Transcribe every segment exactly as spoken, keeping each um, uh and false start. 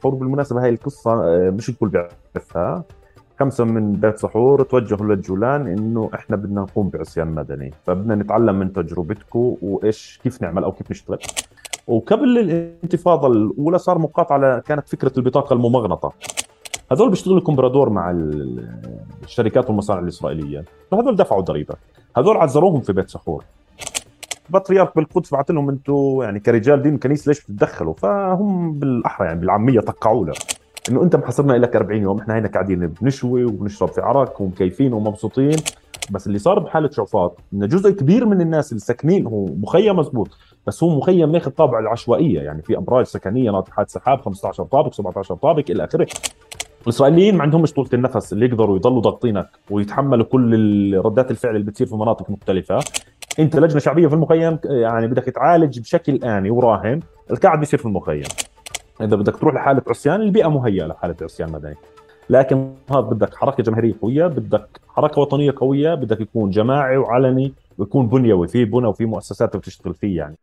سحور. بالمناسبة هاي القصة آه، مش الكل بيعرفها. خمسة من بيت سحور توجهوا للجولان إنه إحنا بدنا نقوم بعصيان مدني، فبدنا نتعلم من تجربتكم وإيش كيف نعمل أو كيف نشتغل. وقبل الانتفاضة الأولى صار مقاطعة، كانت فكرة البطاقة الممغنطة. هذول بيشتغلوا كومبرادور مع ال- الشركات والمصانع الإسرائيلية، فهذول دفعوا ضريبة. هذول عذروهم في بيت سحور. بطريرك بالقدس بعت لهم انتم يعني كرجال دين كنيسه ليش بتتدخلوا؟ فهم بالاحرى يعني بالعاميه طقعوا له انه انت محصرنا لك أربعين يوم، احنا هنا قاعدين بنشوي وبنشرب في عرق ومكيفين ومبسوطين. بس اللي صار بحاله شعفاط ان جزء كبير من الناس اللي ساكنين، هو مخيم مزبوط بس هو مخيم ماخذ طابع العشوائيه، يعني في ابراج سكنيه ناطحات سحاب خمسة عشر طابق سبعة عشر طابق الى اخره. الاسرائيليين ما عندهمش طولة النفس اللي يقدروا يضلوا ضاغطينك ويتحملوا كل ال- ردات الفعل اللي بتصير في مناطق مختلفة. انت لجنة شعبية في المخيم يعني بدك تعالج بشكل آني وراهن القاعد بيصير في المخيم. اذا بدك تروح لحالة عصيان، البيئة مهيئة لحالة عصيان مدني. لكن هذا بدك حركة جماهيرية قوية، بدك حركة وطنية قوية، بدك يكون جماعي وعلني ويكون بنيوي، في بنى وفي مؤسسات بتشتغل فيه يعني.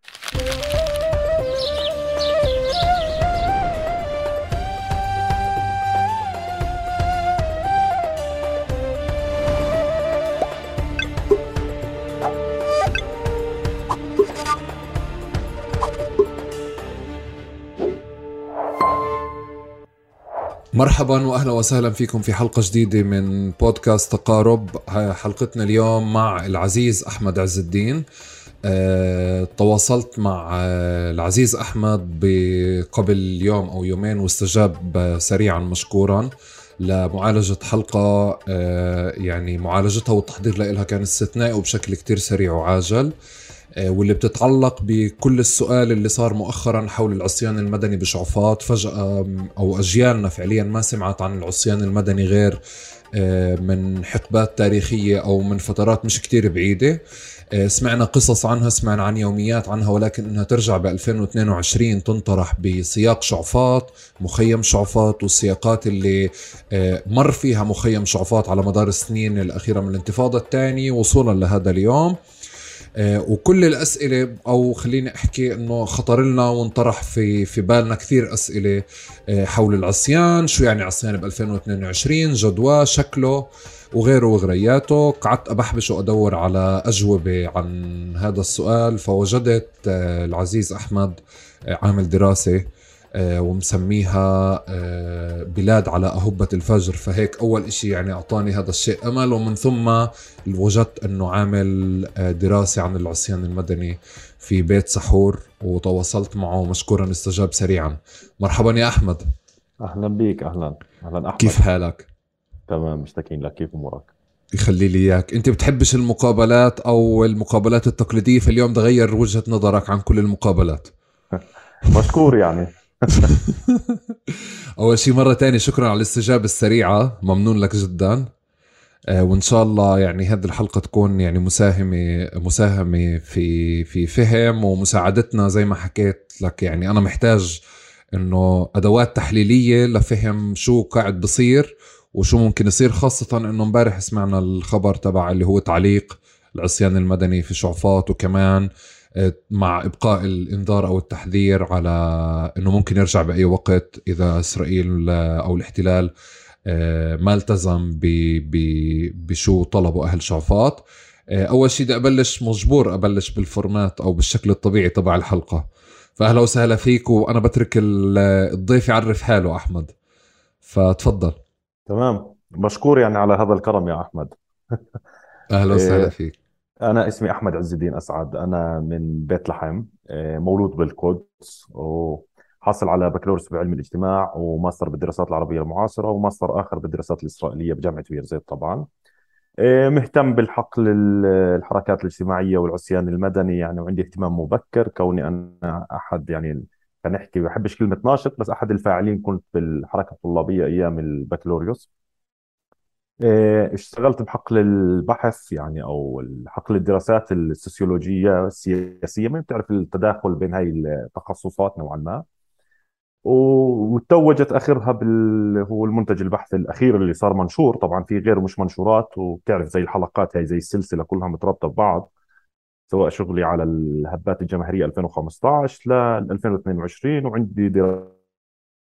مرحبا واهلا وسهلا فيكم في حلقة جديدة من بودكاست تقارب. حلقتنا اليوم مع العزيز احمد عز الدين. أه، تواصلت مع أه العزيز احمد قبل يوم او يومين واستجاب سريعا مشكورا لمعالجة حلقة. أه يعني معالجتها والتحضير لها كان استثنائي وبشكل كتير سريع وعاجل، واللي بتتعلق بكل السؤال اللي صار مؤخرا حول العصيان المدني بشعفاط. فجأة أو أجيالنا فعليا ما سمعت عن العصيان المدني غير من حقبات تاريخية أو من فترات مش كتير بعيدة. سمعنا قصص عنها، سمعنا عن يوميات عنها، ولكن إنها ترجع ب ألفين واثنين وعشرين تنطرح بسياق شعفاط، مخيم شعفاط، والسياقات اللي مر فيها مخيم شعفاط على مدار السنين الأخيرة من الانتفاضة الثانية وصولا لهذا اليوم. وكل الأسئلة، أو خليني أحكي أنه خطر لنا وانطرح في في بالنا كثير أسئلة حول العصيان. شو يعني عصيان ب ألفين واثنين وعشرين؟ جدوى، شكله، وغيره وغرياته. قعدت أبحبش وأدور على أجوبة عن هذا السؤال، فوجدت العزيز أحمد عامل دراسة ومسميها بلاد على أهبة الفجر. فهيك أول إشي يعني أعطاني هذا الشيء أمل، ومن ثم وجدت أنه عامل دراسة عن العصيان المدني في بيت سحور، وتواصلت معه مشكورا استجاب سريعا. مرحبا يا أحمد. اهلا بيك. اهلا اهلا احمد. كيف حالك؟ تمام، مشتاقين لك. كيف امورك؟ يخلي لي إياك. أنت بتحبش المقابلات أو المقابلات التقليدية، فاليوم ده غير وجهة نظرك عن كل المقابلات. مشكور يعني. أول شيء مرة تانية شكرا على الاستجابة السريعة، ممنون لك جدا. آه، وإن شاء الله يعني هذه الحلقة تكون يعني مساهمة مساهمة في في فهم ومساعدتنا. زي ما حكيت لك يعني أنا محتاج إنه أدوات تحليلية لفهم شو قاعد بصير وشو ممكن يصير، خاصة إنه امبارح سمعنا الخبر تبع اللي هو تعليق العصيان المدني في شعفاط، وكمان آه، مع إبقاء الإنذار أو التحذير على إنه ممكن يرجع بأي وقت إذا إسرائيل آه، أو الاحتلال ما التزم ب ب بشو طلبوا أهل شعفاط. أول شيء بدي أبلش، مجبور أبلش بالفورمات أو بالشكل الطبيعي تبع الحلقة. فأهلا وسهلا فيك، وأنا بترك الضيف يعرف حاله أحمد، فتفضل. تمام، مشكور يعني على هذا الكرم يا أحمد. أهلا وسهلا إيه، فيك. أنا اسمي أحمد عز الدين أسعد. أنا من بيت لحم، إيه، مولود بالقدس، وحاصل على بكالوريوس بعلم الاجتماع وماستر بالدراسات العربية المعاصرة وماستر آخر بالدراسات الإسرائيلية بجامعة بيرزيت طبعا. إيه، مهتم بالحقل ال- الحركات الاجتماعية والعصيان المدني يعني، وعندي اهتمام مبكر كوني أنا أحد يعني، كنحكي بحبش كلمة ناشط، بس أحد الفاعلين كنت بالحركة الطلابية أيام البكالوريوس. إيه، اشتغلت بحقل البحث يعني، او حقل الدراسات السوسيولوجيه السياسيه، ما بتعرف التداخل بين هاي التخصصات نوعا ما. وتوجت اخرها بال هو المنتج البحث الاخير اللي صار منشور، طبعا في غيره مش منشورات، وبتعرف زي الحلقات هاي زي السلسله كلها مترابطه ببعض. سواء شغلي على الهبات الجماهيريه ألفين وخمسة عشر ل ألفين واثنين وعشرين، وعندي دراسه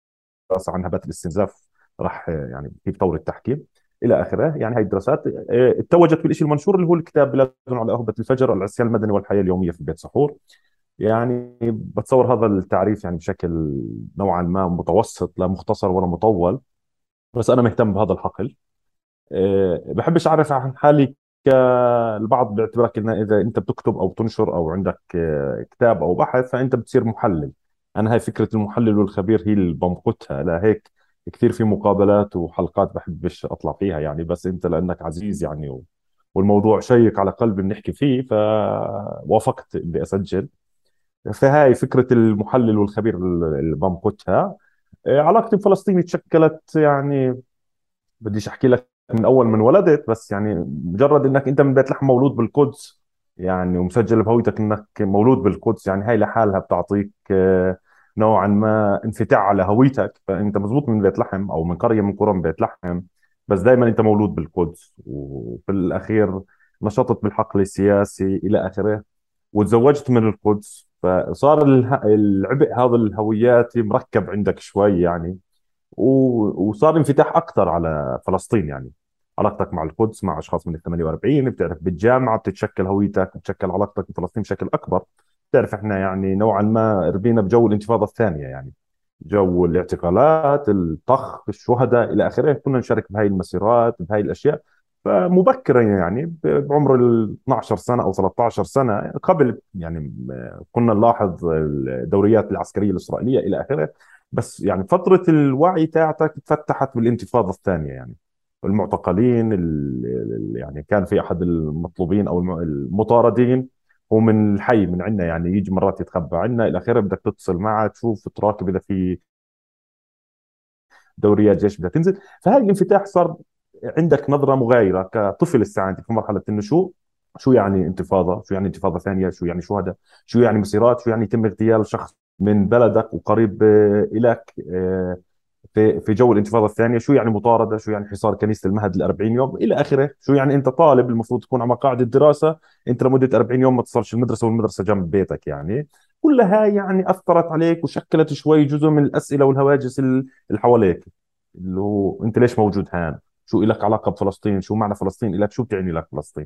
عن هبات الاستنزاف راح يعني كيف طور التحكيم الى اخره. يعني هاي الدراسات آه، اتوجت بالشيء المنشور اللي هو الكتاب بلاد على أهبة الفجر، العصيان المدني والحياه اليوميه في بيت سحور. يعني بتصور هذا التعريف يعني بشكل نوعا ما متوسط، لا مختصر ولا مطول، بس انا مهتم بهذا الحقل. أه بحبش اعرف عن حالي، البعض بيعتبرك ان اذا انت بتكتب او تنشر او عندك آه، كتاب او بحث فانت بتصير محلل. انا هاي فكره المحلل والخبير هي اللي بمقتها، لا هيك كثير في مقابلات وحلقات بحبش اطلع فيها يعني، بس انت لانك عزيز يعني و... والموضوع شيق على قلبي بنحكي فيه فوافقت اني اسجل. فهاي فكره المحلل والخبير اللي بمقتها. آه، علاقتي بفلسطين تشكلت يعني، بديش احكي لك من اول من ولدت، بس يعني مجرد انك انت من بيت لحم مولود بالقدس يعني، ومسجل بهويتك انك مولود بالقدس، يعني هاي لحالها بتعطيك آه، نوعا ما انفتاح على هويتك. فانت مزبوط من بيت لحم او من قريه من قرى بيت لحم، بس دائما انت مولود بالقدس. وفي الاخير نشطت بالحقل السياسي الى اخره، وتزوجت من القدس، فصار اله- العبء هذا الهوياتي مركب عندك شوي يعني. و- وصار انفتاح اكثر على فلسطين يعني. علاقتك مع القدس مع اشخاص من ال ثمانية وأربعين، بتعرف بالجامعه بتتشكل هويتك، بتشكل علاقتك بفلسطين بشكل اكبر. بتعرف احنا يعني نوعا ما ربينا بجو الانتفاضه الثانيه يعني، جو الاعتقالات، الطخ، الشهداء الى اخره، كنا نشارك بهاي المسيرات بهاي الاشياء. فمبكرا يعني ب- بعمر ال اثني عشر سنه او ثلاثة عشر سنه قبل يعني، كنا نلاحظ الدوريات العسكريه الاسرائيليه الى اخره. بس يعني فترة الوعي تاعتك اتفتحت بالانتفاضة الثانية يعني. المعتقلين ال- ال- يعني كان في أحد المطلوبين أو الم- المطاردين هو من الحي من عندنا يعني، يجي مرات يتخبى عنا إلى آخره، بدك تتصل معه تشوف تراقب إذا في دوريات جيش بدها تنزل. فهذا الانفتاح صار عندك نظرة مغايرة كطفل لسه عندك في مرحلة النشوء. شو يعني انتفاضة؟ شو يعني انتفاضة ثانية؟ شو يعني شهداء؟ شو يعني مسيرات؟ شو يعني يتم اغتيال شخص من بلدك وقريب آه، إلك آه، في في جو الانتفاضه الثانيه؟ شو يعني مطارده؟ شو يعني حصار كنيسه المهد ل أربعين يوم الى اخره؟ شو يعني انت طالب المفروض تكون على مقاعد الدراسه، انت لمده أربعين يوم ما تصلش المدرسه والمدرسه جنب بيتك يعني. كلها يعني اثرت عليك وشكلت شوي جزء من الاسئله والهواجس ال- اللي حواليك، اللي هو انت ليش موجود هان؟ شو لك علاقه بفلسطين؟ شو معنى فلسطين لك؟ شو بتعني لك فلسطين؟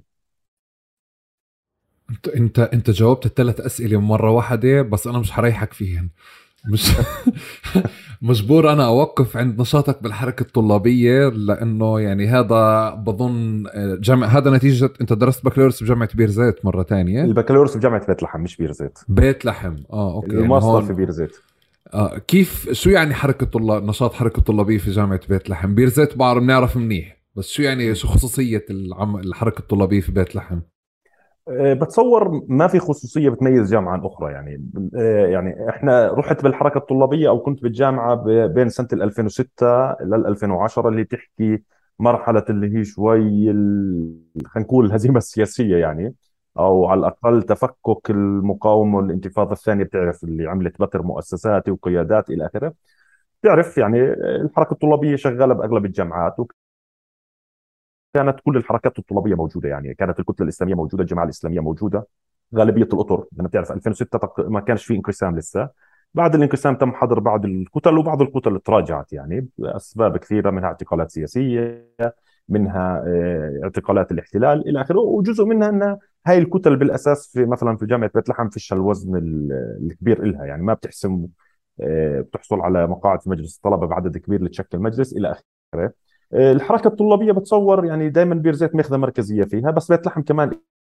انت انت انت جاوبت الثلاث اسئله مره واحده، بس انا مش حريحك فيهن. مش مجبور انا اوقف عند نشاطك بالحركه الطلابيه، لانه يعني هذا بظن آه، جامع، هذا نتيجه انت درست بكالوريوس بجامعه بير زيت مره تانية. البكالوريوس بجامعه بيت لحم مش بير زيت، بيت لحم، اه اوكي، يعني الماستر في هون. بير زيت. آه كيف، شو يعني حركه طلاب، نشاط حركه طلابيه في جامعه بيت لحم؟ بير زيت بعرف بنعرف منيح، بس شو يعني، شو خصوصيه العم... الحركه الطلابيه في بيت لحم؟ أه، بتصور ما في خصوصية بتميز جامعة عن أخرى يعني. أه، يعني إحنا رحت بالحركة الطلابية أو كنت بالجامعة ب- بين سنة ال ألفين وستة لل ألفين وعشرة، اللي تحكي مرحلة اللي هي شوي ال- خلينا نقول الهزيمة السياسية يعني، أو على الأقل تفكك المقاومة والانتفاضة الثانية. بتعرف اللي عملت بتر مؤسساتي وقيادات إلى آخره. بتعرف يعني الحركة الطلابية شغالة بأغلب الجامعات، كانت كل الحركات الطلابيه موجوده يعني. كانت الكتله الاسلاميه موجوده، الجماعه الاسلاميه موجوده، غالبيه الاطر لما بتعرف ألفين وستة تق- ما كانش في انقسام لسه. بعد الانقسام تم حظر بعض الكتل، وبعض الكتل تراجعت يعني باسباب كثيره، منها اعتقالات سياسيه، منها آه، اعتقالات الاحتلال الى اخره. وجزء منها ان هاي الكتل بالاساس في مثلا في جامعه بيت لحم فيش الوزن ال- الكبير إلها يعني، ما بتحسم آه، بتحصل على مقاعد في مجلس الطلبه بعدد كبير لتشكل مجلس الى اخره. الحركه الطلابيه بتصور يعني دائما بير زيت ماخذه مركزيه فيها، بس بيت لحم كمان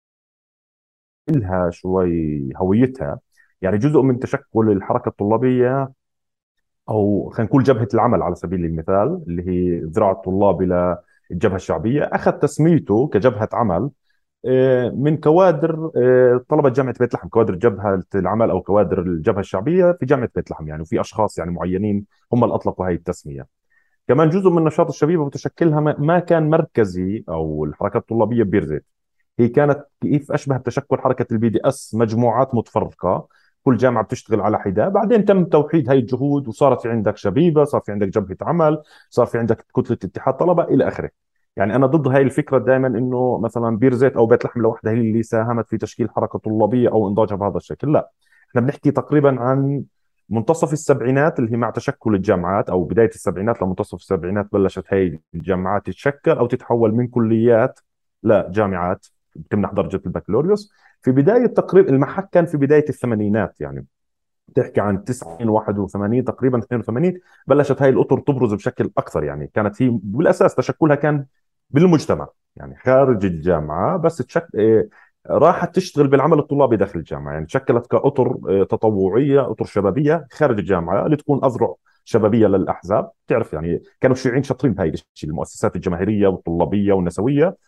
إلها شوي هويتها. يعني جزء من تشكل الحركه الطلابيه، او خلينا نقول جبهه العمل على سبيل المثال، اللي هي ذراع الطلاب الى الجبهه الشعبيه، اخذ تسميته كجبهه عمل آه، من كوادر آه، طلبه جامعه بيت لحم، كوادر جبهه العمل او كوادر الجبهه الشعبيه في جامعه بيت لحم يعني. وفي اشخاص يعني معينين هم اللي اطلقوا هاي التسميه. كمان جزء من نشاط الشبيبه وتشكلها ما ما كان مركزي، او الحركات الطلابيه ببيرزيت هي كانت كيف اشبه بتشكل حركه البي دي اس، مجموعات متفرقه كل جامعه بتشتغل على حده. بعدين تم توحيد هاي الجهود وصارت في عندك شبيبه، صار في عندك جبهه عمل، صار في عندك كتله اتحاد طلبه الى اخره. يعني انا ضد هاي الفكره دائما، انه مثلا بيرزيت او بيت لحم لوحدها هي اللي ساهمت في تشكيل حركه طلابيه او انضاجها بهذا الشكل. لا، احنا بنحكي تقريبا عن منتصف السبعينات اللي هي مع تشكل الجامعات، او بدايه السبعينات لمنتصف السبعينات، بلشت هاي الجامعات تتشكل او تتحول من كليات لجامعات بتمنح درجه البكالوريوس. في بدايه تقريبا المحك كان في بدايه الثمانينات، يعني تحكي عن تسعين واحد وثمانين تقريبا اثنين وثمانين بلشت هاي الاطر تبرز بشكل اكثر. يعني كانت هي بالاساس تشكلها كان بالمجتمع، يعني خارج الجامعه، بس تشك... إيه، راحت تشتغل بالعمل الطلابي داخل الجامعه، يعني تشكلت كاطر إيه، تطوعيه، اطر شبابيه خارج الجامعه لتكون اذرع شبابيه للاحزاب. تعرف يعني كانوا الشيوعيين شاطرين بهاي الشيء، المؤسسات الجماهيريه والطلابيه والنسويه.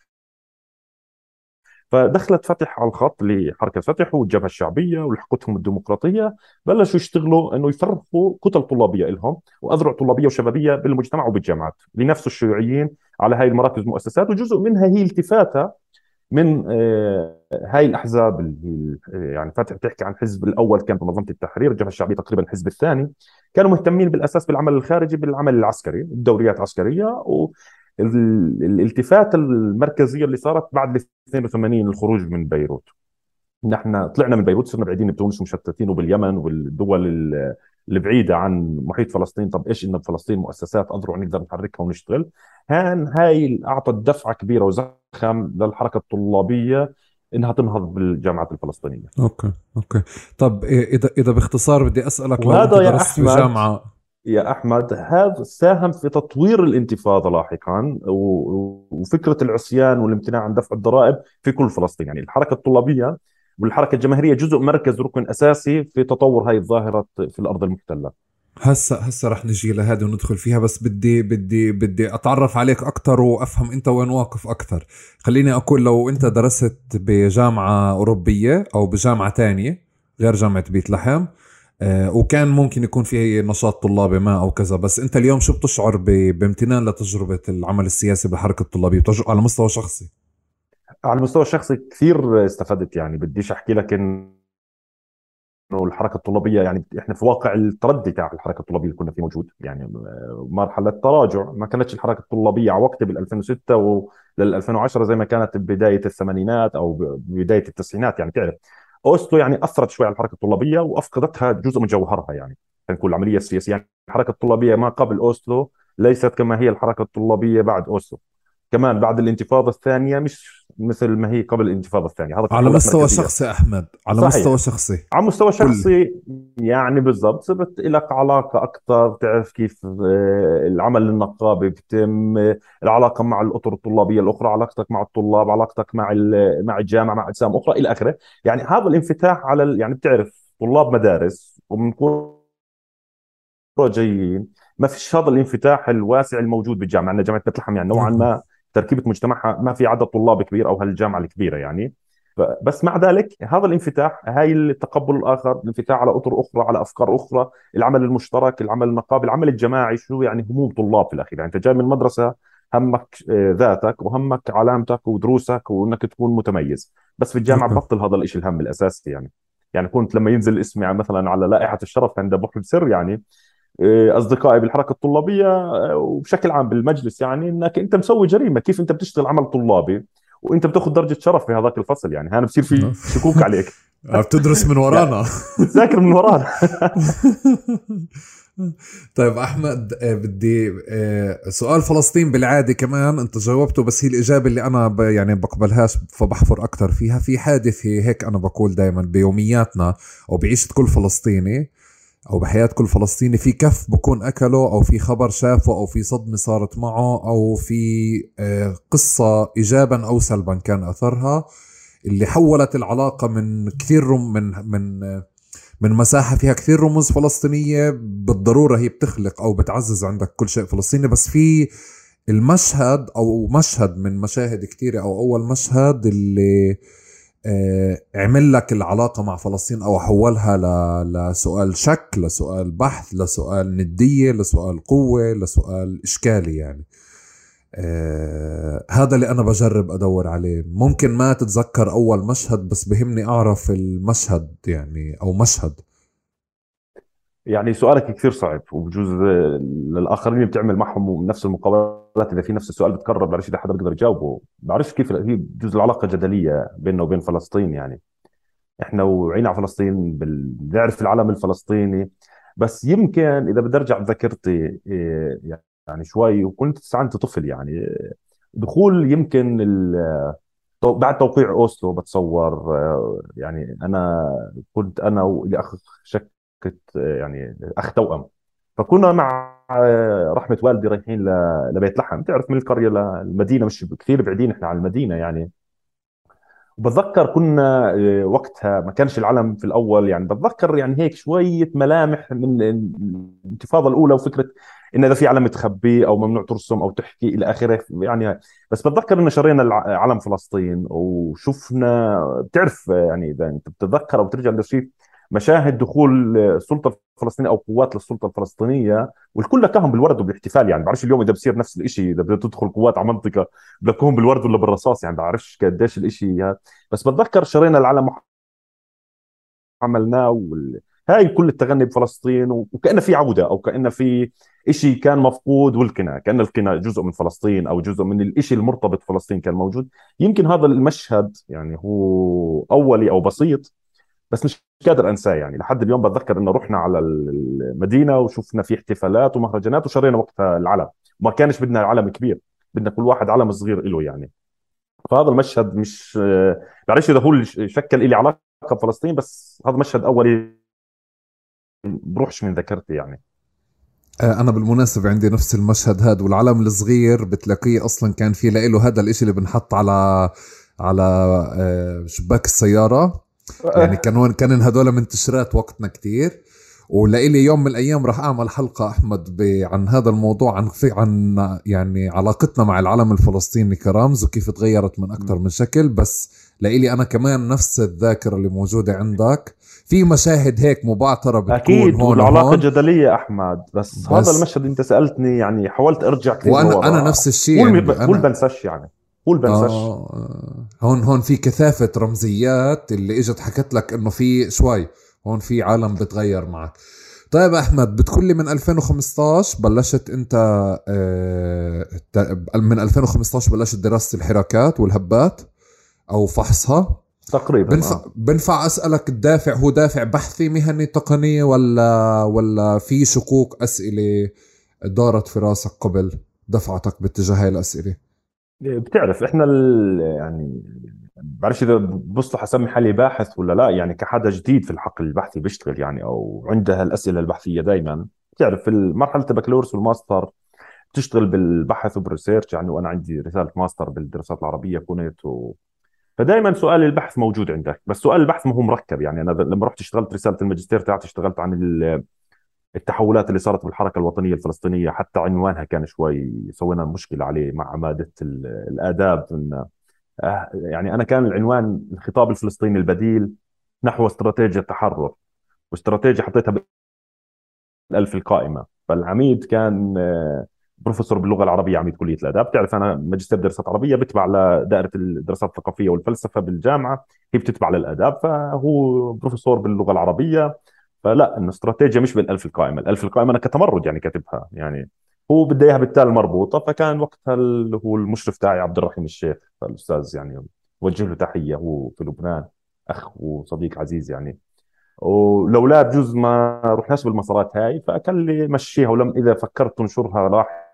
فدخلت فتح على الخط لحركة فتح والجبهة الشعبية ولحقتهم الديمقراطية، بلشوا يشتغلوا انه يفرغوا كتل طلابية لهم واذرع طلابية وشبابية بالمجتمع وبالجامعات لنفس الشيوعيين على هاي المراكز والمؤسسات. وجزء منها هي التفاتة من آه، هاي الاحزاب اللي هي يعني فتح بتحكي عن الحزب الاول كان بمنظمه التحرير، الجبهه الشعبيه تقريبا الحزب الثاني، كانوا مهتمين بالاساس بالعمل الخارجي، بالعمل العسكري، الدوريات عسكريه. والالتفاته المركزيه اللي صارت بعد ال اثنين وثمانين الخروج من بيروت، نحن طلعنا من بيروت صرنا بعيدين بتونس ومشتتين وباليمن والدول ال- البعيده عن محيط فلسطين. طب ايش انه بفلسطين مؤسسات اذرع نقدر نحركها ونشتغل. هان هاي اللي اعطت دفعه كبيره وزخم للحركه الطلابيه انها تنهض بالجامعات الفلسطينيه. اوكي اوكي. طب إيه، اذا اذا باختصار بدي اسالك، لو انت وهذا يا درست في احمد، جامعه. يا احمد هذا ساهم في تطوير الانتفاضه لاحقا و- وفكره العصيان والامتناع عن دفع الضرائب في كل فلسطين. يعني الحركه الطلابيه والحركه الجماهيريه جزء مركز ركن اساسي في تطور هاي الظاهره في الارض المحتله. هسه هسه رح نجي لهذه وندخل فيها، بس بدي بدي بدي اتعرف عليك اكثر وافهم انت وين واقف اكثر. خليني اقول، لو انت درست بجامعة اوروبية او بجامعة تانية غير جامعة بيت لحم، آه، وكان ممكن يكون في نشاط طلابي ما او كذا، بس انت اليوم شو بتشعر ب- بامتنان لتجربة العمل السياسي بالحركة الطلابية بتجربة على مستوى شخصي؟ على المستوى الشخصي كثير استفدت. يعني بديش احكي لك انه الحركه الطلابيه، يعني احنا في واقع التردي تاع الحركه الطلابيه اللي كنا فيه موجود، يعني آه، مرحله تراجع. ما كانتش الحركه الطلابيه على وقت بال ألفين وستة ولل ألفين وعشرة زي ما كانت بدايه الثمانينات او بدايه التسعينات. يعني تعرف اوسلو يعني اثرت شوي على الحركه الطلابيه وافقدتها جزء من جوهرها، يعني نقول العمليه السياسيه. يعني الحركه الطلابيه ما قبل اوسلو ليست كما هي الحركه الطلابيه بعد اوسلو، كمان بعد الانتفاضه الثانيه مش مثل ما هي قبل الانتفاضه الثانيه. هذا على تحولات مستوى مركزيه. شخصي احمد، على مستوى صحيح. شخصي. على مستوى قل. شخصي يعني بالضبط صرت لك علاقة أكثر، تعرف كيف آه، العمل النقابي بتم، آه، العلاقة مع الأطر الطلابية الأخرى، علاقتك مع الطلاب، علاقتك مع ال- مع الجامعة، مع أجسام أخرى إلى آخره. يعني هذا الانفتاح على ال- يعني بتعرف طلاب مدارس ومن قرى جايين، ما فيش هذا الانفتاح الواسع الموجود بالجامعة. عندنا جامعة بيت لحم يعني نوعا أوكي. ما تركيبة مجتمعها ما في عدد طلاب كبير، أو هالجامعة الكبيرة يعني. ف- بس مع ذلك هذا الانفتاح، هاي التقبل الآخر، الانفتاح على أطر أخرى، على أفكار أخرى، العمل المشترك، العمل النقابي، العمل الجماعي، شو يعني هموم طلاب في الأخير. يعني أنت جاي من مدرسة همك آه، ذاتك وهمك علامتك ودروسك وانك تكون متميز. بس في الجامعه اوكي. بطل هذا الشيء الهم الاساسي يعني. يعني كنت لما ينزل اسمي يعني مثلا على لائحه الشرف عند ابو سر، يعني اصدقائي بالحركه الطلابيه آه، وبشكل عام بالمجلس، يعني انك انت مسوي جريمه، كيف انت بتشتغل عمل طلابي وانت بتاخذ درجه شرف في هذاك الفصل؟ يعني هنا بصير في شكوك عليك. بتدرس من يعني ورانا. بتذاكر من ورانا. طيب احمد، آه، بدي آه، سؤال فلسطين بالعاده كمان انت جاوبته، بس هي الاجابه اللي انا ب يعني بقبلهاش، فبحفر اكثر فيها. في حادثه هيك انا بقول دائما بيومياتنا او بعيشه كل فلسطيني او بحياه كل فلسطيني، في كف بكون اكله او في خبر شافه او في صدمه صارت معه او في آه، قصه ايجابا او سلبا كان اثرها، اللي حولت العلاقه من كثير رم من من آه، من مساحة فيها كثير رموز فلسطينية. بالضرورة هي بتخلق أو بتعزز عندك كل شيء فلسطيني، بس في المشهد أو مشهد من مشاهد كثيرة أو أول مشهد اللي آه، عمل لك العلاقة مع فلسطين أو حولها ل- لسؤال شك، لسؤال بحث، لسؤال ندية، لسؤال قوة، لسؤال إشكالي يعني. آه هذا اللي أنا بجرب أدور عليه. ممكن ما تتذكر أول مشهد، بس بهمني أعرف المشهد يعني أو مشهد. يعني سؤالك كثير صعب، وبجوز آه، للاخرين اللي بتعمل معهم نفس المقابلات اذا في نفس السؤال بتكرر بعرفش اذا حدا بيقدر يجاوبه. بعرفش كيف هي بجوز العلاقه جدليه بيننا وبين فلسطين. يعني احنا وعينا على فلسطين بال- بنعرف العلم الفلسطيني، بس يمكن اذا بدي ارجع بذاكرتي إيه، يعني شوي، وكنت ساعات طفل يعني، دخول يمكن ال- بعد توقيع اوسلو بتصور. آه، يعني انا كنت انا واللي اخ شكت، آه، يعني اخ توأم. فكنا مع آه، رحمة والدي رايحين ل- لبيت لحم. تعرف من القرية للمدينة مش كثير بعيدين، احنا على المدينة يعني. وبتذكر كنا آه، وقتها ما كانش العلم في الاول، يعني بتذكر يعني هيك شويه ملامح من الانتفاضه الاولى، وفكره ان اذا في علم تخبي او ممنوع ترسم او تحكي الى اخره يعني. بس بتذكر ان شرينا الع- علم فلسطين وشفنا، بتعرف آه، يعني اذا انت بتتذكر او بترجع للارشيف، مشاهد دخول آه، السلطه الفلسطينيه او قوات للسلطه الفلسطينيه، والكل لكهم بالورد وبالاحتفال. يعني بعرفش اليوم اذا بصير نفس الشيء، اذا بدها تدخل قوات على منطقه بلكوهم بالورد ولا بالرصاص، يعني بعرفش قديش الشيء. بس بتذكر شرينا العلم وحملناه وال... هاي كل التغني بفلسطين، و- وكأنه في عودة، أو كأنه في إشي كان مفقود والقنا، كأن القنا جزء من فلسطين أو جزء من الإشي المرتبط فلسطين كان موجود. يمكن هذا المشهد يعني هو أولي أو بسيط، بس مش قادر أنساه. يعني لحد اليوم بتذكر إنه رحنا على المدينة وشفنا في احتفالات ومهرجانات وشرينا وقتها العلم. ما كانش بدنا علم كبير، بدنا كل واحد علم صغير له يعني. فهذا المشهد مش بعرفش اذا هو اللي شكل لي علاقه بفلسطين، بس هذا مشهد اولي بروحش من ذاكرتي يعني. آه، انا بالمناسبة عندي نفس المشهد هذا، والعلم الصغير بتلاقيه اصلا كان في له هذا الاشي اللي بنحط على على آه، شباك السيارة. يعني كانوا كان هذول منتشرات وقتنا كتير. ولإلي يوم من الأيام راح أعمل حلقة أحمد ب- عن هذا الموضوع، عن في عن يعني علاقتنا مع العلم الفلسطيني كرمز وكيف تغيرت من أكثر من شكل. بس لإلي أنا كمان نفس الذاكرة اللي موجودة عندك، في مشاهد هيك مبعثرة بتكون اكيد، هون والعلاقه وهون. جدليه احمد، بس هذا بس المشهد انت سالتني يعني حاولت ارجع كثير وأنا أنا لورا. نفس الشيء هو الم... عندي هو اللي أنا. بنساش يعني، هو اللي بنساش. آه هون هون في كثافة رمزيات اللي اجت حكت لك انه في شوي هون في عالم بتغير معك. طيب احمد، بتقول لي من ألفين وخمسطعش بلشت انت، آه ت- من ألفين وخمسطعش بلشت دراسة الحراكات والهبات او فحصها. تقريبا بنفع اه. بنفع اسالك الدافع هو دافع بحثي مهني تقني، ولا ولا في شكوك اسئله دارت في راسك قبل دفعتك باتجاه هاي الاسئله؟ بتعرف احنا ال... يعني بعرفش اذا بصلح اسمي حالي باحث ولا لا، يعني كحدا جديد في الحقل البحثي بيشتغل يعني او عنده الاسئله البحثيه دائما. بتعرف في مرحله البكالوريوس والماستر بتشتغل بالبحث وبالريسيرش يعني، وانا عندي رساله ماستر بالدراسات العربيه كنت و... فدائما سؤال البحث موجود عندك، بس سؤال البحث ما هو مركب. يعني انا لما رحت اشتغلت رساله الماجستير تاعتي اشتغلت عن ال- التحولات اللي صارت بالحركه الوطنيه الفلسطينيه، حتى عنوانها كان شوي سوينا مشكله عليه مع ماده ال- الاداب. إن آه، يعني انا كان العنوان الخطاب الفلسطيني البديل نحو استراتيجيه تحرر، واستراتيجيه حطيتها الألف القائمة. فالعميد كان آه، بروفيسور باللغة العربية، عميد كلية الآداب. بتعرف أنا ماجستير دراسات عربية بتبع لدائرة الدراسات الثقافية والفلسفة بالجامعة، هي بتتبع للآداب، فهو بروفيسور باللغة العربية. فلا، إنه استراتيجية مش بالألف القائمة. الألف القائمة أنا كتمرد يعني كاتبها يعني، هو بده إياها بالتالي المربوطة. فكان وقتها اللي هو المشرف تاعي عبد الرحيم الشيخ، فالأستاذ يعني وجه له تحية، هو في لبنان أخ وصديق عزيز يعني. ولولا بجوز ما رحناش بالمسارات هاي، فكان لي مشيها. ولم اذا فكرت تنشرها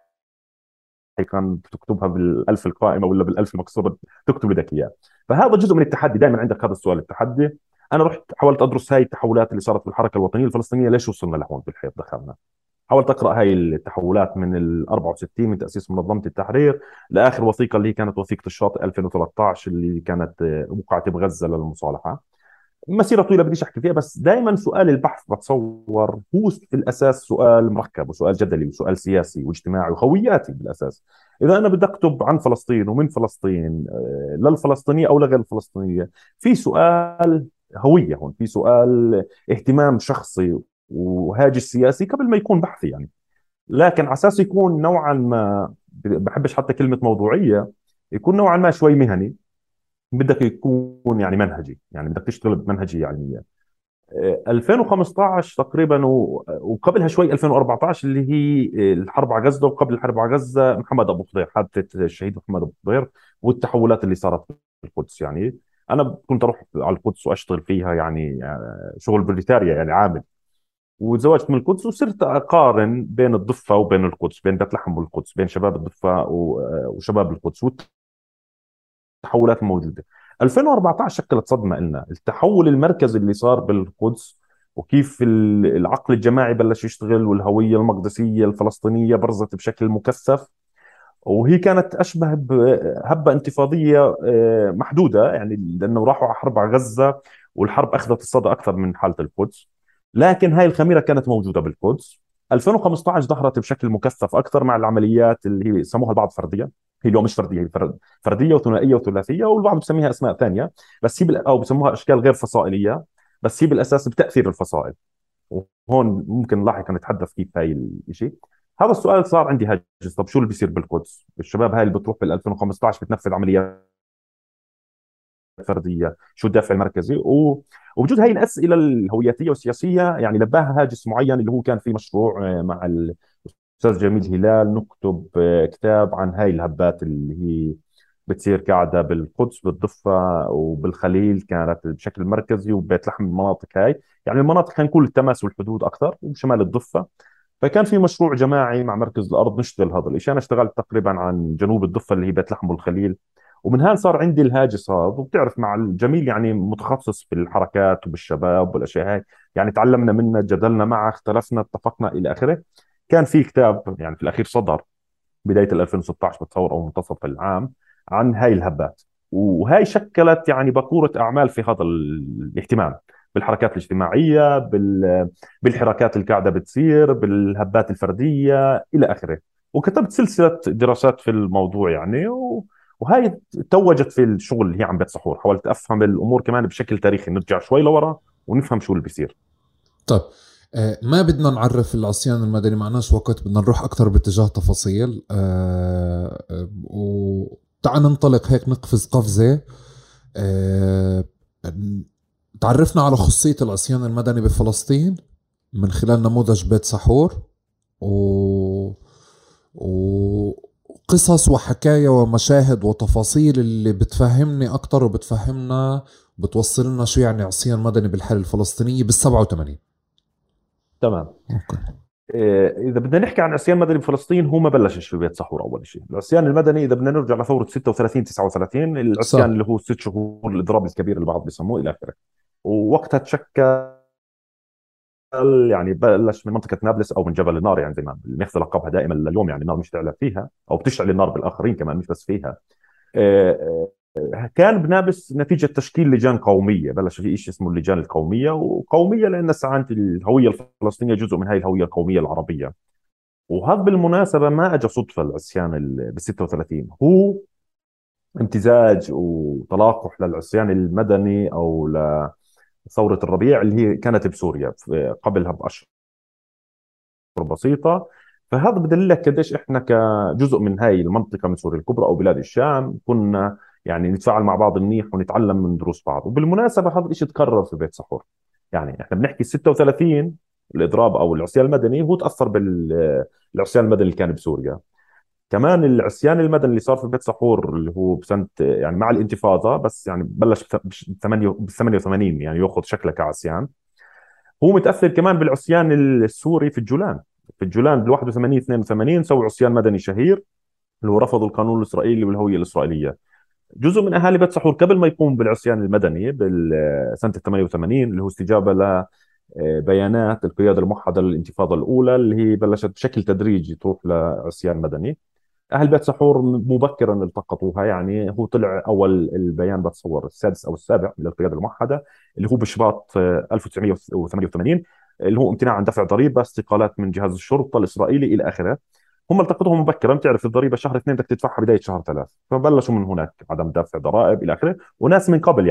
لاحقا تكتبها بالالف القائمه ولا بالالف المكسوره، تكتب اللي بدك اياه. فهذا جزء من التحدي، دائما عندك هذا السؤال التحدي. انا رحت حاولت ادرس هاي التحولات اللي صارت في الحركه الوطنيه الفلسطينيه، ليش وصلنا لهون بالحيط دخلنا. حاولت اقرا هاي التحولات من ال أربعة وستين، من تاسيس منظمه التحرير لاخر وثيقه اللي هي كانت وثيقه الشاطئ ألفين وثلاثطعش، اللي كانت آه، وقعت بغزه للمصالحه. مسيره طويله بديش احكي فيها، بس دائما سؤال البحث بتصور هو في الاساس سؤال مركب وسؤال جدلي وسؤال سياسي واجتماعي وهوياتي بالاساس. اذا انا بدي اكتب عن فلسطين ومن فلسطين آه، للفلسطينيه او لغير الفلسطينيه، في سؤال هويه هون، في سؤال اهتمام شخصي وهاجس سياسي قبل ما يكون بحثي يعني. لكن على اساس يكون نوعا ما، بحبش حتى كلمه موضوعيه، يكون نوعا ما شوي مهني. بدك يكون يعني منهجي، يعني بدك تشتغل بمنهجيه علميه. آه، ألفين وخمسطعش تقريبا و- وقبلها شوي ألفين وأربعطعش اللي هي آه، الحرب على غزه، وقبل الحرب على غزه محمد ابو خضير، حادثه الشهيد محمد ابو خضير والتحولات اللي صارت في القدس يعني. انا كنت اروح على القدس واشتغل فيها يعني، آه، شغل بريطانيا يعني عامل. وتزوجت من القدس، وصرت اقارن بين الضفه وبين القدس، بين بيت لحم والقدس، بين شباب الضفه و- وشباب القدس والتحولات الموجوده. ألفين وأربعطعش شكلت صدمه لنا، التحول المركزي اللي صار بالقدس، وكيف ال- العقل الجماعي بلش يشتغل، والهويه المقدسيه الفلسطينيه برزت بشكل مكثف. وهي كانت اشبه بهبه انتفاضيه آه، محدوده، يعني لانه راحوا على حرب على غزه، والحرب اخذت الصدى اكثر من حاله القدس. لكن هاي الخميره كانت موجوده بالقدس. ألفين وخمسطعش ظهرت بشكل مكثف اكثر مع العمليات اللي هي سموها البعض فرديه. هي اليوم مش فرديه، هي فرد- فرديه وثنائيه وثلاثيه، والبعض بسميها اسماء ثانيه، بس هي بال- او بسموها اشكال غير فصائليه، بس هي بالاساس بتاثير الفصائل. وهون ممكن لاحقا نتحدث كيف هاي الشيء. هذا السؤال صار عندي هاجس، طب شو اللي بيصير بالقدس؟ الشباب هاي اللي بتروح بال ألفين وخمسطعش بتنفذ عمليات فرديه، شو الدافع المركزي؟ و... وبجوز هاي الاسئله الهوياتيه والسياسيه يعني لباها هاجس معين، اللي هو كان في مشروع آه، مع الاستاذ جميل هلال نكتب آه، كتاب عن هاي الهبات اللي هي بتصير قاعده بالقدس بالضفه وبالخليل، كانت بشكل مركزي، وبيت لحم المناطق هاي. يعني المناطق خلينا نقول التماس والحدود اكثر، وشمال الضفه. فكان في مشروع جماعي مع مركز الارض نشتغل هذا الشيء. انا اشتغلت تقريبا عن جنوب الضفه اللي هي بيت لحم والخليل. ومن هان صار عندي الهاجس هذا. وبتعرف مع الجميل يعني متخصص في الحركات وبالشباب والاشياء هاي، يعني تعلمنا منه، جدلنا معه، اختلفنا، اتفقنا الى اخره. كان في كتاب يعني في الاخير صدر بدايه ألفين وستطعش بالثوره او منتصف العام عن هاي الهبات. وهاي شكلت يعني باكوره اعمال في هذا الاهتمام بالحركات الاجتماعيه، بال بالحركات اللي قاعده بتصير، بالهبات الفرديه الى اخره. وكتبت سلسله دراسات في الموضوع يعني و... وهاي توجت في الشغل اللي هي عم بتصحور. حاولت افهم الامور كمان بشكل تاريخي، نرجع شوي لورا ونفهم شو اللي بيصير. طيب، آه، ما بدنا نعرف العصيان المدني، معناش وقت، بدنا نروح أكثر باتجاه تفاصيل. آه، آه، وتعال ننطلق هيك، نقفز قفزة. آه، تعرفنا على خصية العصيان المدني بفلسطين من خلال نموذج بيت سحور، و... وقصص وحكاية ومشاهد وتفاصيل اللي بتفهمني أكتر وبتفهمنا، بتوصل لنا شو يعني عصيان مدني بالحالة الفلسطينية بالسبعة وثمانين. تمام. أوكي. إيه، اذا بدنا نحكي عن عصيان مدني بفلسطين، هو ما بلشش في بيت سحور. اول شيء العصيان المدني اذا بدنا نرجع لثوره ستة وثلاثين تسعة وثلاثين، العصيان صح. اللي هو ست شهور، الاضراب الكبير اللي بعض بيسموه الى اخره. ووقتها تشكل، يعني بلش من منطقه نابلس او من جبل النار، يعني زي ما بناخذ لقبها دائما لليوم، يعني النار مشتعله فيها او بتشعل النار بالاخرين كمان مش بس فيها. إيه، كان بنابلس نتيجة تشكيل لجان قومية. بلش في شيء اسمه اللجان القومية، وقومية لأن ساعات الهوية الفلسطينية جزء من هاي الهوية القومية العربية. وهذا بالمناسبة ما اجى صدفة. العصيان بال ستة وثلاثين هو امتزاج وتلاقح للعصيان المدني او لثورة الربيع اللي هي كانت بسوريا في- قبلها بأشهر بسيطة. فهذا بدل لك قديش احنا كجزء من هاي المنطقة من سوريا الكبرى او بلاد الشام كنا يعني نتفاعل مع بعض منيح ونتعلم من دروس بعض. وبالمناسبة هذا الشيء تكرر في بيت سحور. يعني احنا بنحكي ستة وثلاثين الاضراب او العصيان المدني هو تاثر بالعصيان المدني اللي كان بسوريا. كمان العصيان المدني اللي صار في بيت سحور اللي هو بسنه يعني مع الانتفاضه، بس يعني بلش ب ثمانية وثمانين يعني ياخذ شكله كعصيان. هو متاثر كمان بالعصيان السوري في الجولان. في الجولان بال واحد وثمانين اثنين وثمانين سووا عصيان مدني شهير، اللي هو رفضوا القانون الاسرائيلي والهويه الاسرائيليه. جزء من اهالي بيت سحور قبل ما يقوم بالعصيان المدني بالسنه ثمانية وثمانين، اللي هو استجابه ل بيانات القياده الموحده للانتفاضه الاولى اللي هي بلشت بشكل تدريجي تروح لعصيان مدني. اهل بيت سحور مبكرا التقطوها. يعني هو طلع اول البيان بتصور السادس او السابع للقياده الموحده، اللي هو بشباط آه، ألف وتسعمية وثمانية وثمانين، اللي هو امتناع عن دفع ضريبه، استقالات من جهاز الشرطه الاسرائيلي الى اخره. هم التقطوها مبكرا. بتعرف الضريبه شهر اثنين بدك تدفعها بدايه شهر ثلاث، فبلشوا من هناك عدم دفع ضرائب الى اخره. وناس من قبل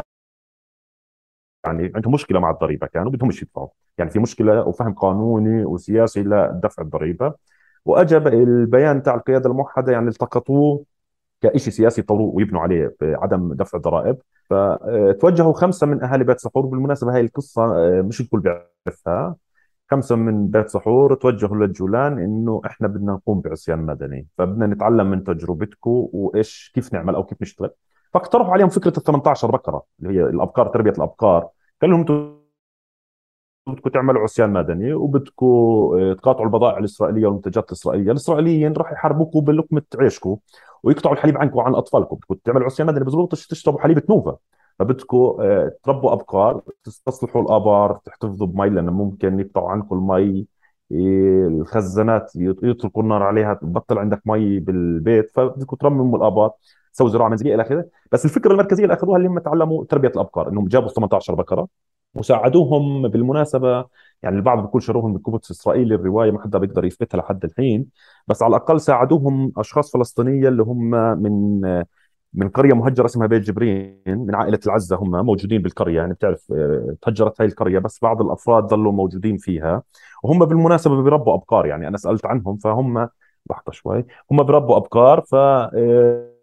يعني عندهم مشكله مع الضريبه كانوا بدهمش يدفعوا، يعني في مشكله وفهم قانوني وسياسي لدفع الضريبه. واجى البيان تاع القياده الموحده يعني التقطوه كشيء سياسي يطوروه ويبنوا عليه بعدم دفع الضرائب. فتوجهوا خمسه من اهالي بيت سحور. بالمناسبه هاي القصه آه، مش الكل بيعرفها. خمسه من بيت سحور توجهوا للجولان انه احنا بدنا نقوم بعصيان مدني، فبدنا نتعلم من تجربتكم وايش كيف نعمل او كيف نشتغل. فاقترحوا عليهم فكره ال ثمانية عشر بقره اللي هي الابقار، تربيه الابقار. قال لهم انتم بدكم تعملوا عصيان مدني وبدكم آه، تقاطعوا البضائع الإسرائيلية والمنتجات الإسرائيلية، الإسرائيليين راح يحاربوكم بلقمة عيشكم ويقطعوا الحليب عنكم وعن أطفالكم. بدكم تعملوا عصيان مدني بظروف تشربوا حليب نوفا، فبدكم آه، تربوا أبقار، تستصلحوا الآبار، تحتفظوا بمي لأنه ممكن يقطعوا عنكم المي، إيه، الخزانات يطلقوا النار عليها، تبطل عندك مي بالبيت، فبدكم ترمموا الآبار، تسوي زراعة منزلية إلى آخره. بس الفكرة المركزية اللي أخذوها اللي هم تعلموا تربية الأبقار، إنهم جابوا ثمانية عشر بقرة وساعدوهم بالمناسبة. يعني البعض بيقول شروهم بكوبوتس إسرائيلي، الرواية ما حدا بيقدر يثبتها لحد الحين، بس على الأقل ساعدوهم أشخاص فلسطينية اللي هم من من قرية مهجرة اسمها بيت جبرين، من عائلة العزة، هم موجودين بالقرية. يعني بتعرف آه، تهجرت هاي القرية بس بعض الأفراد ظلوا موجودين فيها. وهم بالمناسبة بيربوا أبقار، يعني أنا سألت عنهم فهم، لحظة شوي، هم بيربوا أبقار. ف آه،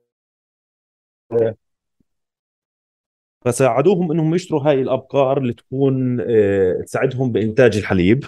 فساعدوهم انهم يشتروا هاي الابقار اللي تكون آه، تساعدهم بانتاج الحليب.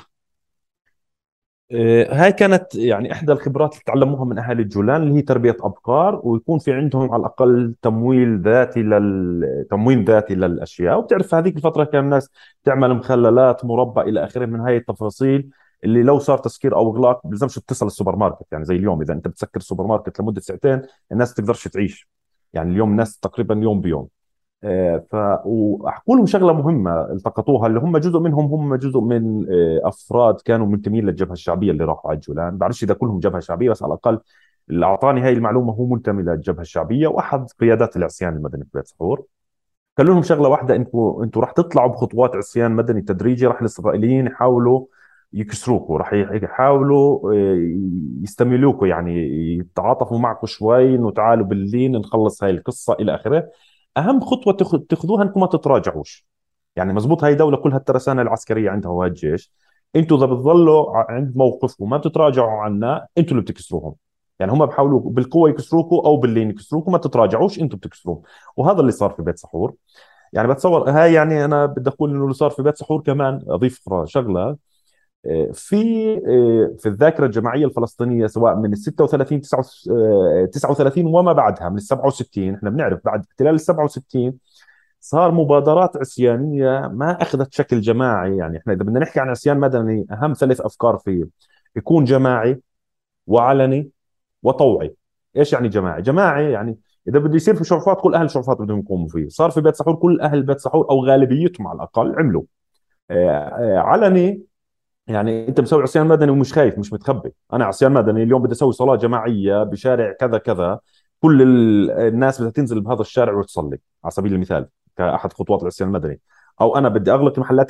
آه، هاي كانت يعني احدى الخبرات اللي تعلموها من اهالي الجولان، اللي هي تربيه ابقار، ويكون في عندهم على الاقل تمويل ذاتي لل تمويل ذاتي للاشياء. وبتعرف في هذيك الفتره كان الناس تعمل مخللات، مربى، الى اخره من هاي التفاصيل، اللي لو صار تسكير او اغلاق بلزمش تتصل السوبر ماركت. يعني زي اليوم اذا انت بتسكر السوبر ماركت لمده ساعتين الناس تقدرش تعيش. يعني اليوم الناس تقريبا يوم بيوم. آه، ف واحكوا لهم شغله مهمه التقطوها، اللي هم جزء منهم هم جزء من آه، افراد كانوا منتمين للجبهه الشعبيه اللي راحوا على الجولان. بعرفش اذا كلهم جبهه شعبيه، بس على الاقل اللي اعطاني هاي المعلومه هو منتمي للجبهه الشعبيه واحد قيادات العصيان المدني في بيت سحور. قالوا لهم شغله واحده، انتوا انتوا راح تطلعوا بخطوات عصيان مدني تدريجي، راح الاسرائيليين يحاولوا يكسروكوا، راح يحاولوا آه، يستميلوكوا، يعني يتعاطفوا معكم شوي، انه تعالوا باللين نخلص هاي القصه الى اخره. اهم خطوه تاخذ- تاخذوها انكم ما تتراجعوش. يعني مزبوط هاي دوله كلها الترسانه العسكريه عندها وهي الجيش، انتوا اذا بتظلوا ع- عند موقفكم ما بتتراجعوا عنا انتوا اللي بتكسروهم. يعني هم بحاولوا بالقوه يكسروكوا او باللين يكسروكوا، ما تتراجعوش انتوا بتكسروهم. وهذا اللي صار في بيت سحور. يعني بتصور هاي، يعني انا بدي اقول انه اللي صار في بيت سحور كمان اضيف شغله آه، في آه، في الذاكره الجماعيه الفلسطينيه، سواء من ال ستة وثلاثين تسعة وثلاثين وما بعدها من ال سبعة وستين. احنا بنعرف بعد احتلال ال سبعة وستين صار مبادرات عصيانيه ما اخذت شكل جماعي. يعني احنا اذا بدنا نحكي عن عصيان مدني اهم ثلاث افكار فيه: يكون جماعي وعلني وطوعي. ايش يعني جماعي؟ جماعي يعني اذا بده يصير في شرفات كل اهل الشرفات بدهم يقوموا فيه. صار في بيت سحور كل اهل بيت سحور او غالبيتهم على الاقل عملوا. آه، آه، علني يعني انت مسوي عصيان مدني ومش خايف، مش متخبي. انا عصيان مدني اليوم بدي اسوي صلاه جماعيه بشارع كذا كذا، كل ال- الناس بدها تنزل بهذا الشارع وتصلي على سبيل المثال كاحد خطوات العصيان المدني. او انا بدي اغلق المحلات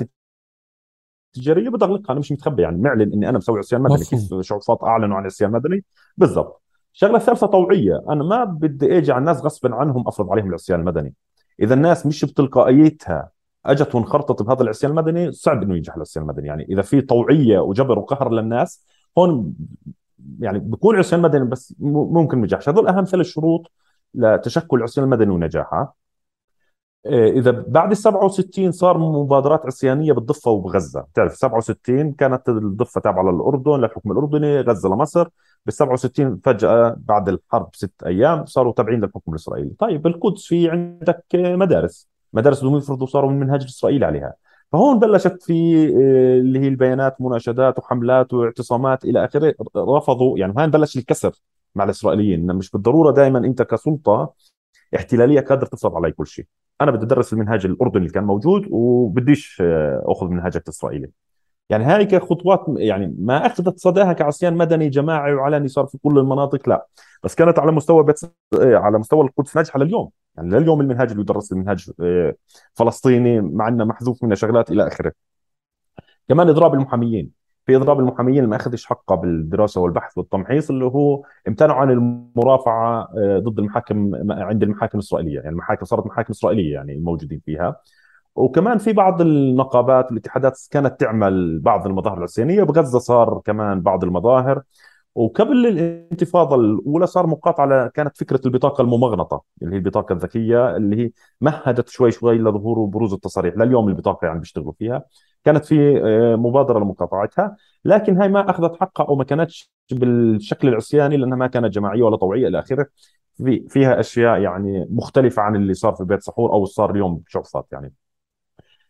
التجاريه بدي اغلقها، انا مش متخبي، يعني معلن اني انا مسوي عصيان مدني. مفهوم. كيف شرطات اعلنوا عن عصيان مدني؟ بالضبط. الشغله الثالثه طوعيه، انا ما بدي اجي على الناس غصبا عنهم افرض عليهم العصيان المدني. اذا الناس مش بتلقائيتها اجت وانخرطت بهذا العصيان المدني صعب انه ينجح العصيان المدني. يعني اذا في طوعيه وجبر وقهر للناس هون يعني بكون عصيان مدني، بس م- ممكن ما ينجحش. هذول اهم ثلاث شروط لتشكل العصيان المدني ونجاحه. إيه، اذا بعد ال سبعة وستين صار مبادرات عصيانيه بالضفه وبغزه. بتعرف سبعة وستين كانت الضفه تابعه للاردن للحكم الاردني، غزه لمصر. بال سبعة وستين فجاه بعد الحرب ست ايام صاروا تابعين للحكم الاسرائيلي. طيب بالقدس في عندك مدارس، مدارس بدهم يفرضوا، صاروا من المنهاج الاسرائيلي عليها. فهون بلشت في إيه، اللي هي البيانات، مناشدات وحملات واعتصامات الى اخره. رفضوا، يعني هون بلش الكسر مع الاسرائيليين، إنه مش بالضروره دائما انت كسلطه احتلاليه قادر تفرض علي كل شيء. انا بدي ادرس المنهاج الاردني اللي كان موجود وبديش آه، اخذ منهاجك الاسرائيلي. يعني هاي كخطوات يعني ما اخذت صداها كعصيان مدني جماعي وعلني صار في كل المناطق، لا. بس كانت على مستوى بيت آه، على مستوى القدس ناجحه لليوم. يعني لليوم المنهاج اللي يدرس المنهاج آه، فلسطيني، مع انه محذوف منه شغلات الى اخره. كمان اضراب المحاميين، في اضراب المحاميين اللي ما اخذش حقه بالدراسه والبحث والتمحيص، اللي هو امتنعوا عن المرافعه آه، ضد المحاكم عند المحاكم الاسرائيليه. يعني المحاكم صارت محاكم اسرائيليه يعني الموجودين فيها. وكمان في بعض النقابات والاتحادات كانت تعمل بعض المظاهر العصيانيه. بغزه صار كمان بعض المظاهر. وقبل الانتفاضه الاولى صار مقاطعه، كانت فكره البطاقه الممغنطه اللي هي البطاقه الذكيه، اللي هي مهدت شوي شوي لظهور وبروز التصاريح. لليوم البطاقه يعني بيشتغلوا فيها. كانت في آه، مبادره لمقاطعتها، لكن هاي ما اخذت حقها او ما كانتش بالشكل العصياني لانها ما كانت جماعيه ولا طوعيه الى اخره. في فيها اشياء يعني مختلفه عن اللي صار في بيت سحور او صار اليوم بشعفات يعني.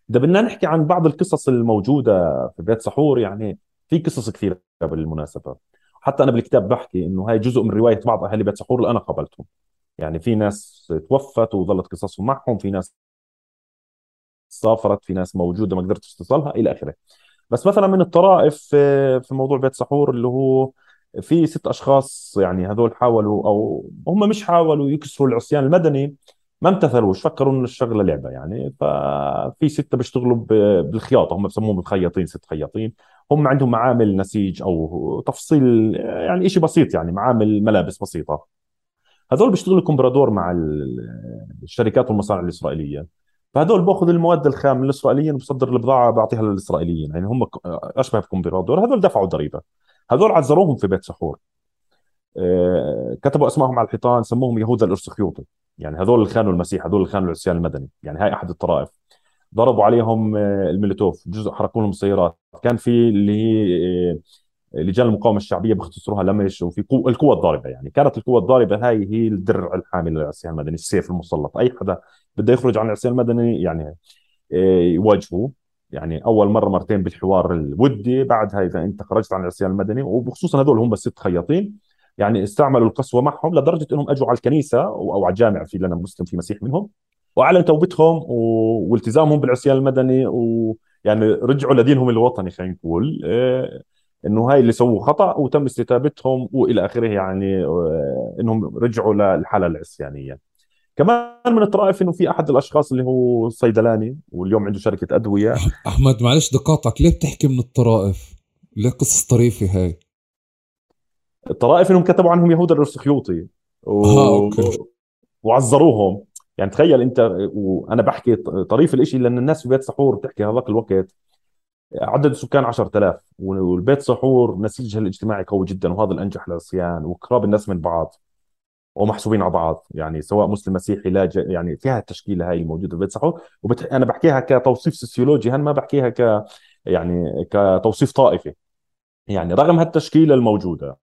إذا بدنا نحكي عن بعض القصص الموجودة في بيت سحور، يعني في قصص كثيرة بالمناسبة. حتى أنا بالكتاب بحكي إنه هاي جزء من رواية بعض أهالي بيت سحور اللي أنا قابلتهم. يعني في ناس توفت وظلت قصصهم معهم، في ناس سافرت، في ناس موجودة ما قدرت توصلها إلى آخره. بس مثلا من الطرائف آه، في موضوع بيت سحور اللي هو في ست اشخاص، يعني هذول حاولوا او هم مش حاولوا يكسروا العصيان المدني، ما امتثلوش، فكروا ان الشغله لعبه يعني. ففي سته بيشتغلوا ب- بالخياطه، هم بسموهم الخياطين، ست خياطين. هم عندهم معامل نسيج او تفصيل، يعني شيء بسيط، يعني معامل ملابس بسيطه. هذول بيشتغلوا كومبرادور مع ال- الشركات والمصانع الإسرائيلية. فهذول باخذ المواد الخام من الإسرائيليين وبصدر البضاعة بعطيها للإسرائيليين، يعني هم ك- أشبه بكومبرادور. هذول دفعوا ضريبة. هذول عزروهم في بيت سحور. آه، كتبوا اسمائهم على الحيطان، سموهم يهوذا الارسخيوطي. يعني هذول اللي خانوا المسيح، هذول اللي خانوا العصيان المدني. يعني هاي احد الطرائف. ضربوا عليهم آه، الميليتوف، جزء حرقوا لهم سيارات. كان في اللي هي آه، لجان المقاومه الشعبيه بيختصروها لمش، وفي قو... القوى الضاربه. يعني كانت القوى الضاربه هاي هي الدرع الحامي للعصيان المدني، السيف المسلط. اي حدا بده يخرج عن العصيان المدني يعني إيه، يواجهه. يعني اول مره مرتين بالحوار الودي، بعدها اذا انت خرجت عن العصيان المدني. وبخصوصا هذول هم بس ست خياطين، يعني استعملوا القسوه معهم لدرجه انهم اجوا على الكنيسه او أو على الجامع، في لنا مسلم في مسيح منهم، واعلن توبتهم و... والتزامهم بالعصيان المدني، ويعني رجعوا لدينهم الوطني، خلينا نقول إيه، انه هاي اللي سووه خطا وتم استتابتهم والى اخره. يعني آه، انهم رجعوا للحاله العصيانيه. كمان من الطرائف انه في احد الاشخاص اللي هو صيدلاني واليوم عنده شركه ادويه. أح- احمد معلش دقاطعك، ليه بتحكي من الطرائف؟ ليه قصص طريفة هاي؟ الطرائف انهم كتبوا عنهم يهوذا الارسخيوطي اه و... اوكي. وعزروهم. يعني تخيل انت، وانا بحكي طريف الاشي لان الناس في بيت سحور بتحكي هذاك الوقت عدد السكان عشرة آلاف، والبيت سحور نسيجها الاجتماعي قوي جدا، وهذا الانجح للعصيان وقراب الناس من بعض ومحسوبين على بعض، يعني سواء مسلم مسيحي لاجئ. يعني فيها التشكيله هاي الموجوده في بيت سحور. وبت... انا بحكيها كتوصيف سوسيولوجي، هن ما بحكيها ك يعني كتوصيف طائفي. يعني رغم هالتشكيله الموجوده،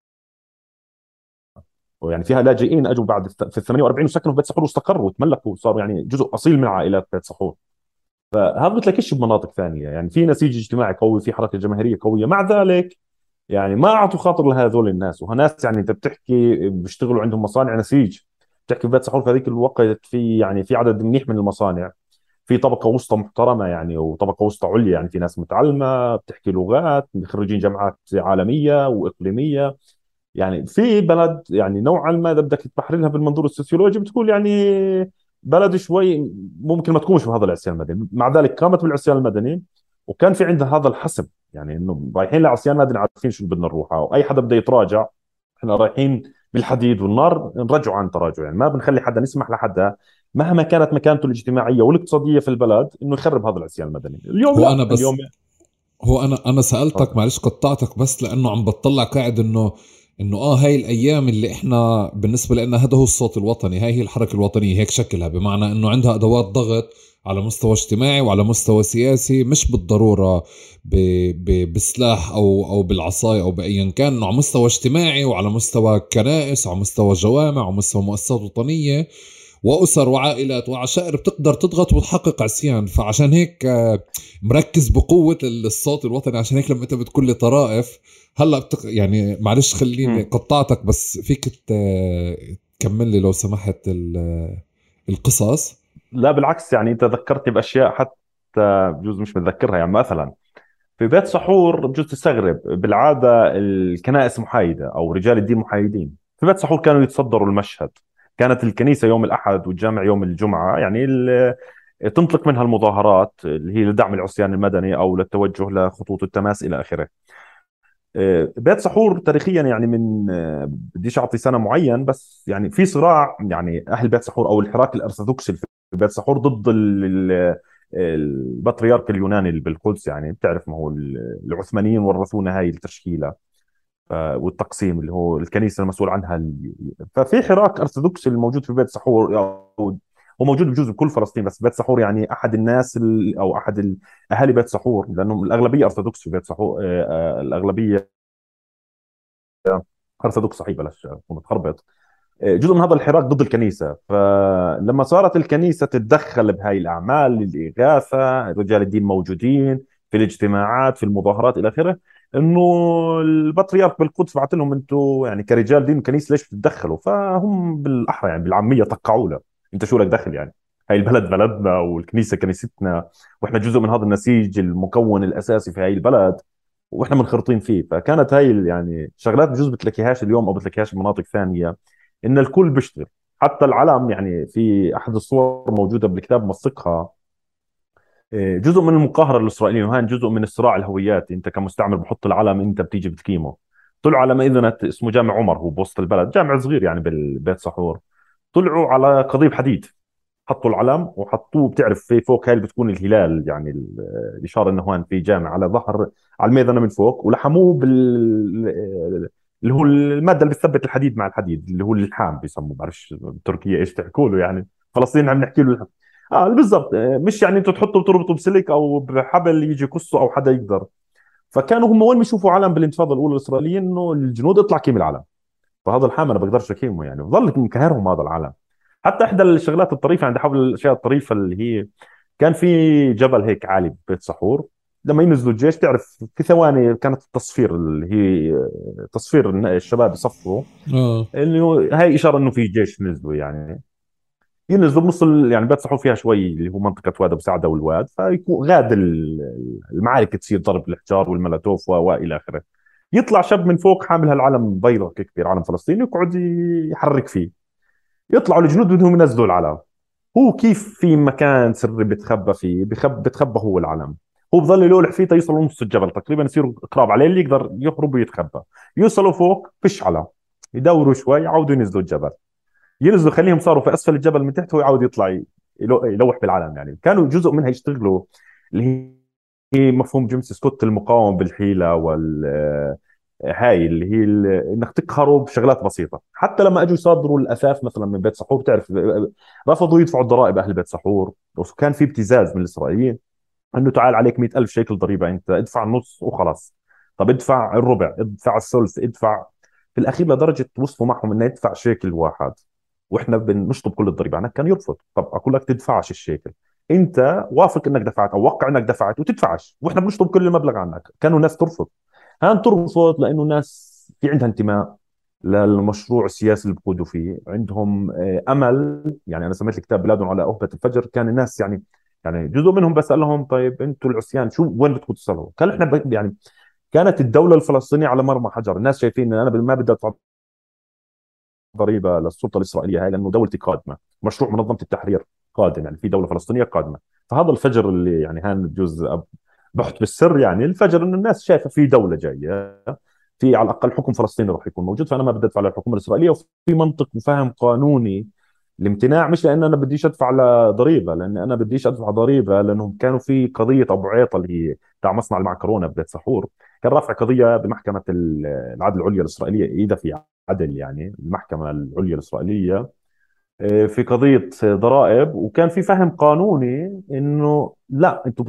ويعني فيها لاجئين اجوا بعد الت- في ال ثمانية وأربعين وسكنوا في بيت سحور واستقروا وتملكوا وصاروا يعني جزء اصيل من عائلات بيت سحور. فهذا بتلاقيش بمناطق ثانيه. يعني في نسيج اجتماعي قوي، في حركه جماهيريه قويه. مع ذلك يعني ما اعطوا خاطر لهذول الناس. وهناس يعني انت بتحكي بيشتغلوا عندهم مصانع نسيج. بتحكي في بيت سحور في هذيك الوقت في يعني في عدد منيح من المصانع. في طبقه وسطى محترمه يعني، وطبقه وسطى عليا. يعني في ناس متعلمه بتحكي لغات، خريجين جامعات عالميه واقليميه. يعني في بلد يعني نوعا ما اذا بدك تبحر لها بالمنظور السوسيولوجي بتقول يعني بلد شوي ممكن ما تكونش بهذا العصيان المدني. مع ذلك قامت بالعصيان المدني، وكان في عندها هذا الحسم. يعني انه رايحين لعصيان مدني عارفين شو بدنا نروح، او اي حدا بده يتراجع احنا رايحين بالحديد والنار نرجعه عن تراجع. يعني ما بنخلي حدا نسمح لحدا مهما كانت مكانته الاجتماعيه والاقتصاديه في البلد انه يخرب هذا العصيان المدني. اليوم هو انا لا، بس اليوم هو انا انا سالتك، تفضل. معلش قطعتك، بس لانه عم بطلع قاعد انه انه اه هاي الايام اللي احنا بالنسبه لنا هذا هو الصوت الوطني، هاي هي الحركه الوطنيه، هيك شكلها، بمعنى انه عندها ادوات ضغط على مستوى اجتماعي وعلى مستوى سياسي، مش بالضروره ب... ب... بسلاح او او بالعصايه او بايا كان، انه على مستوى اجتماعي وعلى مستوى كنائس وعلى مستوى جوامع وعلى مستوى مؤسسات وطنيه وأسر وعائلات وعشائر بتقدر تضغط وتحقق عصيان. فعشان هيك آه، مركز بقوة الصوت الوطني. عشان هيك لما أنت بتقول لي طرائف هلا بتق... يعني معلش خليني مم. قطعتك، بس فيك ت- تكمل لي لو سمحت ال- القصص. لا بالعكس، يعني انت ذكرتني باشياء حتى بجوز مش متذكرها. يعني مثلا في بيت سحور بجوز تستغرب، بالعادة الكنائس محايدة أو رجال الدين محايدين. في بيت سحور كانوا يتصدروا المشهد. كانت الكنيسة يوم الأحد والجامع يوم الجمعة، يعني ال- تنطلق منها المظاهرات اللي هي لدعم العصيان المدني أو للتوجه لخطوط التماس إلى آخره. آه، بيت سحور تاريخيا يعني من آه، بديش أعطي سنة معين، بس يعني في صراع. يعني أهل بيت سحور أو الحراك الأرثوذكسي في بيت سحور ضد ال- ال- البطريرك اليوناني اللي بالقدس. يعني بتعرف ما هو ال- العثمانيين ورثونا هاي التشكيلة. ف- والتقسيم اللي هو الكنيسة المسؤول عنها ال- ففي حراك أرثوذكسي الموجود في بيت سحور. أو هو موجود بجوز بكل فلسطين، بس بيت سحور يعني أحد الناس ال- أو أحد ال- أهالي بيت سحور، لأنهم الأغلبية أرثوذكس في بيت سحور. آه، آه، الأغلبية ارثوذكس صحيح، بلاش أكون متخربط. جزء من هذا الحراك ضد الكنيسة. فلما صارت الكنيسة تتدخل بهاي الأعمال الإغاثة، رجال الدين موجودين في الاجتماعات في المظاهرات إلى آخره، إنه البطريرك بالقدس بعث لهم أنتم يعني كرجال دين الكنيسة ليش بتتدخلوا؟ فهم بالأحرى يعني بالعامية طقعوا له، أنت شو لك دخل يعني؟ هاي البلد بلدنا والكنيسة كنيستنا، وإحنا جزء من هذا النسيج المكون الأساسي في هاي البلد، واحنا منخرطين فيه. فكانت هاي يعني شغلات بجوز بتلاقيهاش اليوم او بتلاقيهاش بمناطق ثانيه، ان الكل بيشتغل. حتى العلم يعني في احد الصور موجوده بالكتاب موثقها، إيه، جزء من المقاهره الاسرائيليه، وهان جزء من الصراع الهوياتي. انت كمستعمر بحط العلم، انت بتيجي بتقيمه. طلعوا على مئذنه اسمه جامع عمر، هو بوسط البلد، جامع صغير يعني بالبيت سحور. طلعوا على قضيب حديد، حطوا العلم وحطوه، بتعرف في فوق هاي اللي بتكون الهلال يعني ال- الاشاره انه هون في جامع على ظهر، على الميدان من فوق، ولحموه بال اللي هو الماده اللي بتثبت الحديد مع الحديد، اللي هو اللحام بيسموه، بعرفش بتركيا ايش تحكوا له يعني، فلسطين عم نحكي له اللحام. اه بالضبط، آه، مش يعني انتوا تحطوا بتربطوا بسلك او بحبل يجي يقصه او حدا يقدر. فكانوا هم وين بيشوفوا علم بالانتفاضه الاولى الاسرائيليه، انه الجنود اطلع كيم العلم. فهذا الحامل انا بقدرش اكيمه يعني، بضل مكهرهم هذا العالم. حتى احدى الشغلات الطريفه، عند حول الاشياء الطريفه اللي هي، كان في جبل هيك عالي ببيت سحور، لما ينزلوا الجيش تعرف في ثواني كانت التصفير اللي هي تصفير الشباب يصفروا، اه. انه هاي اشاره انه في جيش نزلوا يعني. ينزلوا بنص ال- يعني بيت سحور فيها شوي اللي هو منطقه واد ابو سعده والواد، فيكون غاد ال- المعارك تصير ضرب الحجار والملاتوف و- والى اخره. يطلع شاب من فوق حامل هالعلم بيضة كبير، علم فلسطين، يقعد يحرك فيه. يطلعوا الجنود بدهم ينزلوا العلم، هو كيف في مكان سري بتخبى فيه، بخب بتخبى هو العلم. هو بضل يلولح فيه تيوصل لنص الجبل تقريبا، يصيروا قراب عليه اللي يقدر يهرب ويتخبى. يوصلوا فوق فيش علم، يدوروا شوي يعودوا ينزلوا الجبل. ينزلوا خليهم صاروا في اسفل الجبل من تحت، هو يعود يطلع يلو- يلوح بالعلم. يعني كانوا جزء منها يشتغلوا اللي هي مفهوم جيمس سكوت، المقاومه بالحيله وال هاي اللي هي ال- انك تقهره بشغلات بسيطه. حتى لما اجوا يصادروا الاثاث مثلا من بيت سحور، بتعرف رفضوا يدفعوا الضرائب اهل بيت سحور، وكان في ابتزاز من الاسرائيليين انه تعال عليك مئة ألف شيكل ضريبه، انت ادفع النص وخلاص. طب ادفع الربع، ادفع الثلث، ادفع. في الاخير لدرجه وصلوا معهم انه يدفع شيكل واحد، واحنا بنشطب كل الضريبه عنك. كان يرفض. طب اقول لك تدفعش الشيكل، انت وافق انك دفعت او وقع انك دفعت وتدفعش، واحنا بنشطب كل المبلغ عنك. كانوا ناس ترفض. هان ترفض لانه الناس في عندها انتماء للمشروع السياسي اللي بقودوا فيه، عندهم آه، امل. يعني انا سميت الكتاب بلاد على اهبه الفجر. كان الناس يعني، يعني جزء منهم بسالهم طيب انتم العصيان شو وين بدكم تصلوا؟ قالوا احنا ب- يعني كانت الدوله الفلسطينيه على مرمى حجر. الناس شايفين ان انا ما بدي ادفع ضريبه للسلطه الاسرائيليه هاي، لانه دولتي قادمه، مشروع منظمه التحرير قادم، يعني في دوله فلسطينيه قادمه. فهذا الفجر اللي يعني هان بجوز أب- بحث بالسر، يعني الفجر انه الناس شايفه في دوله جايه، في على الاقل حكم فلسطيني راح يكون موجود، فانا ما بدي ادفع للحكومه الاسرائيليه. وفي منطق وفهم قانوني الامتناع، مش لان انا بديش ادفع ضريبه، لان انا بديش ادفع ضريبه لانهم كانوا في قضيه ابو عيطه اللي هي تاع مصنع المعكرونه ببيت سحور. كان رافع قضيه بمحكمه ال- العدل العليا الاسرائيليه، اذا في عدل يعني المحكمه العليا الاسرائيليه، آه، في قضيه ضرائب. وكان في فهم قانوني انه لا، انتم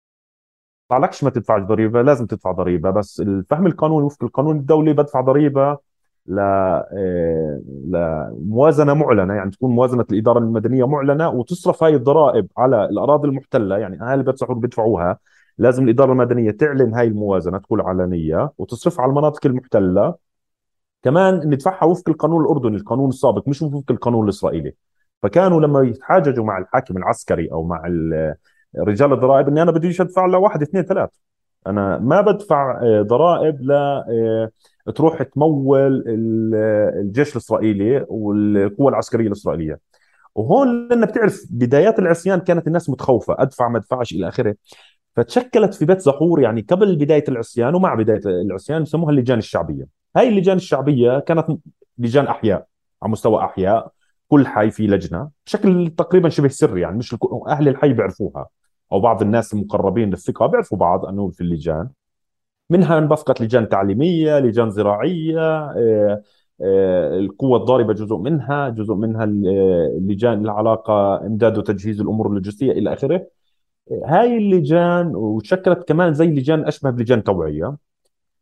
عليكش ما تدفعش ضريبه، لازم تدفع ضريبه. بس الفهم القانوني وفق القانون الدولي بدفع ضريبه ل آه، لموازنه معلنه، يعني تكون موازنه الاداره المدنيه معلنه، وتصرف هاي الضرائب على الاراضي المحتله. يعني اهل بيت سحور بيدفعوها، لازم الاداره المدنيه تعلن هاي الموازنه تكون علنيه وتصرفها على المناطق المحتله. كمان ندفعها وفق القانون الاردني، القانون السابق، مش وفق القانون الاسرائيلي. فكانوا لما يتحاججوا مع الحاكم العسكري او مع ال- رجال الضرائب اني انا بديش ادفع لواحد اثنين ثلاث، انا ما بدفع آه، ضرائب لا آه، تروح تمول ال- آه، الجيش الاسرائيلي والقوى العسكريه الاسرائيليه. وهون لان بتعرف بدايات العصيان كانت الناس متخوفه، ادفع ما ادفعش الى اخره. فتشكلت في بيت زحور يعني قبل بدايه العصيان ومع بدايه العصيان بسموها اللجان الشعبيه. هاي اللجان الشعبيه كانت لجان احياء، على مستوى احياء، كل حي في لجنه بشكل تقريبا شبه سري، يعني مش الكل- اهل الحي بيعرفوها، او بعض الناس المقربين للثقه بيعرفوا بعض انه في اللجان. منها انبثقت لجان تعليميه، لجان زراعيه، آه، آه، القوة الضاربة جزء منها، جزء منها ال- آه، اللجان العلاقة إمداد وتجهيز الأمور اللوجستية إلى آخره. هاي اللجان وشكلت كمان زي لجان اشبه بلجان توعيه.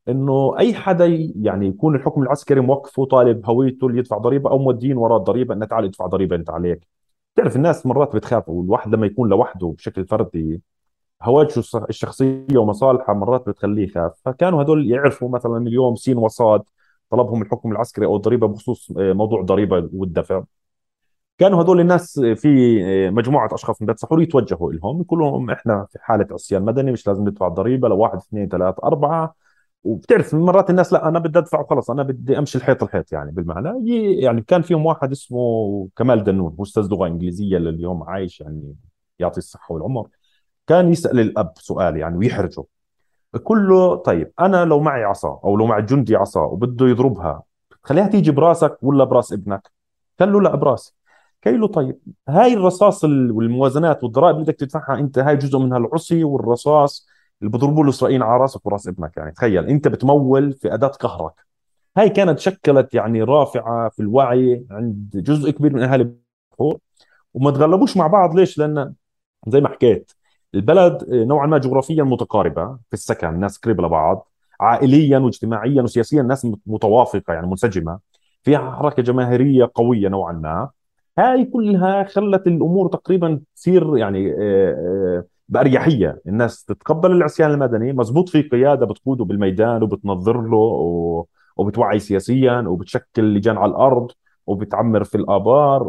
انه اي حدا ي- يعني يكون الحكم العسكري موقفه طالب هويته اللي يدفع ضريبه، او مودين وراه الضريبه انه تعال ادفع ضريبه انت عليك. تعرف الناس مرات بتخاف، والواحد لما يكون لوحده بشكل فردي هواجسه الص- الشخصيه ومصالحه مرات بتخليه يخاف. فكانوا هذول يعرفوا مثلا اليوم سين وصاد طلبهم الحكم العسكري او الضريبه بخصوص آه، موضوع الضريبه والدفع. كانوا هذول الناس في مجموعة أشخاص من بيت سحور يتوجهوا لهم يقولوا لهم إحنا في حالة عصيان مدني، مش لازم ندفع ضريبة لو واحد اثنين ثلاثة أربعة. وبتعرف مرات الناس لا أنا بدي أدفع وخلص، أنا بدي أمشي الحيط الحيط يعني بالمعنى ي- يعني كان فيهم واحد اسمه كمال دنون، هو أستاذ لغة إنجليزية لليوم عايش يعني، يعطي الصحة والعمر. كان يسأل الأب سؤال يعني ويحرجه، بقول له طيب أنا لو معي عصا أو لو مع الجندي عصا وبده يضربها، خليها تيجي براسك ولا براس ابنك؟ قال له لا براسي. قال له طيب هاي الرصاص ال- والموازنات والضرائب اللي بدك تدفعها انت، هاي جزء منها العصي والرصاص اللي بضربوا الاسرائيليين على راسك وراس ابنك. يعني تخيل انت بتمول في اداه قهرك. هاي كانت شكلت يعني رافعه في الوعي عند جزء كبير من اهالي بحور. وما تغلبوش مع بعض، ليش؟ لان زي ما حكيت البلد نوعا ما جغرافيا متقاربه في السكن، الناس قريبه لبعض، عائليا واجتماعيا وسياسيا الناس متوافقه يعني منسجمه، فيها حركه جماهيريه قويه نوعا ما. هاي كلها خلت الامور تقريبا تصير يعني آه، آه، باريحيه، الناس تتقبل العصيان المدني، مزبوط في قياده بتقوده بالميدان وبتنظر له و- وبتوعي سياسيا وبتشكل لجان على الارض وبتعمر في الابار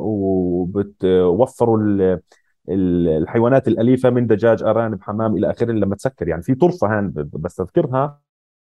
وبتوفروا ال- الحيوانات الأليفة من دجاج أرانب حمام إلى آخره لما تسكر. يعني في طرفة هان ب- بس أذكرها،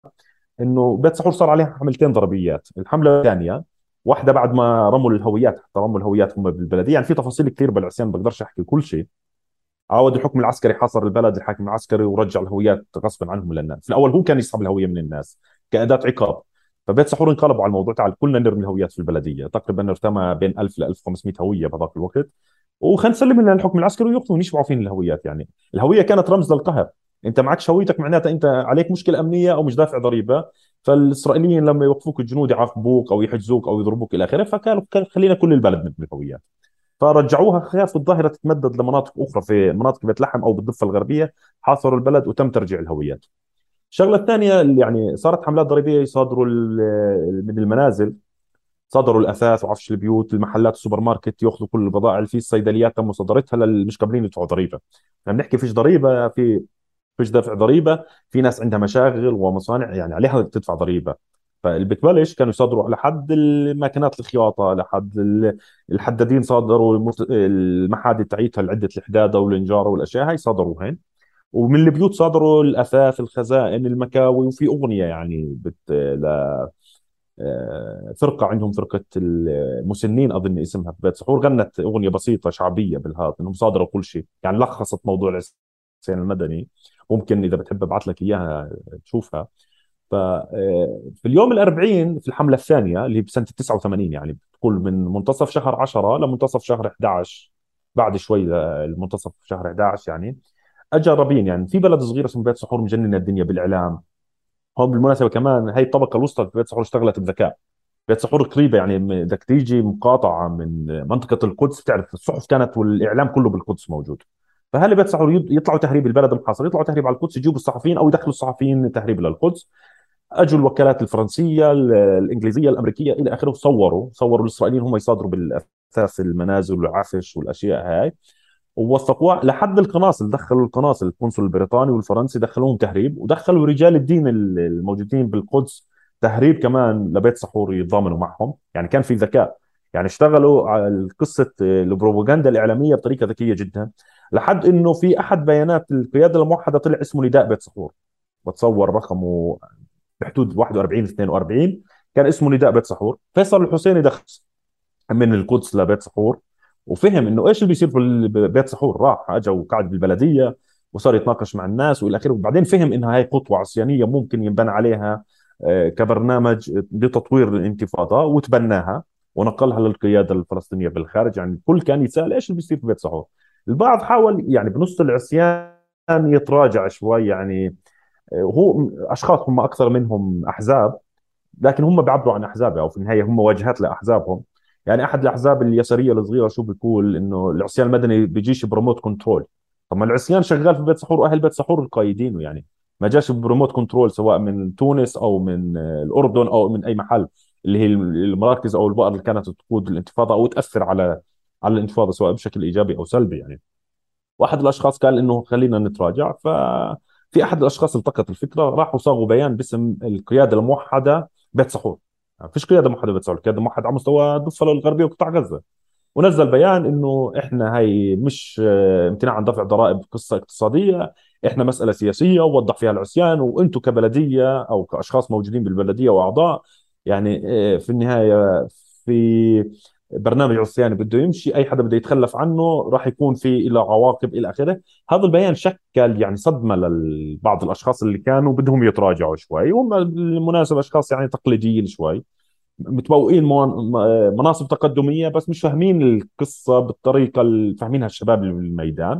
إنه بيت سحور صار عليها حملتين ضربيات. الحملة الثانية واحدة بعد ما رموا الهويات، حتى رموا الهويات هم بالبلدية، يعني في تفاصيل كثير بالعصيان بقدرش أحكي كل شيء. عاود الحكم العسكري حاصر البلد، الحاكم العسكري ورجع الهويات غصبا عنهم للناس. في الأول هو كان يسحب الهوية من الناس كأداة عقاب. فبيت سحور انقلبوا على الموضوع، تعال كلنا نرمي الهويات في البلدية. تقريبا ارتمى بين ألف ل ألف وخمسمائة هوية بهذاك الوقت، وخلينا نسلم لنا الحكم العسكري وياخذوا ونشبعوا فين الهويات. يعني الهويه كانت رمز للقهر، انت معكش هويتك معناتها انت عليك مشكله امنيه او مش دافع ضريبه. فالاسرائيليين لما يوقفوك الجنود يعاقبوك او يحجزوك او يضربوك الى اخره، فكانوا كان خلينا كل البلد نبني الهويات. فرجعوها، خافوا الظاهره تتمدد لمناطق اخرى في مناطق بيت لحم او بالضفه الغربيه، حاصروا البلد وتم ترجيع الهويات. الشغله الثانيه اللي يعني صارت حملات ضريبيه يصادروا ال- من المنازل، صدروا الاثاث وعفش البيوت، المحلات السوبر ماركت ياخذوا كل البضائع اللي في الصيدليات تم مصادرتها للمش قابلين يدفعوا ضريبه. احنا بنحكي فيش ضريبه، في فيش دفع ضريبه، في ناس عندها مشاغل ومصانع يعني عليها تدفع ضريبه. فاللي بتبلش كانوا يصادروا لحد الماكينات الخياطه، لحد ال- الحدادين صادروا المس- المحادث تاعيتها لعده الحداده والنجاره والاشياء هاي صادروهن. ومن البيوت صادروا الاثاث، الخزائن، المكاوي. وفي اغنيه يعني بت... آه، فرقة عندهم فرقة المسنين أظن اسمها في بيت سحور، غنت أغنية بسيطة شعبية بالهذا إنهم صادروا كل شيء، يعني لخصت موضوع العصيان المدني. ممكن إذا بتحب أبعث لك إياها تشوفها. ففي اليوم الأربعين في الحملة الثانية اللي هي بسنة تسعة وثمانين، يعني بتقول من منتصف شهر عشرة لمنتصف شهر أحد عشر، بعد شوي لمنتصف شهر أحد عشر يعني. اجى رابين، يعني في بلد صغير اسمه بيت سحور مجنن الدنيا بالاعلام. هون بالمناسبه كمان هي الطبقه الوسطى في بيت سحور اشتغلت بذكاء. بيت سحور قريبه يعني م- بدك تيجي مقاطعه من منطقه القدس، بتعرف الصحف كانت والاعلام كله بالقدس موجود. فهل بيت سحور يط- يطلعوا تهريب البلد محاصر، يطلعوا تهريب على القدس، يجيبوا الصحفيين او يدخلوا الصحفيين تهريب للقدس. اجوا الوكالات الفرنسيه ال- الانجليزيه الامريكيه الى اخره، صوروا صوروا الاسرائيليين هم يصادروا بالاساس المنازل والعفش والاشياء هاي، ووثقوها لحد القناصل. دخلوا القناصل، القنصل البريطاني والفرنسي دخلوهم تهريب، ودخلوا رجال الدين ال- الموجودين بالقدس تهريب كمان لبيت سحور يتضامنوا معهم. يعني كان في ذكاء، يعني اشتغلوا على قصة البروباغندا الإعلامية بطريقة ذكية جدا. لحد انه في احد بيانات القيادة الموحدة طلع اسمه نداء بيت سحور، بتصور رقمه بحدود واحد وأربعين اثنين وأربعين، كان اسمه نداء بيت سحور. فيصل الحسيني دخل من القدس لبيت سحور وفهم انه ايش اللي بيصير في ال- بيت سحور، راح اجى وقعد بالبلديه وصار يتناقش مع الناس والى اخره. وبعدين فهم انها هي خطوه عصيانيه ممكن ينبنى عليها آه، كبرنامج لتطوير الانتفاضه، وتبناها ونقلها للقياده الفلسطينيه بالخارج. يعني الكل كان يسال ايش اللي بيصير في بيت سحور. البعض حاول يعني بنص العصيان يتراجع شوي يعني. آه، هو اشخاص هم اكثر منهم احزاب، لكن هم بيعبروا عن احزاب او في النهايه هم واجهات لاحزابهم. يعني احد الاحزاب اليساريه الصغيره شو بيقول انه العصيان المدني بيجيش بريموت كنترول. طب ما العصيان شغال في بيت سحور واهل بيت سحور القايدينه يعني. ما جاش بريموت كنترول سواء من تونس او من الاردن او من اي محل، اللي هي المراكز او البؤر اللي كانت تقود الانتفاضه او تاثر على على الانتفاضه سواء بشكل ايجابي او سلبي يعني. واحد الاشخاص قال انه خلينا نتراجع، ففي احد الاشخاص التقط الفكره، راحوا صاغوا بيان باسم القياده الموحده بيت سحور. ما فيش قياده موحده بيت سحور، القياده الموحده على مستوى الضفه الغربيه وقطاع غزه. ونزل بيان انه احنا هي مش آه، امتناع عن دفع ضرائب قصه اقتصاديه، احنا مساله سياسيه، ووضح فيها العصيان، وانتم كبلديه او كاشخاص موجودين بالبلديه واعضاء يعني آه، في النهايه في برنامج عصياني بده يمشي، اي حدا بده يتخلف عنه راح يكون في له عواقب الى اخره. هذا البيان شكل يعني صدمه لبعض الاشخاص اللي كانوا بدهم يتراجعوا شوي، وهم بالمناسبه اشخاص يعني تقليديين شوي، متبوئين مون- م- مناصب تقدميه، بس مش فاهمين القصه بالطريقه اللي فاهمينها الشباب اللي بالميدان.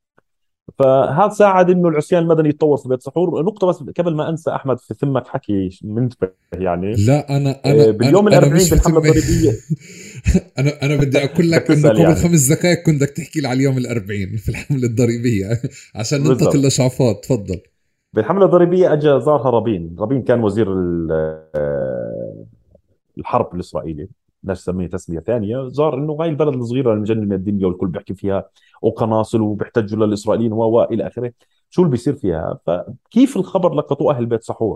فهذا ساعد انه العصيان المدني يتطور في بيت سحور. نقطه بس قبل ما انسى احمد، في ثمك حكي منتبه يعني. لا انا انا آه، انا باليوم انا الأربعين مش في بالحمله تمي. الضريبيه. انا انا بدي اقول بدك لك انه تسال قبل يعني. خمس دقائق كنت بدك تحكي لي على اليوم الأربعين في الحملة الضريبية عشان ننتقل بالضبط. لشعفات. تفضل. بالحمله الضريبيه اجى زارها رابين. رابين كان وزير ال- آه، الحرب الاسرائيلي، بدناش نسميه تسميه ثانيه. زار انه هاي البلد الصغيره المجنونه من الدنيا والكل بيحكي فيها، وقناصل وبيحتجوا للاسرائيليين و و الى اخره. شو اللي بيصير فيها؟ فكيف الخبر لقطوه اهل بيت سحور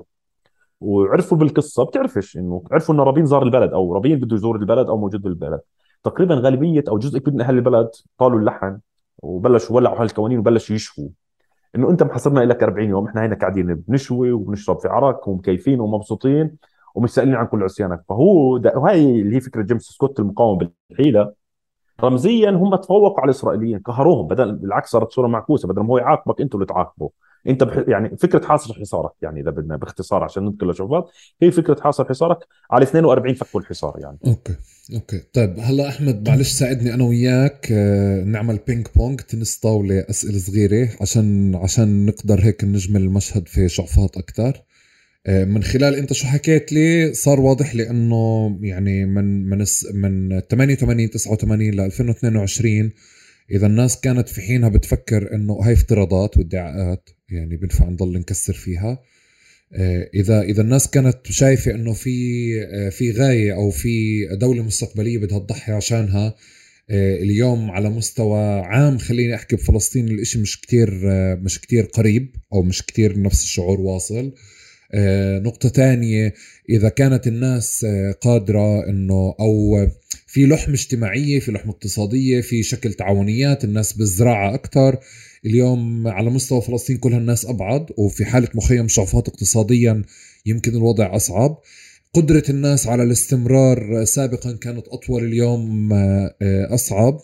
وعرفوا بالقصه؟ بتعرفش انه عرفوا انه رابين زار البلد او رابين بده يزور البلد او موجود بالبلد. تقريبا غالبيه او جزء كبير من اهل البلد طالوا اللحن وبلشوا ولعوا هالكوانين وبلشوا يشووا انه انت محصرنا لك أربعين يوم، احنا هنا قاعدين بنشوي وبنشرب في عرق ومكيفين ومبسوطين ومش سائلين عن كل عصيانك. فهو ده، وهي اللي هي فكره جيمس سكوت المقاومه بالحيله. رمزيا هم تفوقوا على الاسرائيليين، قهروهم، بدل بالعكس صارت صوره معكوسه، بدل ما هو يعاقبك انتوا اللي تعاقبوا. انت بح... يعني فكره حاصر حصارك، يعني اذا بدنا باختصار عشان ننتقل لشغلات، هي فكره حاصر حصارك على اثنين وأربعين فكوا الحصار يعني. اوكي اوكي طيب هلا احمد معلش ساعدني انا وياك آه، نعمل بينج بونج، تنس طاولة اسئلة صغيرة عشان عشان نقدر هيك نجمل المشهد في شعفات اكثر. من خلال انت شو حكيت لي صار واضح لي انه يعني من من الس- من ثمانية وثمانين تسعة وثمانين ل ألفين واثنين وعشرين اذا الناس كانت في حينها بتفكر انه هاي افتراضات وادعاءات يعني بنفع نضل نكسر فيها. آه، اذا اذا الناس كانت شايفه انه في آه، في غايه او في دوله مستقبليه بدها تضحي عشانها، آه، اليوم على مستوى عام خليني احكي بفلسطين الاشي مش كتير آه، مش كتير قريب او مش كتير نفس الشعور واصل. آه، نقطة تانية، إذا كانت الناس آه، قادرة إنه أو في لحمة اجتماعية، في لحمة اقتصادية، في شكل تعاونيات، الناس بالزراعة أكتر. اليوم على مستوى فلسطين كل هالناس أبعد، وفي حالة مخيم شعفات اقتصاديا يمكن الوضع أصعب. قدرة الناس على الاستمرار سابقا كانت أطول، اليوم آه، آه، أصعب.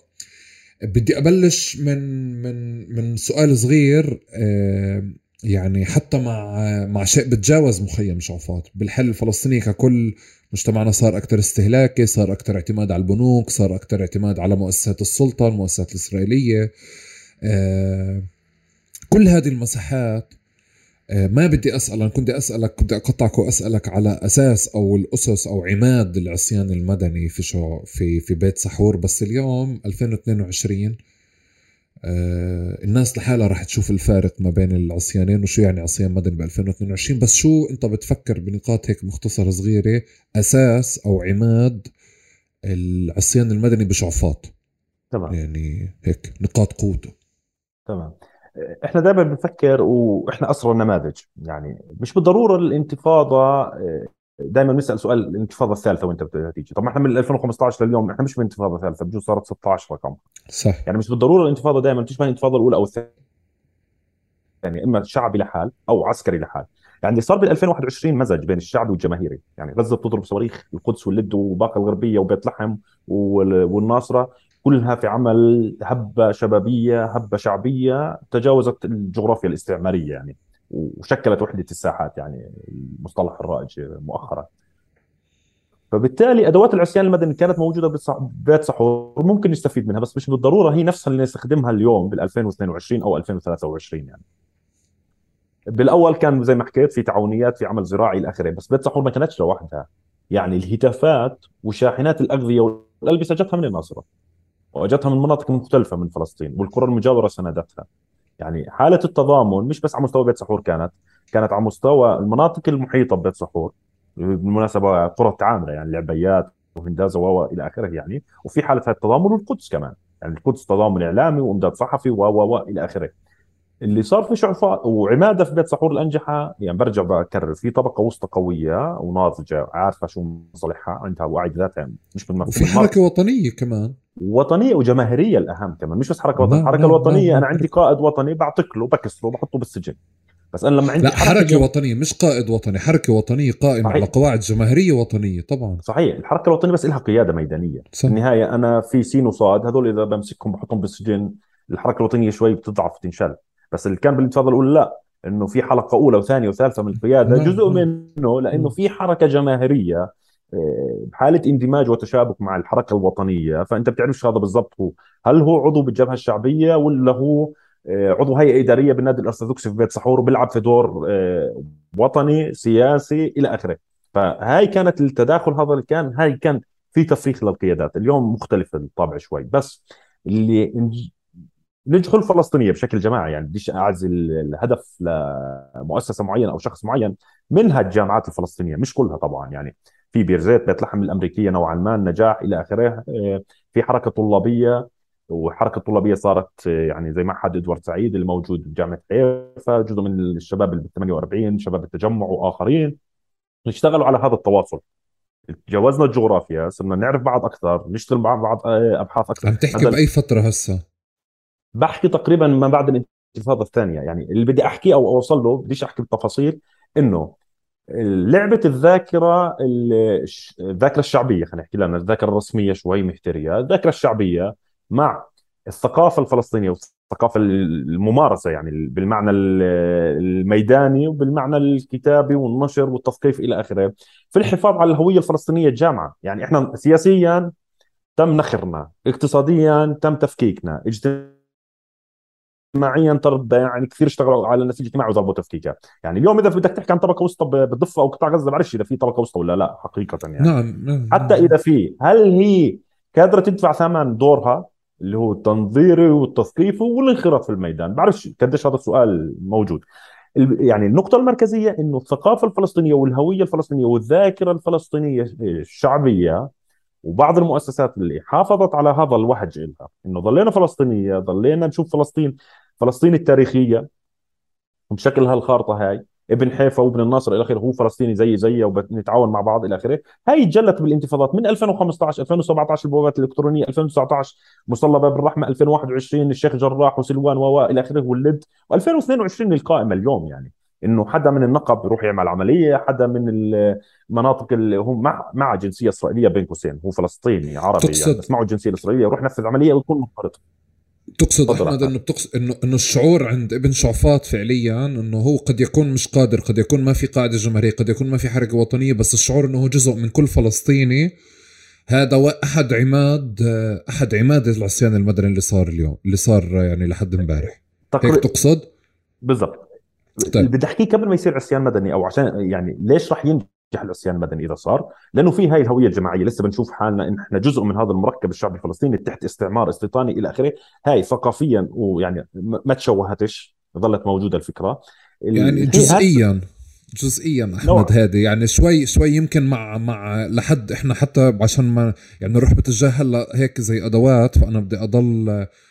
بدي أبلش من من من سؤال صغير، آه، يعني حتى مع مع شيء بتجاوز مخيم شعفات بالحل الفلسطيني ككل. مجتمعنا صار أكثر استهلاكي، صار أكثر اعتماد على البنوك، صار أكثر اعتماد على مؤسسات السلطة، المؤسسات الإسرائيلية. آه، كل هذه المساحات. آه، ما بدي أسأل، أنا كنت أسألك، بدي أقطعك وأسألك على أساس أو الأسس أو عماد العصيان المدني في شو في في بيت سحور. بس اليوم ألفين واثنين وعشرين آه، الناس لحالها راح تشوف الفارق ما بين العصيانين وشو يعني عصيان مدني ب ألفين واثنين وعشرين. بس شو انت بتفكر بنقاط هيك مختصرة صغيرة، اساس او عماد العصيان المدني بشعفات، تمام. يعني هيك نقاط قوته. تمام. احنا دائما بنفكر واحنا اسرى النماذج، يعني مش بالضروره الانتفاضه. دائما نسال سؤال الانتفاضه الثالثه وانت بدها تيجي، طب ما احنا من ألفين وخمسة عشر لليوم احنا مش بانتفاضه ثالثه، بجوز صارت ستة عشر رقم. صح. يعني مش بالضروره الانتفاضه دائما تشبه الانتفاضه الاولى او الثانيه، اما شعبي لحال او عسكري لحال. يعني صار بال ألفين وواحد وعشرين مزج بين الشعبي والجماهيري، يعني غزه بتضرب صواريخ القدس واللد وباقه الغربيه وبيت لحم وال- والناصره، كلها في عمل هبه شبابيه هبه شعبيه تجاوزت الجغرافيا الاستعماريه يعني، وشكلت وحده الساحات يعني المصطلح الرائج مؤخرا. فبالتالي ادوات العصيان المدني كانت موجوده بالص- ببيت سحور، ممكن نستفيد منها، بس مش بالضروره هي نفسها اللي نستخدمها اليوم بال ألفين واثنين وعشرين او ألفين وثلاثة وعشرين يعني. بالاول كان زي ما حكيت في تعاونيات في عمل زراعي الى اخره، بس بيت سحور ما كانتش لوحدها. يعني الهتافات وشاحنات الاغذيه والالبسه جتها من الناصره، واجتها من مناطق مختلفه من فلسطين، والقرى المجاوره ساندتها. يعني حاله التضامن مش بس على مستوى بيت سحور كانت، كانت على مستوى المناطق المحيطة ببيت سحور، بالمناسبة قرى عامرة يعني العبيات وهندازة و إلى آخره يعني، وفي حالة هاي التضامن والقدس كمان، يعني القدس تضامن إعلامي وإمداد صحفي و و و إلى آخره. اللي صار في شعفاء وعماده في بيت سحور الانجحه، يعني برجع بكرر في طبقه وسطى قويه وناضجه عارفه شو مصالحها، عندها وعي ذاتها مش وفي بالمفهوم المرض، حركة وطنية كمان. وطنيه وجماهيريه الاهم كمان، مش بس حركه وطنيه. نعم الحركه نعم نعم الوطنيه نعم انا عندي حركة. قائد وطني بعتق له بكسره بحطه بالسجن، بس انا لما عندي لا، حركه حركة جم... وطنية مش قائد وطني، حركة وطنية قائمة على صحيح قواعد جماهيرية وطنية طبعا. صحيح، الحركه الوطنيه بس لها قياده ميدانيه في صح. النهايه. انا في سين وصاد هذول اذا بمسكهم بحطهم بالسجن الحركه الوطنيه شوي بتضعف وتنشل، بس اللي كان بالانتفاضه الاولى لا، انه في حلقه اولى وثانيه وثالثه من القياده، نعم جزء نعم. منه لانه مم. في حركه جماهيريه آه، بحاله اندماج وتشابك مع الحركه الوطنيه. فانت بتعرفش هذا بالضبط هو هل هو عضو بالجبهه الشعبيه ولا هو آه، عضو هيئه اداريه بالنادي الارثوذكسي في بيت سحور وبيلعب في دور آه، وطني سياسي الى اخره. فهاي كانت التداخل هذا اللي كان، هاي كان في تفريخ للقيادات. اليوم مختلف الطابع شوي، بس اللي نجحوا الفلسطينيه بشكل جماعي، يعني بديش اعزل الهدف لمؤسسه معينه او شخص معين، منها الجامعات الفلسطينيه مش كلها طبعا، يعني في بيرزيت بيت لحم الامريكيه نوعا ما النجاح الى اخره، آه، في حركه طلابيه، وحركه طلابيه صارت آه، يعني زي معهد ادوارد سعيد اللي موجود بجامعه حيفا، جزء من الشباب اللي بال ثمانية وأربعين شباب التجمع واخرين اشتغلوا على هذا التواصل. تجاوزنا الجغرافيا، صرنا نعرف بعض اكثر، نشتغل مع بعض آه، ابحاث اكثر. عم تحكي هذا بأي فترة هسه؟ بحكي تقريبا ما بعد الانتفاضه الثانيه، يعني اللي بدي احكيه او اوصل له بديش احكي بالتفاصيل، انه لعبه الذاكره الذاكره الشعبيه، خلينا نحكي لنا الذاكره الرسميه شوي محتريه، الذاكره الشعبيه مع الثقافه الفلسطينيه والثقافه الممارسه، يعني بالمعنى الميداني وبالمعنى الكتابي والنشر والتثقيف الى اخره، في الحفاظ على الهويه الفلسطينيه الجامعه. يعني احنا سياسيا تم نخرنا، اقتصاديا تم تفكيكنا، اجتماعيا ترى يعني كثير اشتغلوا على النسيج الاجتماعي وضربوا تفكيكها. يعني اليوم اذا بدك تحكي عن طبقه وسطى بالضفه او قطاع غزه، بعرفش اذا في طبقه وسطى ولا لا حقيقه يعني. نعم نعم حتى نعم. اذا في، هل هي قادره تدفع ثمن دورها اللي هو التنظيري والتثقيفي والانخراط في الميدان؟ بعرفش قديش هذا السؤال موجود. يعني النقطة المركزية إنه الثقافة الفلسطينية والهوية الفلسطينية والذاكرة الفلسطينية الشعبية وبعض المؤسسات اللي حافظت على هذا الوهج إلها، إنه ظلينا فلسطينية، ظلينا نشوف فلسطين، فلسطين التاريخية بشكل هالخارطة هاي، ابن حيفا وابن الناصر الى اخره هو فلسطيني زي زي وبنتعاون مع بعض الى اخره. هاي تجلت بالانتفاضات من ألفين وخمسة عشر ألفين وسبعة عشر البوابات الالكترونيه، ألفين وتسعة عشر مصلى باب الرحمه، ألفين وواحد وعشرين الشيخ جراح وسلوان و الى اخره واللد، و2022 القائمه اليوم. يعني انه حدا من النقب يروح يعمل عمليه، حدا من المناطق اللي هم مع مع جنسيه اسرائيليه بين قوسين، هو فلسطيني عربي يعني تقصد بس معه الجنسيه الاسرائيليه، يروح ينفذ عمليه ويكون منقرض. تقصد تفضل احمد احمد. انه بتقصد انه انه الشعور عند ابن شعفاط فعليا انه هو قد يكون مش قادر، قد يكون ما في قاعده جماهيريه، قد يكون ما في حركه وطنيه، بس الشعور انه هو جزء من كل فلسطيني. هذا احد عماد احد عماد العصيان المدني اللي صار اليوم، اللي صار يعني لحد امبارح. هيك تقريبا تقصد؟ بالضبط. اللي طيب. بدي احكيه قبل ما يصير عصيان مدني، او عشان يعني ليش راح ينجح العصيان المدني اذا صار، لانه في هاي الهويه الجماعيه، لسه بنشوف حالنا ان احنا جزء من هذا المركب الشعبي الفلسطيني تحت استعمار استيطاني الى اخره. هاي ثقافيا ويعني ما تشوهتش، ظلت موجوده الفكره. يعني هي هسه جزئيا جزئيا احمد نوع هادي، يعني شوي شوي يمكن مع مع لحد احنا حتى عشان ما يعني نروح باتجاه هلا هيك زي ادوات، فانا بدي اضل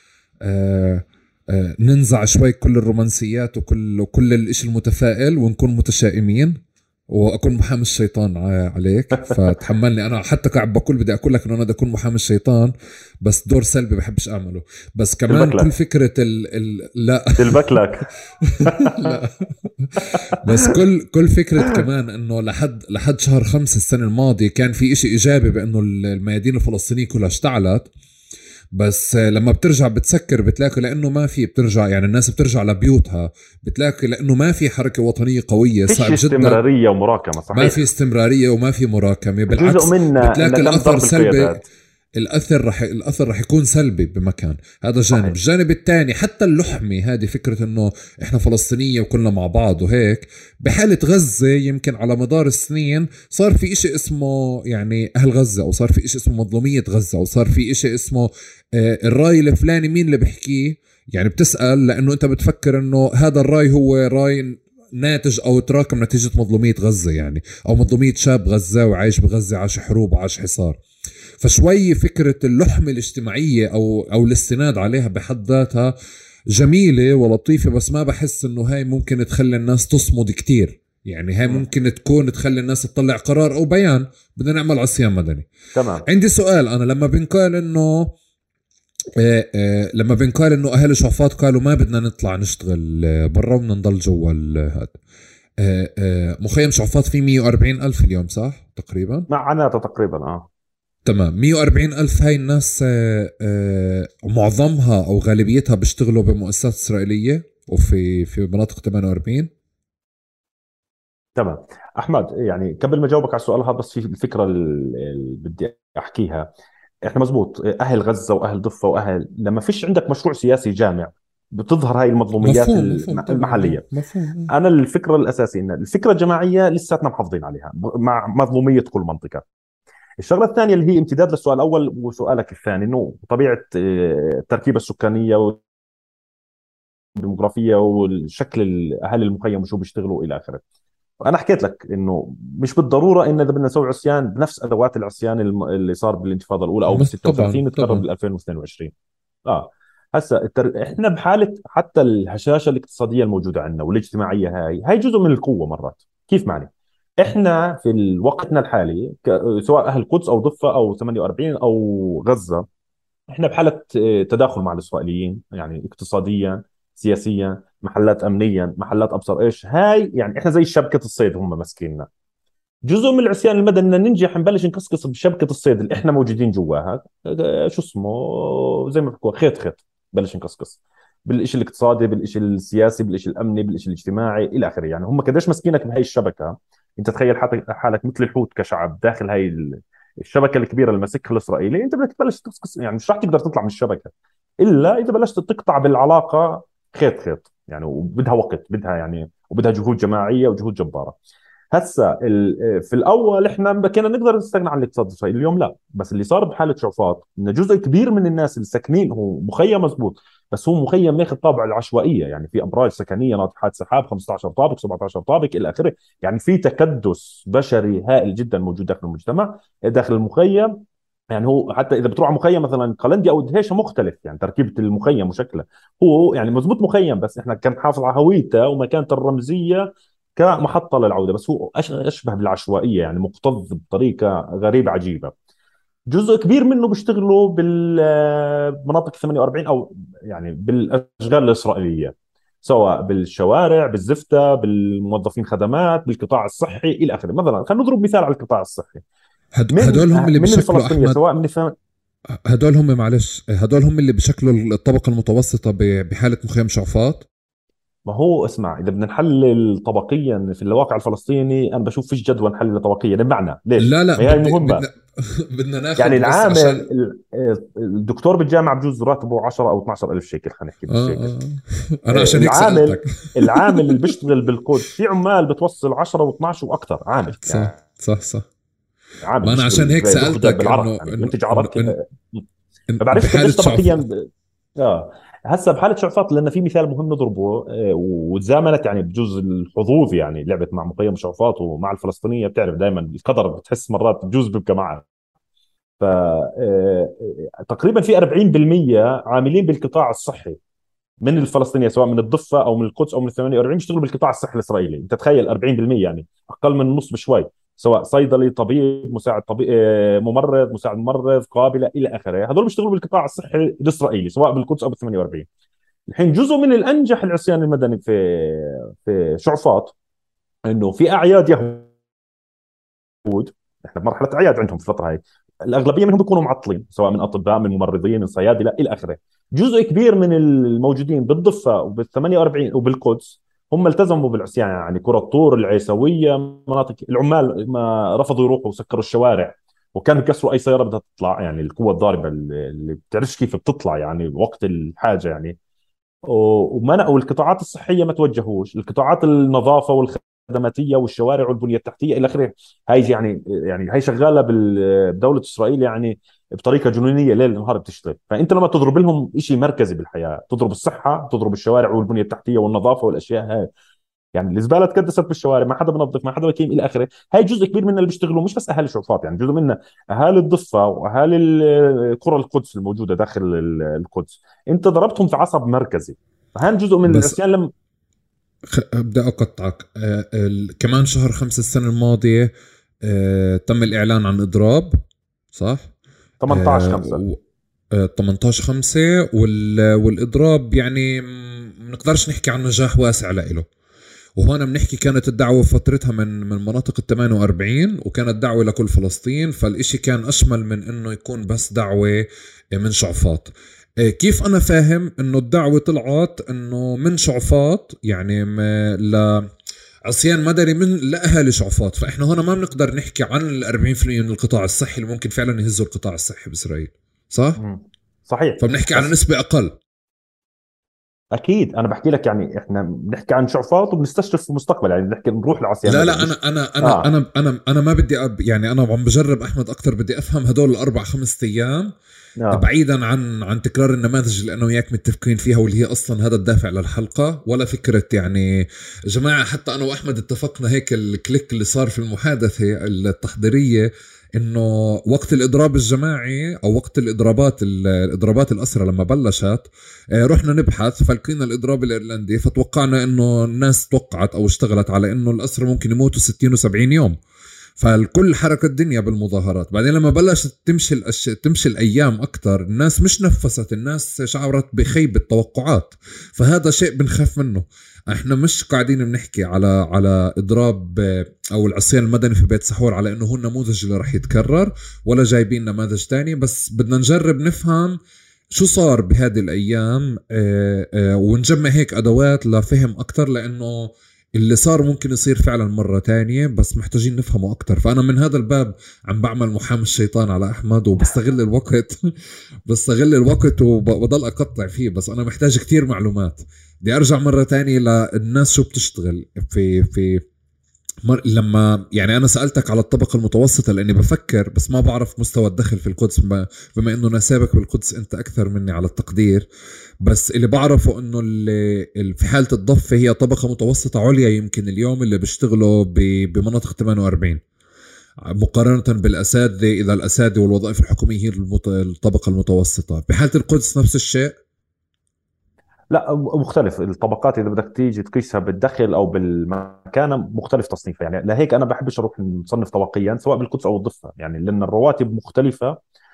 آه آه ننزع شوي كل الرومانسيات وكل وكل الاشي المتفائل ونكون متشائمين، واكون محامي الشيطان عليك. فتحملني انا حتى قاعد بقول بدي اقول لك انه انا بدي اكون محامي الشيطان، بس دور سلبي بحبش اعمله. بس كمان كل البكلك فكره ال ال لا البكلك لا بس كل كل فكرة كمان انه لحد لحد شهر خمسة السنة الماضية كان في اشي ايجابي بانه الميادين الفلسطينية كلها اشتعلت، بس لما بترجع بتسكر بتلاقي لانه ما في، بترجع يعني الناس بترجع لبيوتها بتلاقي لانه ما في حركة وطنية قوية، فيش صعب جدا، استمراريه ومراكمه. ما في صحيح، استمرارية وما في مراكمة، جزء بالعكس منا انه بتلاقي تم الاثر ضرب سلبي. القيادات. الاثر رح الاثر رح يكون سلبي بمكان. هذا جانب. صحيح، الجانب الثاني حتى اللحمي، هذه فكره انه احنا فلسطينيه وكلنا مع بعض وهيك. بحاله غزه يمكن على مدار السنين صار في إشي اسمه يعني اهل غزه، او صار في إشي اسمه مظلوميه غزه، او صار في إشي اسمه آه الراي الفلاني مين اللي بيحكيه. يعني بتسال لانه انت بتفكر انه هذا الراي هو راي ناتج او تراكم نتيجه مظلوميه غزه يعني، او مظلوميه شاب غزاوي عايش بغزه، عاش حروب وعاش حصار. فشوي فكره اللحمه الاجتماعيه او او الاستناد عليها بحد ذاتها جميله ولطيفه، بس ما بحس انه هاي ممكن تخلي الناس تصمد كتير. يعني هاي ممكن تكون تخلي الناس تطلع قرار او بيان بدنا نعمل عصيان مدني. تمام. عندي سؤال، انا لما بنقال انه إيه إيه لما بنقال انه اهل شعفاط قالوا ما بدنا نطلع نشتغل برا وبدنا نضل جوا هذا، إيه إيه مخيم شعفاط فيه مية وأربعين ألف اليوم صح تقريبا؟ معناته تقريبا اه تمام. مية وأربعين ألف هاي الناس آه، آه، معظمها أو غالبيتها بيشتغلوا بمؤسسات إسرائيلية وفي في مناطق ثمانية وأربعين. تمام. احمد، يعني قبل ما اجاوبك على السؤال هذا، بس في الفكره اللي بدي احكيها. احنا مزبوط، اهل غزه واهل ضفه واهل، لما فيش عندك مشروع سياسي جامع بتظهر هاي المظلوميات مفهوم الم- مفهوم طبعا آه، المحليه. مفهوم. انا الفكره الاساسيه ان الفكره الجماعيه لساتنا محافظين عليها مع مظلوميه كل منطقه. الشغله الثانيه اللي هي امتداد للسؤال الاول وسؤالك الثاني، انه طبيعه آه، التركيبه السكانيه والديموغرافيه والشكل الاهالي المخيم وشو بيشتغلوا الى اخره. انا حكيت لك انه مش بالضروره ان اذا بدنا نسوي عصيان بنفس ادوات العصيان الم- اللي صار بالانتفاضه الاولى او بال مس- طبعا ستة وثلاثين نتكرر طبعا. بال ألفين واثنين وعشرين. اه. هسا التر... احنا بحاله حتى الهشاشه الاقتصاديه الموجوده عندنا والاجتماعيه، هاي هاي جزء من القوه مرات. كيف معني؟ احنا في وقتنا الحالي ك... سواء اهل القدس او ضفه او ثمانية وأربعين او غزه، احنا بحاله آه، تداخل مع الاسرائيليين، يعني اقتصاديا، سياسيا، محلات امنيا، محلات ابصر ايش هاي، يعني احنا زي شبكه الصيد هم ماسكيننا. جزء من العصيان المدني ان ننجح نبلش نقصقص بشبكه الصيد اللي احنا موجودين جواها. آه، شو اسمه، زي ما بحكوا خيط خيط، بلش نقصقص بالشيء الاقتصادي، بالشيء السياسي، بالشيء الامني، بالشيء الاجتماعي الى اخره. يعني هم قديش ماسكينك بهي الشبكه. انت تخيل حالك حالك مثل الحوت كشعب داخل هاي ال- الشبكه الكبيره اللي ماسكها الاسرائيلي. انت بدك تبلش تقصقص، يعني مش راح تقدر تطلع من الشبكه الا اذا بلشت تقطع بالعلاقه خيط خيط يعني. وبدها وقت، بدها يعني، وبدها جهود جماعيه وجهود جباره. هسا ال- في الاول احنا كنا نقدر نستغنى عن الاقتصاد الاسرائيلي، اليوم لا. بس اللي صار بحاله شعفاط ان جزء كبير من الناس اللي ساكنين، هو مخيم مزبوط، بس هو مخيم ماخذ طابع العشوائيه. يعني في ابراج سكنيه ناطحات سحاب خمسة عشر طابق سبعة عشر طابق الى اخره. يعني في تكدس بشري هائل جدا موجود داخل المجتمع، داخل المخيم. يعني هو حتى اذا بتروح على مخيم مثلا قلندي او دهيشه مختلف، يعني تركيبه المخيم وشكله هو يعني مزبوط مخيم، بس احنا كان حافظ على هويته ومكانته الرمزيه كمحطة للعودة. بس هو أش- أشبه بالعشوائية، يعني مكتظ بطريقة غريبة عجيبة. جزء كبير منه بيشتغلوا بالمناطق ثمانية وأربعين أو يعني بالأشغال الإسرائيلية، سواء بالشوارع، بالزفتة، بالموظفين خدمات، بالقطاع الصحي إلى آخره. مثلا خلينا نضرب مثال على القطاع الصحي. هد- من هدول هم اللي من بشكلوا الفلسطينية، أحمد، سواء من الثم... هدول هم معلش هدول هم اللي بشكلوا الطبقة المتوسطة ب- بحالة مخيم شعفاط. ما هو اسمع، إذا بدنا نحلل طبقيا في الواقع الفلسطيني، أنا بشوف فيش جدوى نحلل طبقيا. بمعنى ليش؟ لا لا ما هي بدي مهمة. بدنا بدنا يعني ناخذ بس العامل عشان ال- الدكتور بالجامعه بجوز راتبه عشرة او اثناشر ألف شيكل، خلينا نحكي آه بالشيكل. آه. أنا آه، عشان هيك سألتك. العامل العامل اللي بيشتغل بالقدس في عمال بتوصل عشرة و12 واكثر عامل صح يعني. صح صح. عامل ما أنا عشان بيشتغل هيك بياخذ سألتك بالعرق، إنه يعني إنه بينتج إنه عرق. إنه آه، إن فبعرفش بحالة قديش شعفاط. طبقيا. اه. هسه بحاله شعفاط، لان في مثال مهم نضربه، آه، وتزامنت يعني بجوز الحظوظ، يعني لعبت مع مخيم شعفاط ومع الفلسطينيه. بتعرف دائما القدر بتحس مرات بجوز بيبقى معها. ف آه، آه، تقريبا في أربعين بالمية عاملين بالقطاع الصحي من الفلسطينيه، سواء من الضفه او من القدس او من ال ثمانية وأربعين، بيشتغلوا بالقطاع الصحي الاسرائيلي. انت تخيل أربعين بالمية، يعني اقل من النص بشوي، سواء صيدلي، طبيب، مساعد طبيب، آه، ممرض، مساعد ممرض، قابله الى اخره. هذول بيشتغلوا بالقطاع الصحي الاسرائيلي سواء بالقدس او بال ثمانية وأربعين. الحين جزء من الانجح العصيان المدني في في شعفاط انه في اعياد يهود. احنا بمرحله اعياد عندهم في الفتره هاي. الاغلبيه منهم بيكونوا معطلين، سواء من اطباء، من ممرضين، من صيادله الى اخره. جزء كبير من الموجودين بالضفه وبال ثمانية وأربعين وبالقدس هم التزموا بالعصيان، يعني كرة طور، العيسويه، مناطق العمال ما رفضوا يروحوا وسكروا الشوارع، وكانوا يكسروا اي سياره بدها تطلع. يعني القوه الضاربه اللي بتعرفش كيف بتطلع يعني وقت الحاجه يعني. ومنعوا القطاعات الصحيه، ما توجهوش القطاعات النظافه والخدماتيه والشوارع والبنيه التحتيه الى اخره. هاي يعني يعني هاي شغاله بال- بدوله اسرائيل يعني بطريقه جنونيه، ليل نهار بتشتغل. فانت لما تضرب لهم شيء مركزي بالحياه، تضرب الصحه، تضرب الشوارع والبنيه التحتيه والنظافه والاشياء هاي، يعني الزباله تكدست بالشوارع، ما حدا بنظف، ما حدا بكيم الى اخره. هاي جزء كبير من اللي بيشتغلوا مش بس اهالي شرفات، يعني جزء منه اهالي الضفه واهالي ال- قرى القدس الموجوده داخل ال- القدس. انت ضربتهم في عصب مركزي، فهان جزء من بس العصيان لم. خ... بدي أقطعك. آه ال... كمان شهر خمسة السنة الماضية آه تم الإعلان عن إضراب، صح؟ ثمانية عشر آه خمسة. و... آه ثمانية عشر خمسة، وال... والإضراب يعني م- منقدرش نحكي عن نجاح واسع لإله. وهون بنحكي كانت الدعوة فترتها من من مناطق ال ثمانية وأربعين، وكانت دعوة لكل فلسطين، فالإشي كان أشمل من إنه يكون بس دعوة من شعفاط. إيه، كيف أنا فاهم إنه الدعوة طلعت إنه من شعفاط، يعني م- ل عصيان مدني من لأهالي شعفاط. فإحنا هنا ما بنقدر نحكي عن ال أربعين بالمئة من القطاع الصحي اللي ممكن فعلا يهزوا القطاع الصحي بإسرائيل، صح؟ مم. صحيح. فبنحكي على بس نسبة أقل. اكيد انا بحكي لك، يعني احنا بنحكي عن شعفات وبنستشرف في المستقبل، يعني بنحكي نروح لعصيان لا مدني لا، مش. انا انا انا اه. انا انا انا ما بدي أب يعني انا عم بجرب احمد اكثر، بدي افهم هدول الاربع خمس ايام اه. بعيدا عن عن تكرار النماذج اللي انا وياك متفقين فيها، واللي هي اصلا هذا الدافع للحلقه، ولا فكره يعني جماعه. حتى انا واحمد اتفقنا هيك الكليك اللي صار في المحادثه التحضيريه، انه وقت الاضراب الجماعي او وقت الاضرابات الاضرابات الاسرى لما بلشت، آه، رحنا نبحث فلقينا الاضراب الايرلندي، فتوقعنا انه الناس توقعت او اشتغلت على انه الاسرى ممكن يموتوا ستين و70 يوم. فالكل حركة الدنيا بالمظاهرات. بعدين لما بلشت تمشي الأش... تمشي الأيام أكتر، الناس مش نفست، الناس شعرت بخيبة توقعات. فهذا شيء بنخاف منه. احنا مش قاعدين بنحكي على على إضراب آه، أو العصيان المدني في بيت سحور على إنه هو النموذج اللي رح يتكرر، ولا جايبين نماذج تاني، بس بدنا نجرب نفهم شو صار بهذه الأيام، آه، آه، ونجمع هيك أدوات لفهم أكتر، لأنه اللي صار ممكن يصير فعلا مرة تانية، بس محتاجين نفهمه أكتر. فأنا من هذا الباب عم بعمل محامي الشيطان على أحمد، وبستغل الوقت بستغل الوقت وبضل أقطع فيه، بس أنا محتاج كتير معلومات. بدي أرجع مرة تانية للناس شو بتشتغل في في مر... لما يعني أنا سألتك على الطبقة المتوسطة لأني بفكر، بس ما بعرف مستوى الدخل في القدس، بما, بما أنه نسابك بالقدس أنت أكثر مني على التقدير. بس اللي بعرفه أنه اللي اللي في حالة الضفة هي طبقة متوسطة عليا يمكن اليوم اللي بيشتغلوا ب... بمناطق ثمانية وأربعين، مقارنة بالأساتذة. إذا الأساتذة والوظائف الحكومية هي المت... الطبقة المتوسطة، بحالة القدس نفس الشيء. لا، مختلف الطبقات اذا بدك تيجي تقيسها بالدخل او بالمكانه، مختلف تصنيفها. يعني لهيك انا بحبش اروح نصنف طبقيا سواء بالقدس او الضفه، يعني لان الرواتب مختلفه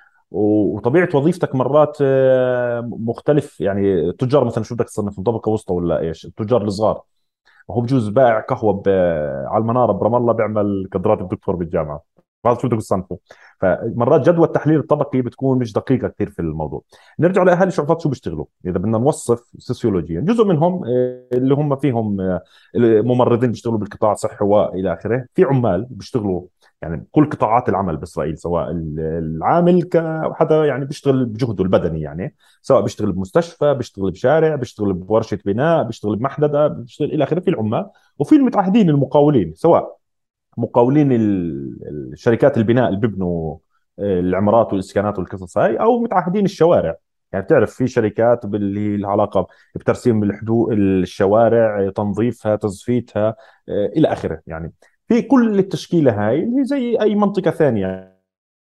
وطبيعه وظيفتك مرات آه، مختلف. يعني التجار مثلا شو بدك تصنف، طبقه وسطى ولا ايش؟ التجار الصغار، وهو بجوز بائع قهوه ب... على المناره برام الله بيعمل كدرات الدكتور بالجامعه، هذا شو بدك تصنفه. فمرات جدوى التحليل الطبقي بتكون مش دقيقه كثير في الموضوع. نرجع لاهالي شعفات شو بيشتغلوا اذا بدنا نوصف سوسيولوجيا. جزء منهم آه، اللي هم فيهم آه، ممرضين بيشتغلوا بالقطاع الصحي والى اخره، في عمال بيشتغلوا يعني كل قطاعات العمل باسرائيل، سواء العامل كحدا يعني بيشتغل بجهده البدني، يعني سواء بيشتغل بمستشفى، بيشتغل بشارع، بيشتغل بورشه بناء، بيشتغل بمحدده، بيشتغل الى اخره. في العمال وفي المتعهدين المقاولين، سواء مقاولين ال- الشركات البناء اللي بيبنوا آه، العمارات والاسكانات والقصص هاي، او متعهدين الشوارع. يعني بتعرف في شركات اللي لها علاقه بترسيم الحدود الشوارع، تنظيفها، تزفيتها، آه، الى اخره. يعني في كل التشكيله هاي اللي هي زي اي منطقه ثانيه.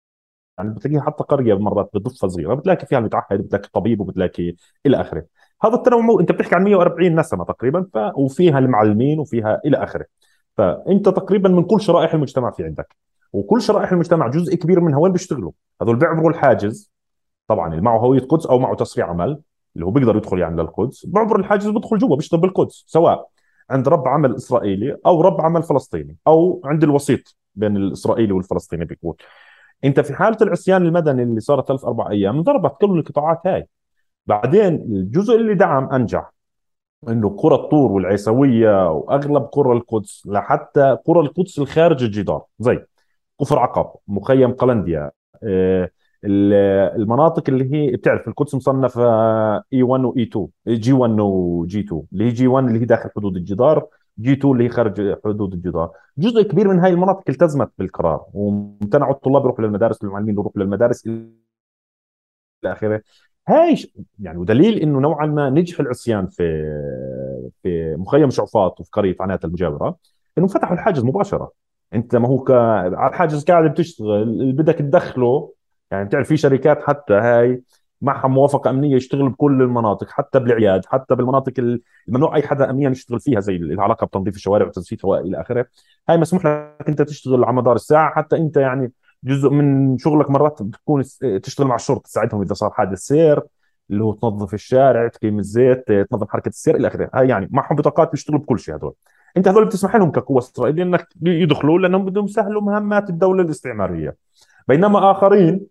يعني بتلاقيها حتى قريه مرات بضفه صغيره بتلاقي فيها المتعهد، بتلاقي طبيب، وبتلاقي الى اخره. هذا التنوع مو... انت بتحكي عن مئة وأربعين نسمه تقريبا، ف... وفيها المعلمين وفيها الى اخره. فانت تقريبا من كل شرائح المجتمع في عندك، وكل شرائح المجتمع جزء كبير منها وين بيشتغلوا. هذول بيعبروا الحاجز، طبعا اللي معه هويه قدس او معه تصريح عمل اللي هو بيقدر يدخل يعني للقدس، بعبر الحاجز بيدخل جوا بيشتغل بالقدس، سواء عند رب عمل اسرائيلي او رب عمل فلسطيني او عند الوسيط بين الاسرائيلي والفلسطيني بيكون. انت في حاله العصيان المدني اللي صار ثلاث اربع ايام ضربت كل القطاعات هاي. بعدين الجزء اللي دعم انجح انه قرى الطور والعيسويه واغلب قرى القدس، لحتى قرى القدس الخارج الجدار زي كفر عقب، مخيم قلنديا، آه، ال- المناطق اللي هي بتعرف القدس مصنفه اي واحد واي اتنين، جي واحد وجي اتنين. اللي هي جي واحد اللي هي داخل حدود الجدار، جي اتنين اللي هي خارج حدود الجدار. جزء كبير من هاي المناطق التزمت بالقرار وامتنعوا الطلاب يروحوا للمدارس والمعلمين يروحوا للمدارس الى اخره. هاي ش- يعني ودليل انه نوعا ما نجح العصيان في في مخيم شعفاط وفي قريه عنات المجاوره، انه فتحوا الحاجز مباشره. انت ما هو ك... على الحاجز قاعد بتشتغل اللي بدك تدخله. يعني بتعرف في شركات حتى هاي معها موافقه امنيه يشتغل بكل المناطق، حتى بالاعياد، حتى بالمناطق الممنوع اي حدا امنيا يشتغل فيها، زي اللي علاقه بتنظيف الشوارع وتزييت هواء الى اخره. هاي مسموح لك انت تشتغل على مدار الساعه. حتى انت يعني جزء من شغلك مرات بتكون تشتغل مع الشرطه تساعدهم اذا صار حادث سير، اللي هو تنظف الشارع، تقيم الزيت، تنظم حركه السير الى اخره. هاي يعني معهم بطاقات بيشتغلوا بكل شيء هذول. انت هذول بتسمح لهم كقوه اسرائيليه انك يدخلوا لانهم بدهم يسهلوا مهمات الدوله الاستعماريه. بينما اخرين،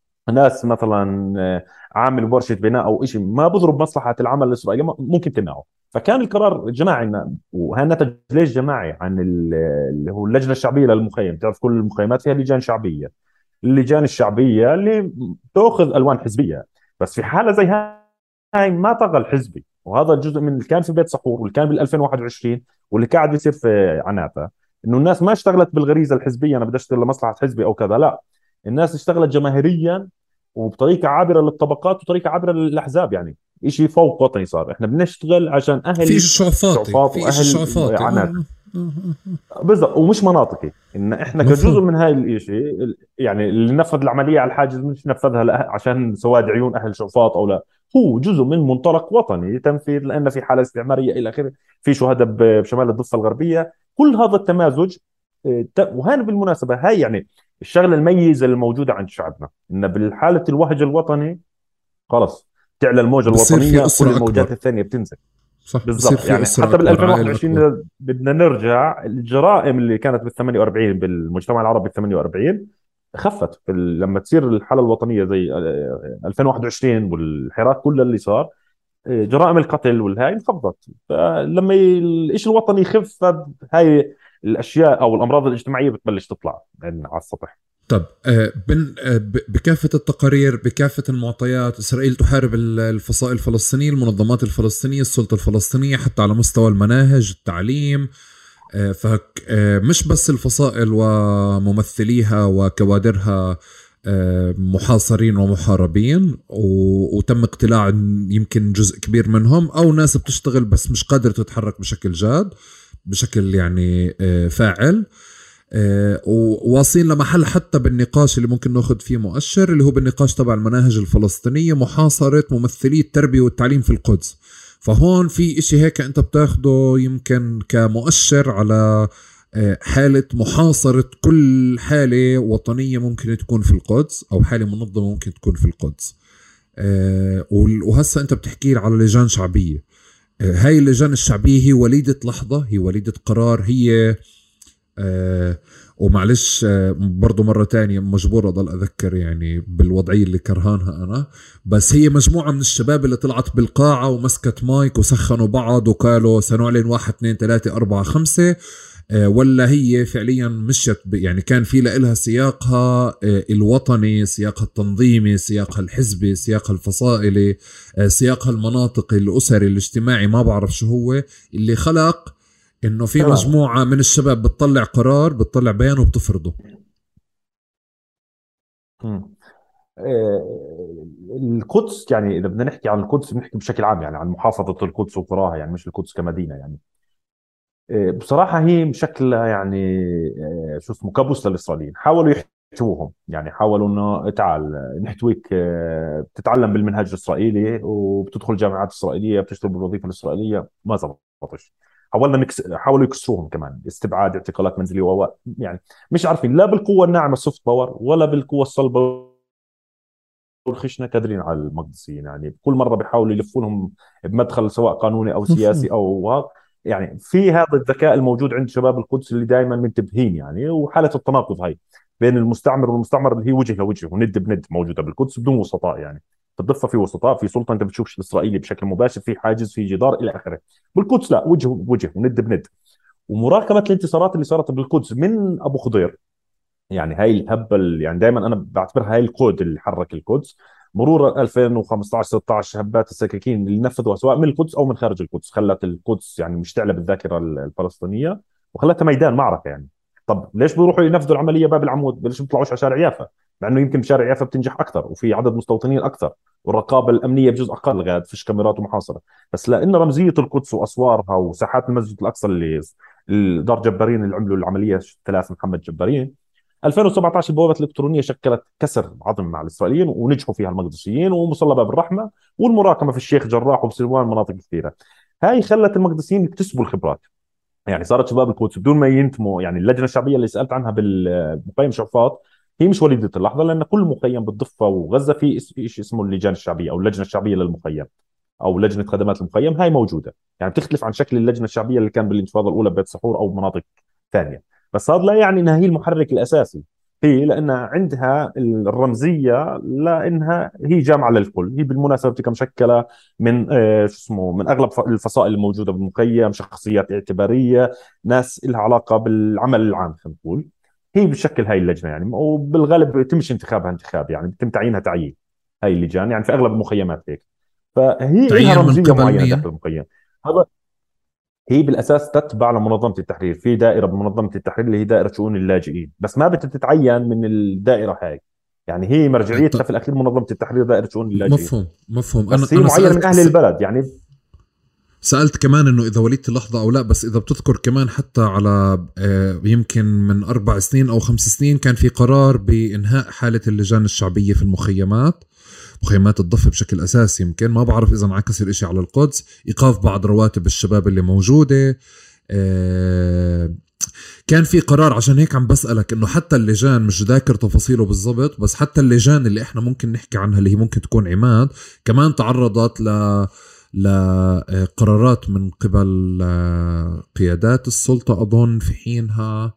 ناس مثلا آه، عامل ورشه بناء او شيء ما بضرب مصلحه العمل الاسرائيلي، ممكن تمنعه. فكان القرار جماعي، وهذا نتج ليش جماعي عن ال- اللي هو اللجنه الشعبيه للمخيم. تعرف كل المخيمات فيها لجان شعبيه، اللجان الشعبيه اللي تاخذ الوان حزبيه. بس في حاله زي هاي ما طغى الحزبي، وهذا جزء من اللي كان في بيت صحور واللي كان بال ألفين وواحد وعشرين واللي قاعد بيصير في عنابه. انه الناس ما اشتغلت بالغريزه الحزبيه، انا بدي اشتغل لمصلحه حزبي او كذا، لا. الناس اشتغلت جماهيريا وبطريقه عابره للطبقات وطريقه عابره للاحزاب. يعني شيء فوق وطني صار، احنا بنشتغل عشان في اهل شعفاطي شعفاط في شيء واهل شعفاطي عناد. اه آه، آه، آه. بالضبط، ومش مناطقي. ان احنا كجزء مفهوم. من هاي الاشي، يعني اللي نفذ العمليه على الحاجز مش نفذها لأ- عشان سواد عيون اهل شعفاط او لا، هو جزء من منطلق وطني تنفيذ، لان في حاله استعماريه الى اخره، في شهداء ب- بشمال الضفه الغربيه. كل هذا التمازج. آه، ت- وهنا بالمناسبه هاي يعني الشغله الميزه الموجوده عند شعبنا، ان بالحاله الوهج الوطني خلص تعلى الموجه بصير في الوطنيه، كل أسرة الموجات أكبر. الثانيه بتنزل. صح، بصير بالضبط. في يعني أسرة حتى بال أكبر، عائلة أكبر. ألفين وواحد وعشرين بدنا نرجع، الجرائم اللي كانت بال ثمانية وأربعين بالمجتمع العربي ثمانية وأربعين خفت في ال- لما تصير الحاله الوطنيه زي آه، ألفين وواحد وعشرين والحراك كله اللي صار. آه، جرائم القتل والهاي انخفضت. فلما ي- الشيء الوطني يخف، هاي الاشياء او الامراض الاجتماعيه بتبلش تطلع عندنا على السطح. طب آه، بن آه، ب- بكافة التقارير، بكافة المعطيات، إسرائيل تحارب ال- الفصائل الفلسطينية، المنظمات الفلسطينية، السلطة الفلسطينية، حتى على مستوى المناهج، التعليم. آه، فك آه، مش بس الفصائل وممثليها وكوادرها آه، محاصرين ومحاربين، و- وتم اقتلاع يمكن جزء كبير منهم، أو ناس بتشتغل بس مش قادرة تتحرك بشكل جاد، بشكل يعني آه، فاعل. آه، وواصلين لمحل حتى بالنقاش اللي ممكن ناخذ فيه مؤشر، اللي هو بالنقاش تبع المناهج الفلسطينية، محاصرة ممثلي التربية والتعليم في القدس. فهون في اشي هيك انت بتاخده يمكن كمؤشر على آه، حالة محاصرة كل حالة وطنية ممكن تكون في القدس، أو حالة منظمة ممكن تكون في القدس. آه، وهسا أنت بتحكي على لجان شعبية. آه، هاي اللجان الشعبية هي وليدة لحظة، هي وليدة قرار، هي آه ومعلش آه برضو مرة تانية مجبور أضل أذكر يعني بالوضعية اللي كرهانها أنا. بس هي مجموعة من الشباب اللي طلعت بالقاعة ومسكت مايك وسخنوا بعض وقالوا سنعلن واحد اثنين ثلاثة أربعة خمسة. آه ولا هي فعليا مشت يعني كان في لها سياقها آه الوطني، سياقها التنظيمي، سياقها الحزبي، سياقها الفصائلي، آه سياقها المناطقي الأسري الاجتماعي، ما بعرف شو هو اللي خلق انه في تمام. مجموعة من الشباب بتطلع قرار، بتطلع بيان وبتفرضه. مم. آه، القدس، يعني اذا بدنا نحكي عن القدس بنحكي بشكل عام، يعني عن محافظه القدس وقراها، يعني مش القدس كمدينه. يعني آه، بصراحه هي مشكله يعني آه، شو اسمه كابوس للاسرائيليين. حاولوا يحتووهم، يعني حاولوا انه تعال نحتويك، آه، بتتعلم بالمنهج الاسرائيلي وبتدخل جامعات اسرائيليه، بتشتغل بالوظيفه الاسرائيليه، ما زبطش. حاولنا نكس... حاولوا يكسروهم كمان، استبعاد، اعتقالات منزليه، و يعني مش عارفين لا بالقوه الناعمه السوفت باور ولا بالقوه الصلبه والخشنه قادرين على المقدسيين. يعني كل مره بيحاولوا يلفوا لهم بمدخل سواء قانوني او مفهوم. سياسي او هذا. يعني في هذا الذكاء الموجود عند شباب القدس اللي دائما منتبهين، يعني وحاله التناقض هاي بين المستعمر والمستعمر اللي هي وجه لوجه وند بند موجوده بالقدس بدون وسطاء. يعني في الضفه في وسطاء، في سلطه انت بتشوفش الاسرائيلي بشكل مباشر، في حاجز، في جدار الى اخره. بالقدس لا، وجه بوجه وند بند. ومراكمه الانتصارات اللي صارت بالقدس من ابو خضير، يعني هاي الهبه اللي- يعني دائما انا بعتبرها هاي القود اللي حرك القدس. مرور ألفين وخمسطعش ستة عشر هبات السكاكين اللي نفذوها سواء من القدس او من خارج القدس، خلت القدس يعني مشتعله بالذاكره الفلسطينيه وخلتها ميدان معركه. يعني طب ليش بيروحوا ينفذوا العمليه باب العمود؟ ليش ما بيطلعوش على شارع يافا؟ مع انه يمكن شارع يافا بتنجح اكثر وفي عدد مستوطنين اكثر والرقابه الامنيه بجزء اقل، غاد فيش كاميرات ومحاصره. بس لان رمزيه القدس واسوارها وساحات المسجد الاقصى اللي دار جبارين اللي عملوا العمليه ثلاث محمد جبارين ألفين وسبعطعش، البوابات الالكترونيه شكلت كسر عظم مع الاسرائيليين ونجحوا فيها المقدسيين، ومصلى باب الرحمه والمراقمه في الشيخ جراح وبسلوان مناطق كثيره. هاي خلت المقدسيين يكتسبوا الخبرات. يعني صارت شباب القدس بدون ما ينتموا، يعني اللجنه الشعبيه اللي سالت عنها بالمخيم شعفاط هي مش وليده اللحظه، لان كل مخيم بالضفه وغزه في شيء اسمه اللجان الشعبيه او اللجنه الشعبيه للمخيم او لجنه خدمات المخيم، هاي موجوده. يعني بتختلف عن شكل اللجنه الشعبيه اللي كان بالانتفاضه الاولى ببيت سحور او مناطق ثانيه، بس هذا لا يعني انها هي المحرك الاساسي. هي لانها عندها الرمزيه، لانها هي جامعه للكل. هي بالمناسبه بتبقى مشكله من آه شو اسمه من اغلب الفصائل الموجوده بالمخيم، شخصيات اعتباريه، ناس لها علاقه بالعمل العام خلينا نقول. هي بتشكل هاي اللجنه يعني، وبالغالب بيتمش انتخابها انتخاب، يعني بيتم تعيينها تعيين هاي اللجان، يعني في اغلب المخيمات هيك. فهي لها تعيين من رمزيه قبل معينه مين؟ داخل المخيم. هذا هي بالاساس تتبع لمنظمه التحرير، في دائره بمنظمه التحرير اللي هي دائره شؤون اللاجئين، بس ما بتتعين من الدائره هاي. يعني هي مرجعيتها في الاخير منظمه التحرير دائره شؤون اللاجئين، مفهوم مفهوم. انا بس هي انا معينه من سالت اهل البلد يعني. سألت كمان انه اذا وليت اللحظة او لا، بس اذا بتذكر كمان حتى على آه، يمكن من اربع سنين او خمس سنين كان في قرار بانهاء حالة اللجان الشعبية في المخيمات، مخيمات الضفة بشكل اساسي. يمكن ما بعرف اذا انعكس الاشي على القدس، ايقاف بعض رواتب الشباب اللي موجودة. آه، كان في قرار. عشان هيك عم بسألك انه حتى اللجان، مش ذاكر تفاصيله بالضبط، بس حتى اللجان اللي احنا ممكن نحكي عنها اللي هي ممكن تكون عماد كمان تعرضت ل لقرارات من قبل قيادات السلطة أظن في حينها.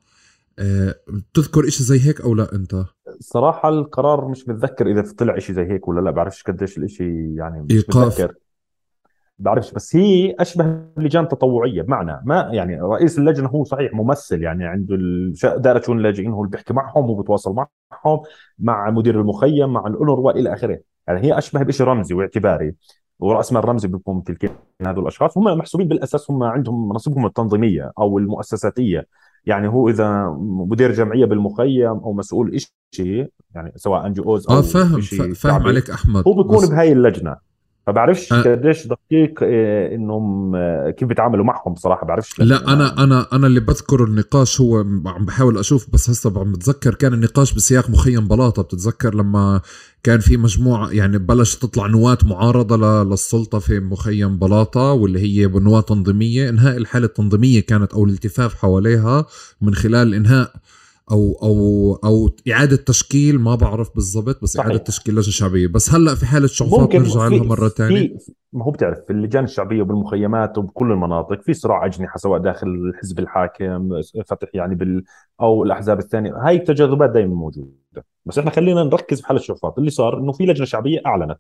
تذكر إشي زي هيك أو لا أنت؟ صراحه القرار مش متذكر اذا طلع شيء زي هيك ولا لا، بعرفش قديش الاشي يعني، مش إيقاف. متذكر. بعرفش، بس هي اشبه لجان تطوعيه، بمعنى ما يعني رئيس اللجنه هو صحيح ممثل، يعني عنده الش- دائره شؤون اللاجئين، هو اللي بيحكي معهم وبتواصل معهم، مع مدير المخيم، مع الأونروا الى اخره. يعني هي اشبه بشيء رمزي واعتباري، وراس مال رمزي بيكون مثل كده. هذول الاشخاص هم محسوبين بالاساس، هم عندهم مناصبهم التنظيميه او المؤسساتيه. يعني هو اذا مدير جمعيه بالمخيم او مسؤول شيء، يعني سواء ان جي اوز آه او فاهم، شيء فاهم شعبي، عليك أحمد. هو بيكون بس بهاي اللجنه. فبعرفش آه قديش دقيق إيه، انهم آه، كيف بيتعاملوا معهم بصراحه، بعرفش لاني لا، ما. أنا أنا أنا اللي بذكر النقاش هو عم بحاول أشوف، بس هسه عم بتذكر كان النقاش بسياق مخيم بلاطة. بتتذكر لما كان في مجموعة يعني بلشت تطلع نواة معارضة ل- للسلطة في مخيم بلاطة، واللي هي نواة تنظيمية. إنهاء الحالة التنظيمية كانت أو الالتفاف حواليها من خلال إنهاء او او او اعاده تشكيل، ما بعرف بالضبط، بس اعاده صحيح. تشكيل لجنه شعبيه. بس هلا في حاله شعفات ممكن نرجع لها في مره تانية. في ما هو بتعرف في اللجان الشعبيه وبالمخيمات وبكل المناطق في صراع اجنحه، سواء داخل الحزب الحاكم فتح يعني بال او الاحزاب الثانيه، هاي التجاذبات دائما موجوده. بس احنا خلينا نركز في حاله الشعفات. اللي صار انه في لجنه شعبيه اعلنت.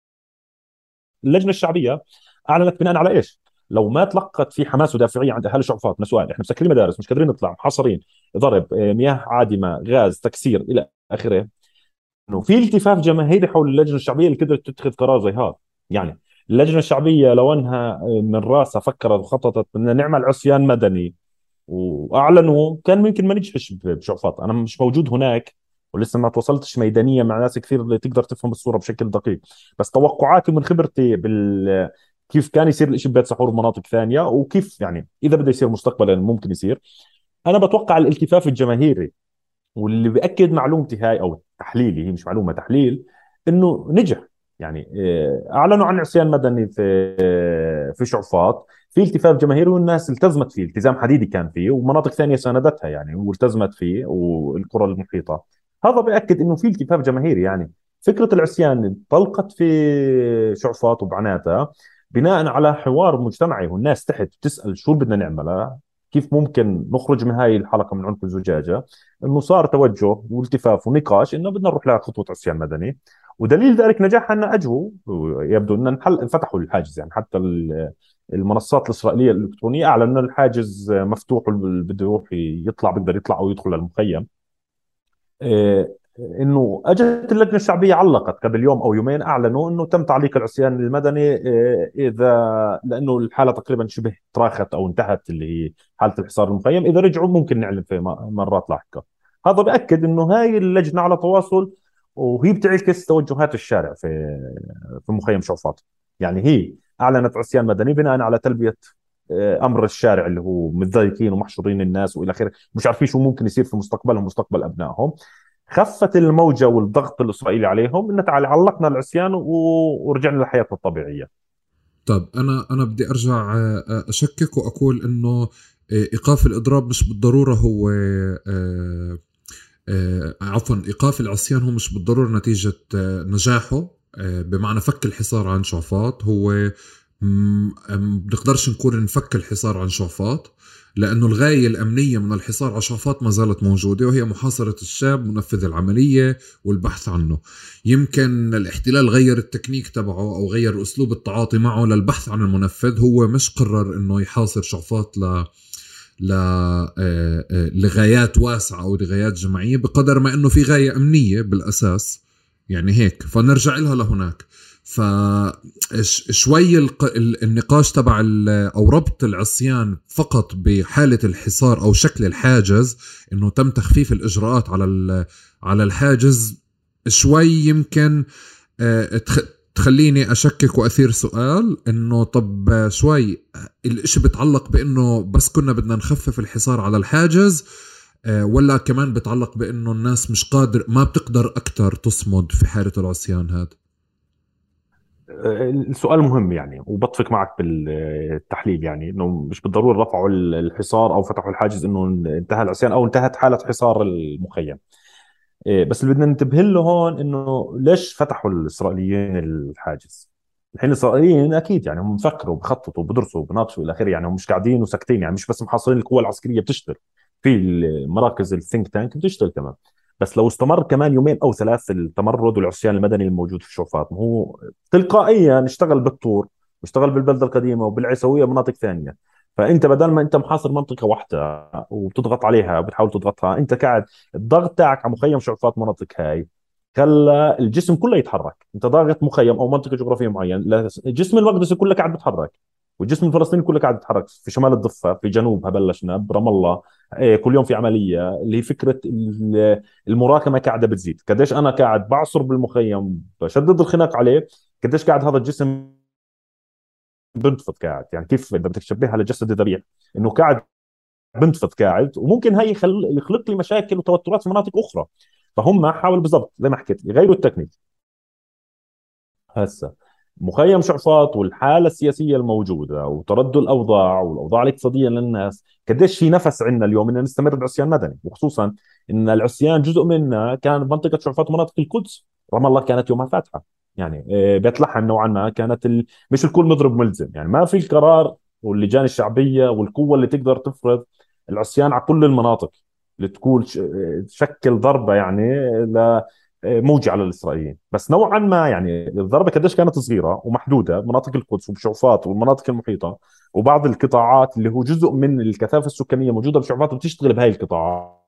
اللجنه الشعبيه اعلنت بناء على ايش؟ لو ما تلقت في حماس ودافعيه عند اهالي شعفات مسؤول، احنا مسكرين مدارس، مش قادرين نطلع، محاصرين، ضرب، آه، مياه عادمه، غاز، تكسير الى اخره، انه في التفاف جماهيري حول اللجنه الشعبيه اللي قدرت تتخذ قرار زي هذا. يعني اللجنه الشعبيه لو انها من راسها فكرت وخططت بدنا نعمل عصيان مدني واعلنوا، كان ممكن ما نجحش بشعفات. انا مش موجود هناك ولسه ما توصلتش ميدانيا مع ناس كثير اللي تقدر تفهم الصوره بشكل دقيق، بس توقعاتي من خبرتي بال كيف كان يصير الاشي ببيت سحور ومناطق ثانيه، وكيف يعني اذا بده يصير مستقبلا ممكن يصير. انا بتوقع الالتفاف الجماهيري، واللي بياكد معلومتي هاي او تحليلي، هي مش معلومه، تحليل، انه نجح. يعني آه، اعلنوا عن عصيان مدني في آه، في شعفاط، في التفاف جماهيري والناس التزمت فيه التزام حديدي كان فيه، ومناطق ثانيه ساندتها يعني والتزمت فيه، والقرى المحيطه. هذا بياكد انه في التفاف جماهيري. يعني فكره العصيان طلقت في شعفاط وبعناتها بناء على حوار مجتمعي، والناس تحت بتسال شو بدنا نعمل، كيف ممكن نخرج من هاي الحلقه من عنق الزجاجه. انه صار توجه والتفاف ونقاش انه بدنا نروح لخطوه عصيان مدني، ودليل ذلك نجاحها ان اجوا، يبدو ان انحل فتحوا الحاجز. يعني حتى ال- المنصات الاسرائيليه الالكترونيه اعلن ان الحاجز مفتوح، واللي بده يروح يطلع بيقدر يطلع او يدخل المخيم. إيه، انه اجت اللجنه الشعبيه علقت قبل يوم او يومين، اعلنوا انه تم تعليق العصيان المدني، إيه، اذا لانه الحاله تقريبا شبه تراخت او انتهت، اللي هي حاله الحصار المخيم، اذا رجعوا ممكن نعلن في م- مرات لاحقه. هذا بأكد انه هاي اللجنه على تواصل، وهي بتعكس توجهات الشارع في في مخيم شعفاط. يعني هي اعلنت عصيان مدني بناء على تلبيه آه، امر الشارع اللي هو متضايقين ومحشورين الناس والى اخره، مش عارفين شو ممكن يصير في مستقبلهم مستقبل ابنائهم. خفت الموجه والضغط الاسرائيلي عليهم ان تعال علقنا العصيان و- ورجعنا لحياتنا الطبيعيه. طب انا انا بدي ارجع آه، آه، اشكك واقول انه آه، ايقاف الاضراب مش بالضروره هو آه، آه، عفوا ايقاف العصيان هو مش بالضروره نتيجه آه، نجاحه. آه، بمعنى فك الحصار عن شعفاط هو م- م- بنقدرش نقول نفك الحصار عن شعفاط، لأنه الغاية الأمنية من الحصار على شعفاط ما زالت موجودة، وهي محاصرة الشاب منفذ العملية والبحث عنه. يمكن الاحتلال غير التكنيك تبعه أو غير أسلوب التعاطي معه للبحث عن المنفذ، هو مش قرر أنه يحاصر شعفاط ل ل آه، آه، لغايات واسعة أو لغايات جماعية، بقدر ما أنه في غاية أمنية بالأساس. يعني هيك فنرجع لها لهناك. فشوي النقاش تبع ال- أو ربط العصيان فقط بحالة الحصار أو شكل الحاجز، أنه تم تخفيف الإجراءات على ال- على الحاجز، شوي يمكن آه، تخ- تخليني أشكك وأثير سؤال إنه طب شوي الإشي بتعلق بإنه بس كنا بدنا نخفف الحصار على الحاجز، آه، ولا كمان بتعلق بإنه الناس مش قادر ما بتقدر أكتر تصمد في حالة العصيان هذا؟ السؤال مهم يعني، وبتفق معك بالتحليل، يعني انه مش بالضروره رفعوا الحصار او فتحوا الحاجز انه انتهى العصيان او انتهت حاله حصار المخيم. إيه، بس اللي بدنا ننتبه له هون انه ليش فتحوا الاسرائيليين الحاجز. الحين الاسرائيليين اكيد يعني هم بفكروا بخططوا بدرسوا بناقشوا الى اخره، يعني هم مش قاعدين وساكتين، يعني مش بس محاصرين القوى العسكريه بتشتغل، في مراكز الثينك تانك بتشتغل كمان. بس لو استمر كمان يومين او ثلاث التمرد والعصيان المدني الموجود في شوفات، ما هو تلقائيا اشتغل بالطور واشتغل بالبلده القديمه وبالعيسويه ومناطق ثانيه. فانت بدل ما انت محاصر منطقه واحده وبتضغط عليها وبتحاول تضغطها، انت قاعد الضغط تاعك على مخيم شعفات مناطق هاي خلى الجسم كله يتحرك. انت ضاغط مخيم او منطقه جغرافيه معينه، لا- الجسم المقدسي كله قاعد بيتحرك، والجسم الفلسطيني كله قاعد بيتحرك. في شمال الضفه، في جنوبها بلشنا برام الله، إيه، كل يوم في عمليه اللي هي فكره ال- المراكمه قاعده بتزيد. قديش انا قاعد بعصر بالمخيم بشدد الخناق عليه، قديش قاعد هذا الجسم بنتفض قاعد. يعني كيف اذا بدك تشبهها لجسد الذبيح، انه قاعد بنتفض قاعد، وممكن هي يخل... يخلق لي مشاكل وتوترات في مناطق اخرى. فهم حاولوا بالضبط زي ما حكيت يغيروا التكنيك. هسه مخيم شعفاط والحاله السياسيه الموجوده وتردي الاوضاع والاوضاع الاقتصاديه للناس، قديش في نفس عندنا اليوم ان نستمر بعصيان مدني، وخصوصا ان العصيان جزء منها كان بمنطقه شعفاط ومناطق القدس. رام الله كانت يومها فاتحه، يعني آه، بيت لحم نوعا ما كانت ال... مش الكل مضرب ملزم، يعني ما في القرار واللجان الشعبيه والقوه اللي تقدر تفرض العصيان على كل المناطق اللي تكون ش- تشكل ضربه يعني موجي على الاسرائيليين. بس نوعا ما يعني الضربه قديش كانت صغيره ومحدوده بمناطق القدس وبشعفاط والمناطق المحيطه وبعض القطاعات اللي هو جزء من الكثافه السكانيه موجوده بشعفاط وبتشتغل بهاي القطاعات،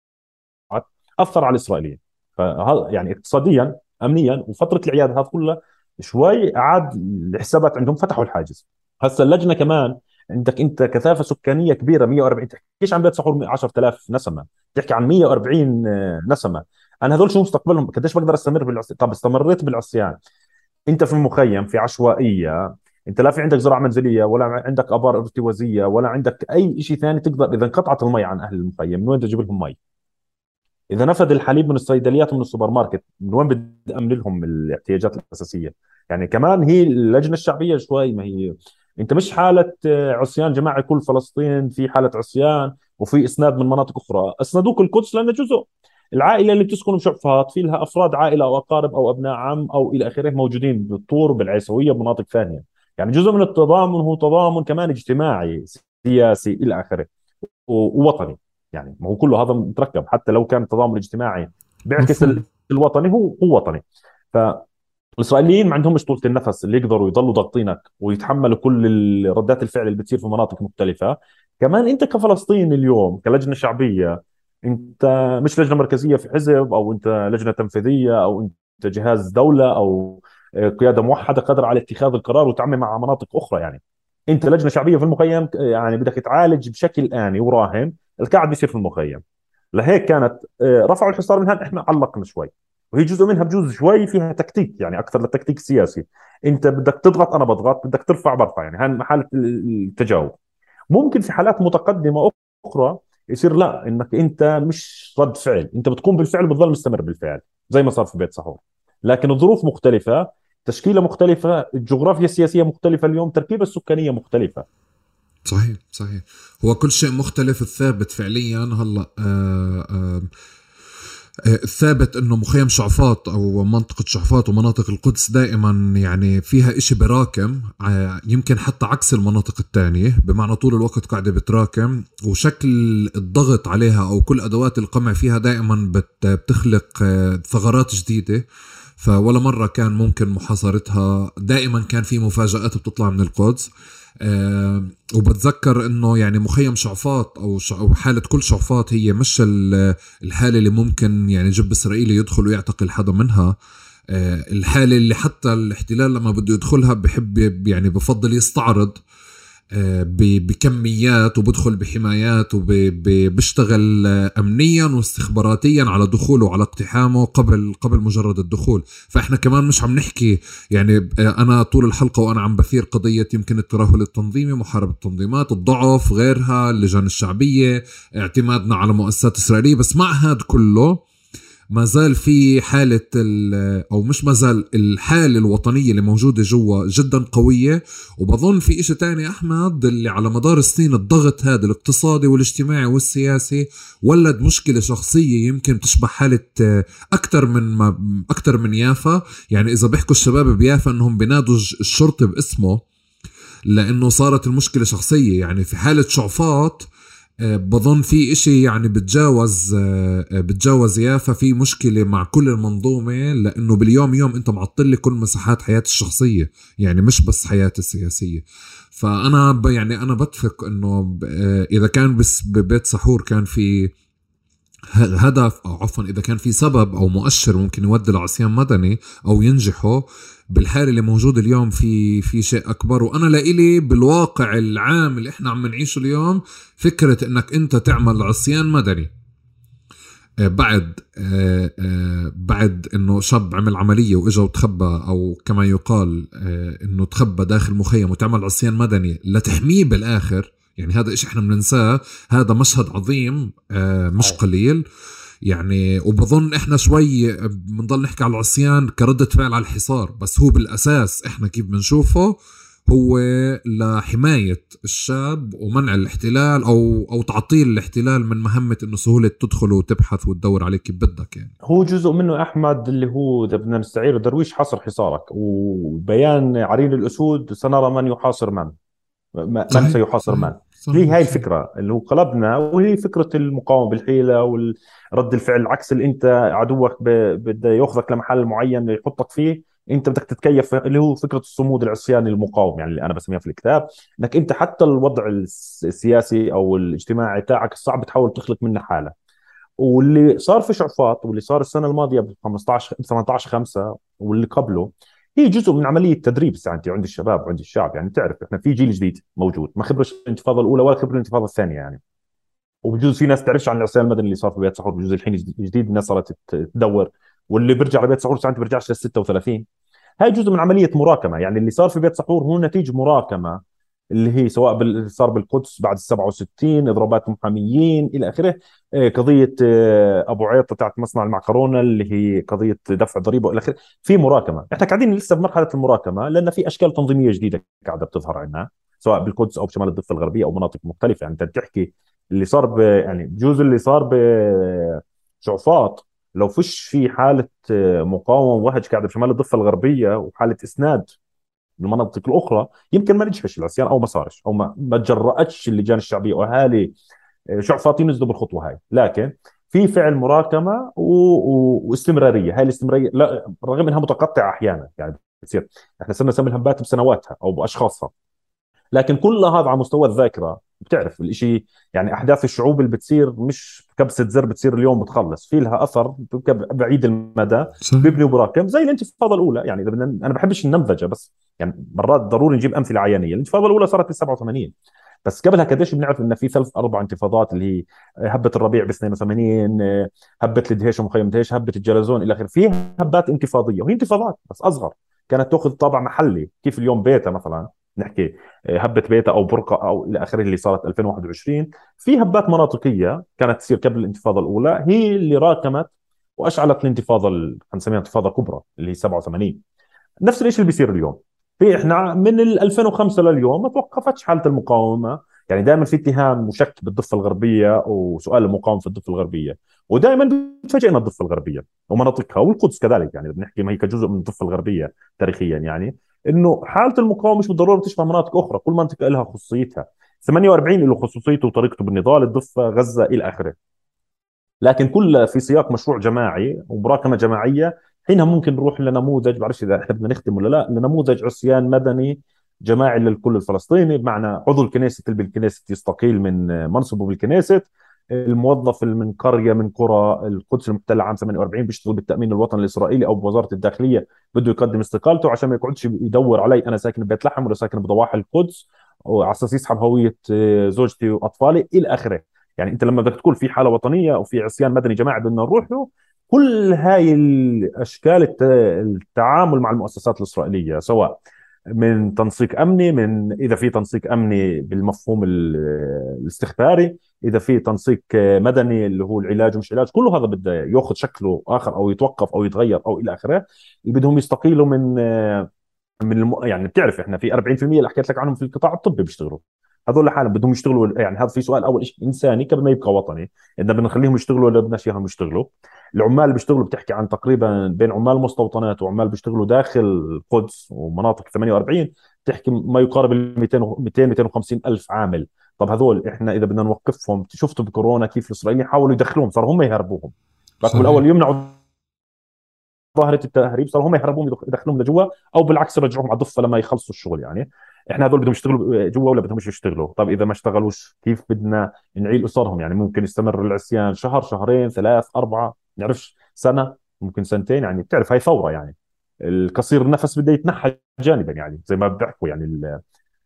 اثر على الاسرائيليين. فهذا يعني اقتصاديا امنيا وفتره العياد هذا كله شوي اعاد الحسابات عندهم، فتحوا الحاجز. هسه اللجنه كمان عندك انت كثافه سكانيه كبيره مية وأربعين، تحكيش عن بيت سحور عشرة آلاف نسمه، تحكي عن مية وأربعين نسمه. انا هذول شو مستقبلهم؟ قديش بقدر استمر بالعصيان؟ طب استمريت بالعصيان انت في مخيم في عشوائيه، انت لا في عندك زراعه منزليه ولا عندك ابار ارتوازيه ولا عندك اي شيء ثاني تقدر، اذا انقطعت المي عن اهل المخيم من وين تجيب لهم مي؟ اذا نفذ الحليب من الصيدليات ومن السوبر ماركت من وين بدي امن لهم الاحتياجات الاساسيه؟ يعني كمان هي اللجنه الشعبيه شوي، ما هي انت مش حاله آه، عصيان جماعي كل فلسطين في حاله عصيان وفي اسناد من مناطق اخرى. اسندوك القدس لانه جزء العائله اللي بتسكن بشعفاط في لها افراد عائله او اقارب او ابناء عم او الى اخره موجودين بالطور بالعيسويه بمناطق ثانيه. يعني جزء من التضامن هو تضامن كمان اجتماعي سياسي الى اخره ووطني. يعني ما هو كله هذا متركب، حتى لو كان التضامن الاجتماعي بيعكس ال- مفهوم. الوطني، هو هو وطني. فالاسرائيليين ما عندهمش طولة النفس اللي يقدروا يضلوا ضاغطينك ويتحملوا كل ال- ردات الفعل اللي بتصير في مناطق مختلفة. كمان انت كفلسطين اليوم كلجنة شعبية، انت مش لجنة مركزية في حزب او انت لجنة تنفيذية او انت جهاز دولة او آه، قيادة موحدة قادرة على اتخاذ القرار وتعمم مع مناطق اخرى. يعني انت لجنة شعبية في المخيم، يعني بدك تعالج بشكل آني وراهن القاعد بيصير في المخيم. لهيك كانت آه، رفعوا الحصار من هون، احنا علقنا شوي. وهي جزء منها بجوز شوي فيها تكتيك، يعني اكثر للتكتيك السياسي. انت بدك تضغط انا بضغط، بدك ترفع برفع، يعني هاي حاله التجاوب. ممكن في حالات متقدمه اخرى يصير لا، انك انت مش رد فعل، انت بتقوم بالفعل وبتظل مستمر بالفعل زي ما صار في بيت سحور. لكن الظروف مختلفه، تشكيله مختلفه، الجغرافيا السياسيه مختلفه، اليوم التركيبه السكانيه مختلفه. صحيح صحيح. هو كل شيء مختلف. الثابت فعليا هلا آه آه الثابت انه مخيم شعفاط او منطقة شعفاط ومناطق القدس دائما يعني فيها اشي براكم، يمكن حتى عكس المناطق الثانية، بمعنى طول الوقت قاعدة بتراكم، وشكل الضغط عليها او كل ادوات القمع فيها دائما بتخلق ثغرات جديدة. فولا مرة كان ممكن محاصرتها، دائما كان في مفاجآت بتطلع من القدس. أه وبتذكر انه يعني مخيم شعفاط او او حاله كل شعفاط هي مش الحاله اللي ممكن يعني جب اسرائيلي يدخل ويعتقل حدا منها. أه الحاله اللي حتى الاحتلال لما بده يدخلها بحب يعني بفضل يستعرض أه بكميات، وبدخل بحمايات، وبيشتغل امنيا واستخباراتيا على دخوله وعلى اقتحامه قبل قبل مجرد الدخول. فاحنا كمان مش عم نحكي يعني انا طول الحلقه وانا عم بثير قضيه يمكن الترهل التنظيمي، محاربه التنظيمات، الضعف، غيرها، اللجان الشعبيه، اعتمادنا على مؤسسات اسرائيليه. بس مع هذا كله ما زال في حالة أو مش ما زال الحالة الوطنية اللي موجودة جوا جدا قوية. وبظن في إشي تاني أحمد، اللي على مدار السنين الضغط هذا الاقتصادي والاجتماعي والسياسي ولد مشكلة شخصية يمكن تشبه حالة أكتر من ما أكتر من يافا. يعني إذا بيحكوا الشباب بيافا أنهم بينادوا الشرطة باسمه لأنه صارت المشكلة شخصية. يعني في حالة شعفاط بظن في اشي يعني بتجاوز بتجاوز يافا، في مشكلة مع كل المنظومة، لانه باليوم يوم انت معطل كل مساحات حياتي الشخصية، يعني مش بس حياتي السياسية. فانا يعني انا بتفق انه اذا كان بس ببيت سحور كان في هدف او عفوا اذا كان في سبب او مؤشر ممكن يودي لعصيان مدني او ينجحوا، بالحالة اللي موجود اليوم في في شيء أكبر. وأنا لإلي بالواقع العام اللي إحنا عم نعيشه اليوم، فكرة إنك أنت تعمل عصيان مدني آه بعد آه آه بعد إنه شاب عمل عملية وإجا وتخبى، أو كما يقال آه إنه تخبى داخل مخيم، وتعمل عصيان مدني لتحميه بالآخر. يعني هذا إشي إحنا بننساه، هذا مشهد عظيم آه مش قليل يعني. وبظن احنا شوي بنضل نحكي على العصيان كردة فعل على الحصار، بس هو بالاساس احنا كيف بنشوفه هو لحماية الشاب ومنع الاحتلال او او تعطيل الاحتلال من مهمة انه سهولة تدخل وتبحث وتدور عليك كيف بدك. يعني هو جزء منه احمد، اللي هو اذا بدنا نستعير درويش حصر حصارك، وبيان عرين الاسود سنرى من يحاصر من، من صحيح سيحاصر صحيح من. هي صحيح هاي صحيح. الفكرة اللي هو قلبنا، وهي فكرة المقاومة بالحيلة ورد الفعل العكس. اللي انت عدوك ب- بده ياخذك لمحل معين يحطك فيه، انت بدك تتكيف، اللي هو فكرة الصمود العصياني المقاوم، يعني اللي انا بسميها في الكتاب. انك انت حتى الوضع الس- السياسي او الاجتماعي تاعك الصعب تحاول تخلق منه حالة. واللي صار في شعفاط، واللي صار السنة الماضية ب خمستاشر ثمانية عشر خمسة، واللي قبله، هي جزء من عمليه تدريب ساعتي عند الشباب وعند الشعب. يعني تعرف احنا في جيل جديد موجود ما خبرش الانتفاضه الاولى ولا خبر الانتفاضه الثانيه يعني. وبجوز في ناس تعرفش عن العصيان المدني اللي صار في بيت سحور، بجوز الحين جديد الناس صارت تدور. واللي بيرجع لبيت سحور ساعات بيرجعش لل ستة وثلاثين. هاي جزء من عمليه مراكمه، يعني اللي صار في بيت سحور هو نتيجه مراكمه، اللي هي سواء بال- صار بالقدس بعد ال سبعة وستين، اضرابات محاميين الى اخره. آه، قضيه آه، ابو عيطه تاعت مصنع المعكرونه، اللي هي قضيه دفع ضريبه الى اخره. في مراكمه، احنا قاعدين لسه بمرحله المراكمه، لان في اشكال تنظيميه جديده قاعده بتظهر عندنا، سواء بالقدس او بشمال الضفه الغربيه او مناطق مختلفه. يعني انت بتحكي اللي صار ب... يعني بجوز اللي صار بشعفاط لو فيش في حاله آه، مقاومه ووهج قاعده بشمال الضفه الغربيه وحاله اسناد المناطق الاخرى، يمكن ما نجحش العصيان، او ما صارش، او ما ما تجرأتش اللجان الشعبيه واهالي شعفاطين ينزلوا بالخطوه هاي. لكن في فعل مراكمه و... و... واستمراريه. هاي الاستمراريه لا، رغم انها متقطعه احيانا يعني بتصير، احنا صرنا نسمي الهبات بسنواتها او باشخاصها، لكن كل هذا على مستوى الذاكره. بتعرف الاشي، يعني احداث الشعوب اللي بتصير مش كبسه زر بتصير اليوم بتخلص، في لها اثر بعيد المدى، صحيح. بيبني وبراكم. زي الانتفاضه الاولى، يعني اذا بدنا، انا بحبش النمذجه، بس يعني مرات ضروري نجيب امثله عيانيه. الانتفاضه الاولى صارت في سبعة وثمانين، بس قبلها قديش بنعرف ان في ثلاث اربع انتفاضات اللي هي هبه الربيع ب اثنين وثمانين، هبه الدهيش ومخيم دهيش، هبه الجلزون الى اخره. في هبات انتفاضيه وهي انتفاضات بس اصغر، كانت تاخذ طابع محلي. كيف اليوم بيتا مثلا نحكي هبه بيتا او برقه او الى اخره اللي صارت ألفين وواحد وعشرين، في هبات مناطقيه كانت تصير قبل الانتفاضه الاولى هي اللي راكمت واشعلت الانتفاضه ال- نسميها انتفاضه كبرى اللي هي سبعة وثمانين. نفس الشيء اللي بيصير اليوم. في احنا من ال ألفين وخمسة لليوم ما توقفتش حاله المقاومه. يعني دائما في اتهام وشك بالضفه الغربيه وسؤال المقاومه في الضفه الغربيه، ودائما بتفاجئنا الضفه الغربيه ومناطقها والقدس كذلك. يعني بنحكي ما هي كجزء من الضفه الغربيه تاريخيا، يعني انه حاله المقاومه مش بالضروره تشبه مناطق اخرى، كل منطقه لها خصوصيتها. ثمانية وأربعين له خصوصيته وطريقته بالنضال، الضفه غزه الى اخره. لكن كل في سياق مشروع جماعي ومراكمه جماعيه. حينها ممكن نروح لنموذج، بعرفش اذا احنا بدنا نختم ولا لا، لنموذج عصيان مدني جماعي للكل الفلسطيني، بمعنى عضو الكنيسة اللي بالكنيسة يستقيل من منصبه بالكنيسة، الموظف اللي من قرية من قرى القدس المحتلة عام ثمانية وأربعين بيشتغل بالتأمين الوطني الإسرائيلي أو بوزارة الداخلية، بده يقدم استقالته عشان ما يقعدش يدور علي أنا ساكن ببيت لحم ولا ساكن بضواحي القدس، وعلى أساس يسحب هوية آه، زوجتي وأطفالي إلى آخره. يعني أنت لما بدك تقول في حالة وطنية وفي عصيان مدني جماعي بدنا نروح له، كل هاي الأشكال الت- التعامل مع المؤسسات الإسرائيلية، سواء من تنسيق امني، من اذا في تنسيق امني بالمفهوم ال- الاستخباري، اذا في تنسيق مدني اللي هو العلاج ومش علاج، كله هذا بده ياخذ شكله اخر او يتوقف او يتغير او الى اخره. اللي بدهم يستقيلوا من من الم... يعني بتعرف احنا في أربعين بالمئة اللي حكيت لك عنهم في القطاع الطبي بيشتغلوا، هذول لحالهم بدهم يشتغلوا. يعني هذا في سؤال اول شيء انساني قبل ما يبقى وطني، اذا بدنا نخليهم يشتغلوا ولا بدناش اياهم يشتغلوا. العمال اللي بيشتغلوا بتحكي عن تقريبا بين عمال مستوطنات وعمال بيشتغلوا داخل القدس ومناطق ثمانية وأربعين بتحكي ما يقارب ال مئتين مئتين مئتين وخمسين الف عامل. طب هذول احنا اذا بدنا نوقفهم، شفتوا بكورونا كيف الاسرائيليين حاولوا يدخلوهم، صاروا هم يهربوهم. كانوا صحيح. بالاول يمنعوا ظاهره التهريب، صاروا هم يهربوهم يدخلوهم لجوا، او بالعكس يرجعوهم على الضفه لما يخلصوا الشغل. يعني احنا هذول بدهم يشتغلوا جوا ولا بدهم مش يشتغلوا؟ طب اذا ما اشتغلوش كيف بدنا نعيل اسرهم؟ يعني ممكن يستمر العصيان شهر شهرين ثلاث اربعه، نعرفش سنه، ممكن سنتين. يعني بتعرف هاي ثوره، يعني القصير النفس بده يتنحى جانبا، يعني زي ما بيحكوا يعني ال...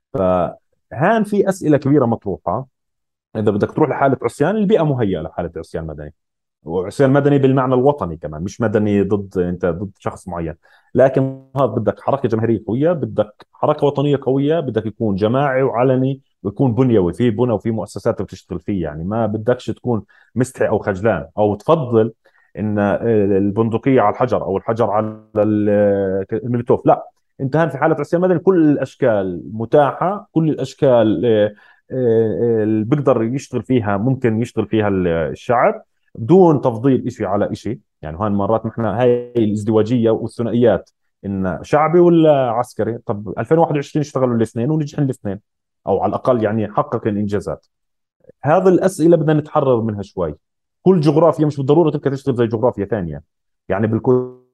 فهان في اسئله كبيره مطروحه. اذا بدك تروح لحاله عصيان، البيئه مهيئه لحاله عصيان مدني، وعصيان مدني بالمعنى الوطني كمان، مش مدني ضد انت ضد شخص معين. لكن هذا بدك حركه جماهيريه قويه، بدك حركه وطنيه قويه، بدك يكون جماعي وعلني ويكون بنيوي، في بنى وفي مؤسسات بتشتغل فيه. يعني ما بدكش تكون مستحي او خجلان او تفضل ان البندقيه على الحجر او الحجر على الملتوف. لا، انت هان في حاله عصيان مدني كل الاشكال متاحه، كل الاشكال آه، آه، اللي بيقدر يشتغل فيها ممكن يشتغل فيها الشعب بدون تفضيل شيء على شيء. يعني هون مرات نحن هاي الازدواجيه والثنائيات، ان شعبي ولا عسكري. طب ألفين وواحد وعشرين اشتغلوا الاثنين ونجحوا الاثنين، او على الاقل يعني حقق الانجازات. هذه الاسئله بدنا نتحرر منها شوي. كل جغرافيا مش بالضروره تبقى تشتغل زي جغرافيا ثانيه. يعني بالقدس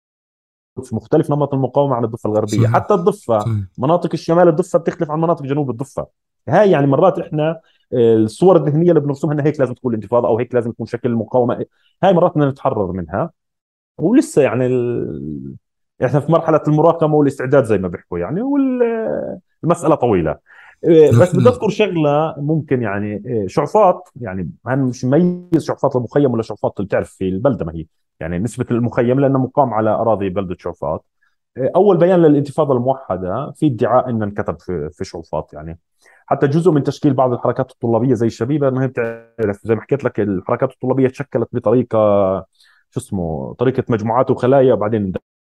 مختلف نمط المقاومه عن الضفه الغربيه، صحيح. حتى الضفه صحيح. مناطق الشمال الضفه بتختلف عن مناطق جنوب الضفه. هاي يعني مرات احنا آه، الصور الذهنيه اللي بنرسمها انها هيك لازم تكون الانتفاضه او هيك لازم يكون شكل المقاومه، هاي مرات بدنا نتحرر منها. ولسه يعني ال... احنا في مرحله المراقبه والاستعداد زي ما بيحكوا يعني، والمساله طويله. إيه، بس بدي نحن اذكر شغله ممكن يعني إيه، شعفاط، يعني انا مش مميز شعفاط المخيم ولا شعفاط اللي بتعرف في البلده، ما هي يعني نسبه المخيم لانه مقام على اراضي بلده شعفاط. إيه، اول بيان للانتفاضه الموحده في ادعاء انه انكتب في في شعفاط. يعني حتى جزء من تشكيل بعض الحركات الطلابيه زي الشبيبه، ما هي بتعرف زي ما حكيت لك الحركات الطلابيه تشكلت بطريقه شو اسمه طريقه مجموعات وخلايا وبعدين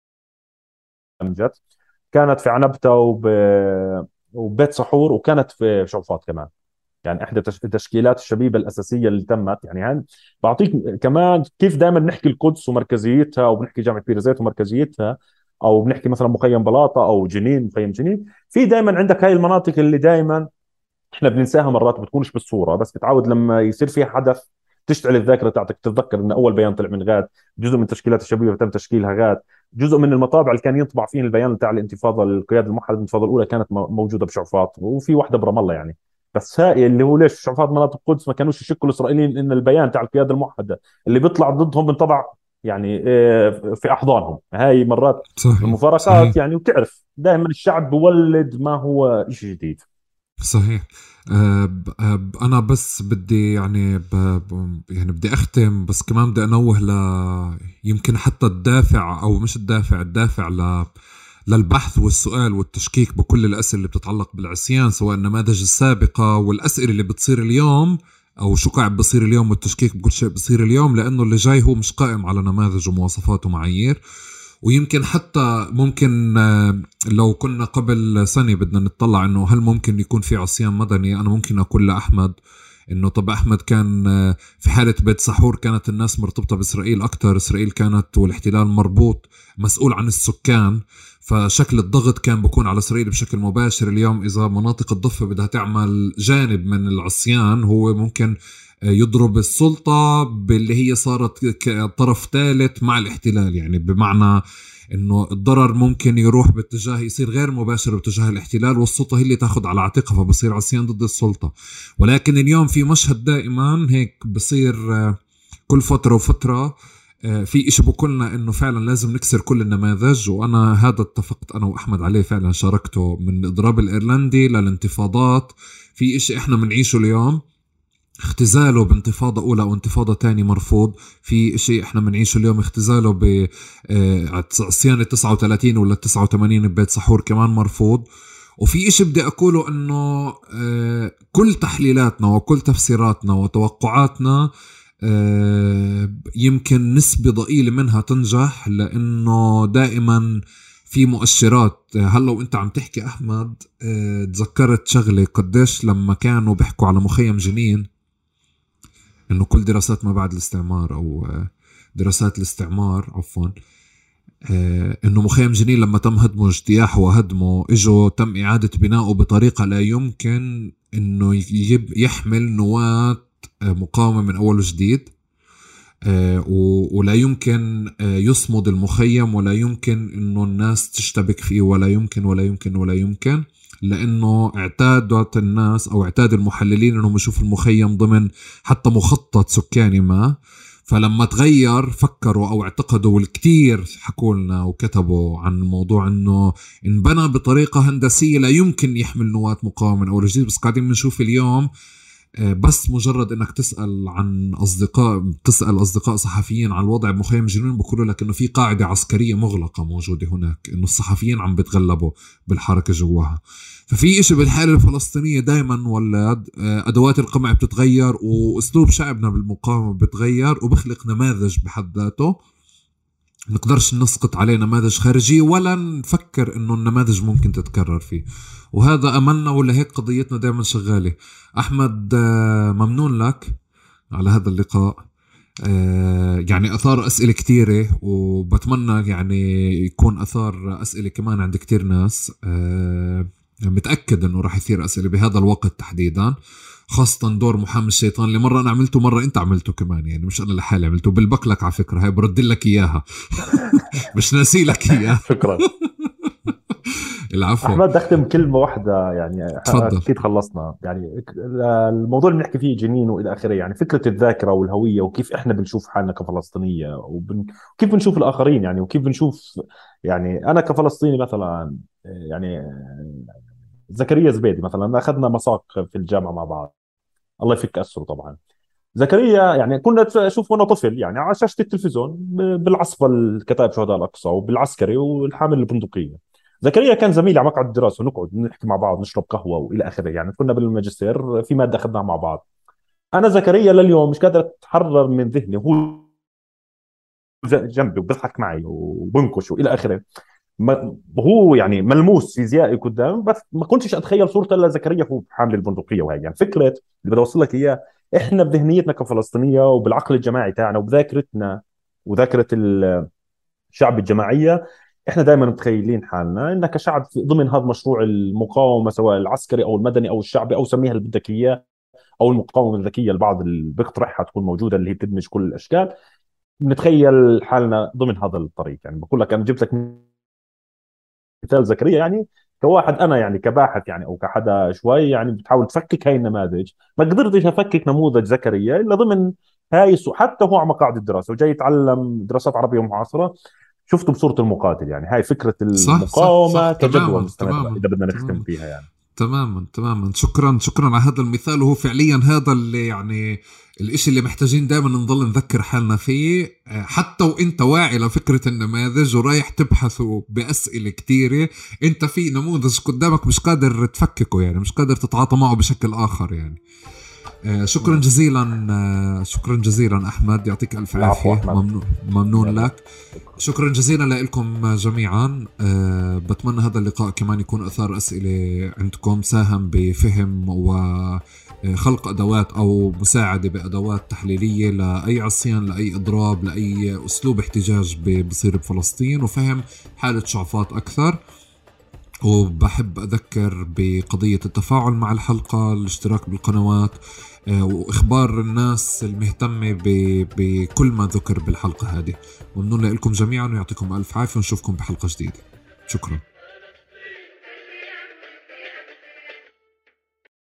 اندمجت. كانت في عنبتة وب... وبيت سحور، وكانت في شعفاط كمان. يعني احدى تش- تشكيلات الشبيبه الاساسيه اللي تمت. يعني هن بعطيك كمان كيف دائما بنحكي القدس ومركزيتها، او بنحكي جامعه بير زيت ومركزيتها، او بنحكي مثلا مخيم بلاطه او جنين مخيم جنين. في دائما عندك هاي المناطق اللي دائما احنا بننساها مرات، بتكونش بالصوره بس بتعود لما يصير فيها حدث تشتعل الذاكره تاعتك، تتذكر ان اول بيان طلع من غاد، جزء من تشكيلات الشبيبه تم تشكيلها غاد، جزء من المطابع اللي كان ينطبع فيه البيان بتاع الانتفاضه القياده الموحده الانتفاضه الاولى كانت م- موجوده بشعفاط، وفي واحده برام الله. يعني بس هاي اللي هو ليش شعفاط مناطق القدس ما كانوش يشكوا الاسرائيليين ان البيان تاع القياده الموحده اللي بيطلع ضدهم بنطبع يعني آه، في احضانهم. هاي مرات صحيح. المفارقات صحيح. يعني. وتعرف دائما الشعب بولد ما هو شيء جديد. صحيح. أه ب- أه ب- أنا بس بدي يعني ب ب- يعني بدي أختم، بس كمان بدي أنوه ل يمكن حتى الدافع، أو مش الدافع الدافع ل للبحث والسؤال والتشكيك بكل الأسئلة اللي بتتعلق بالعصيان، سواء النماذج السابقة والأسئلة اللي بتصير اليوم، أو شو قاعد بصير اليوم، والتشكيك بكل شيء بصير اليوم، لأنه اللي جاي هو مش قائم على نماذج ومواصفات ومعايير. ويمكن حتى ممكن آه، لو كنا قبل سنة بدنا نتطلع انه هل ممكن يكون في عصيان مدني، انا ممكن اقول لاحمد انه طب احمد كان آه، في حالة بيت سحور كانت الناس مرتبطة باسرائيل اكتر، اسرائيل كانت والاحتلال مربوط مسؤول عن السكان، فشكل الضغط كان بكون على اسرائيل بشكل مباشر. اليوم اذا مناطق الضفة بدها تعمل جانب من العصيان، هو ممكن يضرب السلطة باللي هي صارت كطرف ثالث مع الاحتلال، يعني بمعنى انه الضرر ممكن يروح باتجاه يصير غير مباشر باتجاه الاحتلال، والسلطة هي اللي تاخذ على عاتقها، فبصير عصيان ضد السلطة. ولكن اليوم في مشهد دائما هيك بصير آه، كل فترة وفترة آه، في إشي بقولنا إنه فعلا لازم نكسر كل النماذج، وأنا هذا اتفقت أنا وأحمد عليه، فعلا شاركته من الإضراب الإيرلندي للانتفاضات. في إشي إحنا منعيشه اليوم اختزاله بانتفاضة أولى أو انتفاضة تاني مرفوض، في شيء إحنا منعيشه اليوم اختزاله بعصيان تسعة وثلاثين ولا تسعة وثمانين ببيت سحور كمان مرفوض. وفي إشي بدي أقوله إنه آه، كل تحليلاتنا وكل تفسيراتنا وتوقعاتنا آه، يمكن نسبة ضئيلة منها تنجح، لأنه دائما في مؤشرات. هل لو انت عم تحكي احمد اه تذكرت شغلة قديش لما كانوا بيحكوا على مخيم جنين، انه كل دراسات ما بعد الاستعمار، او اه دراسات الاستعمار عفوا، اه انه مخيم جنين لما تم هدمه اجتياحه وهدمه، اجوا تم اعادة بنائه بطريقة لا يمكن انه يجيب يحمل نواة مقاومة من اول وجديد. آه ولا يمكن آه يصمد المخيم، ولا يمكن انه الناس تشتبك فيه، ولا يمكن ولا يمكن ولا يمكن، لانه اعتادت الناس او اعتاد المحللين انهم يشوفوا المخيم ضمن حتى مخطط سكاني ما. فلما تغير فكروا او اعتقدوا، والكتير حكوا لنا وكتبوا عن الموضوع انه انبنى بطريقة هندسية لا يمكن يحمل نواة مقاومة من اول جديد. بس قاعدين بنشوف اليوم بس مجرد انك تسأل عن اصدقاء تسأل اصدقاء صحفيين عن الوضع بمخيم جنين، بيقولوا لك انه في قاعدة عسكرية مغلقة موجودة هناك، انه الصحفيين عم بتغلبوا بالحركة جواها. ففي اشي بالحالة الفلسطينية دايما ولد ادوات القمع بتتغير، واسلوب شعبنا بالمقاومة بتغير، وبخلق نماذج بحد ذاته. نقدرش نسقط عليه نماذج خارجية، ولا نفكر انه النماذج ممكن تتكرر فيه. وهذا املنا، ولا هيك قضيتنا دائما شغالة. احمد ممنون لك على هذا اللقاء، يعني اثار اسئلة كتيرة، وبتمنى يعني يكون اثار اسئلة كمان عند كتير ناس. متأكد انه راح يثير اسئلة بهذا الوقت تحديدا، خاصة دور محامي الشيطان اللي مرة أنا عملته مرة أنت عملته كمان، يعني مش أنا لحالي عملته بالبكلك على فكرة، هاي برد لك إياها مش ناسي لك إياها. شكرا. العفو. أحمد أختم كلمة واحدة، يعني تفضل. أكيد خلصنا. يعني الموضوع اللي بنحكي فيه جنين وإلى آخره، يعني فكرة الذاكرة والهوية، وكيف إحنا بنشوف حالنا كفلسطينية، وبن... وكيف بنشوف الآخرين، يعني وكيف بنشوف. يعني أنا كفلسطيني مثلا، يعني زكريا زبيدي مثلا أخذنا مساق في الجامعة مع بعض، الله يفك أسره طبعا. زكريا يعني كنا اشوف وانا طفل يعني على شاشه التلفزيون بالعصفه الكتائب شهداء الاقصى وبالعسكري والحامل البندقيه. زكريا كان زميلي على مقعد الدراسه، ونقعد نحكي مع بعض نشرب قهوه والى اخره، يعني كنا بالماجستير في ماده اخذناها مع بعض. انا زكريا لليوم مش قادر اتحرر من ذهني، هو جنبي وبيضحك معي وبنكش والى اخره. ما هو يعني ملموس فيزيائي قدام، بس ما كنتش اتخيل صورته الا زكريا هو حامل البندقيه. وهي يعني فكره اللي بدي اوصل لك اياه. احنا بذهنيتنا كفلسطينيه وبالعقل الجماعي تاعنا وبذاكرتنا وذاكره الشعب الجماعيه، احنا دائما متخيلين حالنا ان كشعب في ضمن هذا مشروع المقاومه، سواء العسكري او المدني او الشعبي او سميها اللي بدك اياه، او المقاومه الذكيه البعض اللي بيقترحها تكون موجوده، اللي هي بتدمج كل الاشكال. بنتخيل حالنا ضمن هذا الطريق. يعني بقول لك انا جبت لك مثال زكريا، يعني كواحد انا يعني كباحث يعني او كحدا شوي يعني بتحاول تفكك هاي النماذج، ما قدرتش افكك نموذج زكريا الا ضمن هاي السو. حتى هو على مقاعد الدراسه وجاي يتعلم دراسات عربيه معاصره، شفته بصوره المقاتل. يعني هاي فكره صح صح المقاومه صح كجدوى تماما مستمره تماما اذا بدنا نختم تماما فيها يعني. تماما تماما. شكرا شكرا على هذا المثال، وهو فعليا هذا اللي يعني الاشي اللي محتاجين دائما نضل نذكر حالنا فيه، حتى وانت واعي لفكرة النماذج ورايح تبحثوا بأسئلة كتيرة، انت في نموذج قدامك مش قادر تفككه، يعني مش قادر تتعاطى معه بشكل آخر يعني. شكرا جزيلا شكرا جزيلا أحمد، يعطيك ألف عافية. ممنون, ممنون لك. شكرا جزيلا لكم جميعا. بتمنى هذا اللقاء كمان يكون أثار أسئلة عندكم، ساهم بفهم وخلق أدوات أو مساعدة بأدوات تحليلية لأي عصيان، لأي إضراب، لأي أسلوب احتجاج بصير بفلسطين، وفهم حالة شعفات أكثر. وبحب أذكر بقضية التفاعل مع الحلقة، الاشتراك بالقنوات، وإخبار الناس المهتمة بكل ما ذكر بالحلقة هذه. ممنون لكم جميعا ويعطيكم ألف عافية، ونشوفكم بحلقة جديدة. شكرا.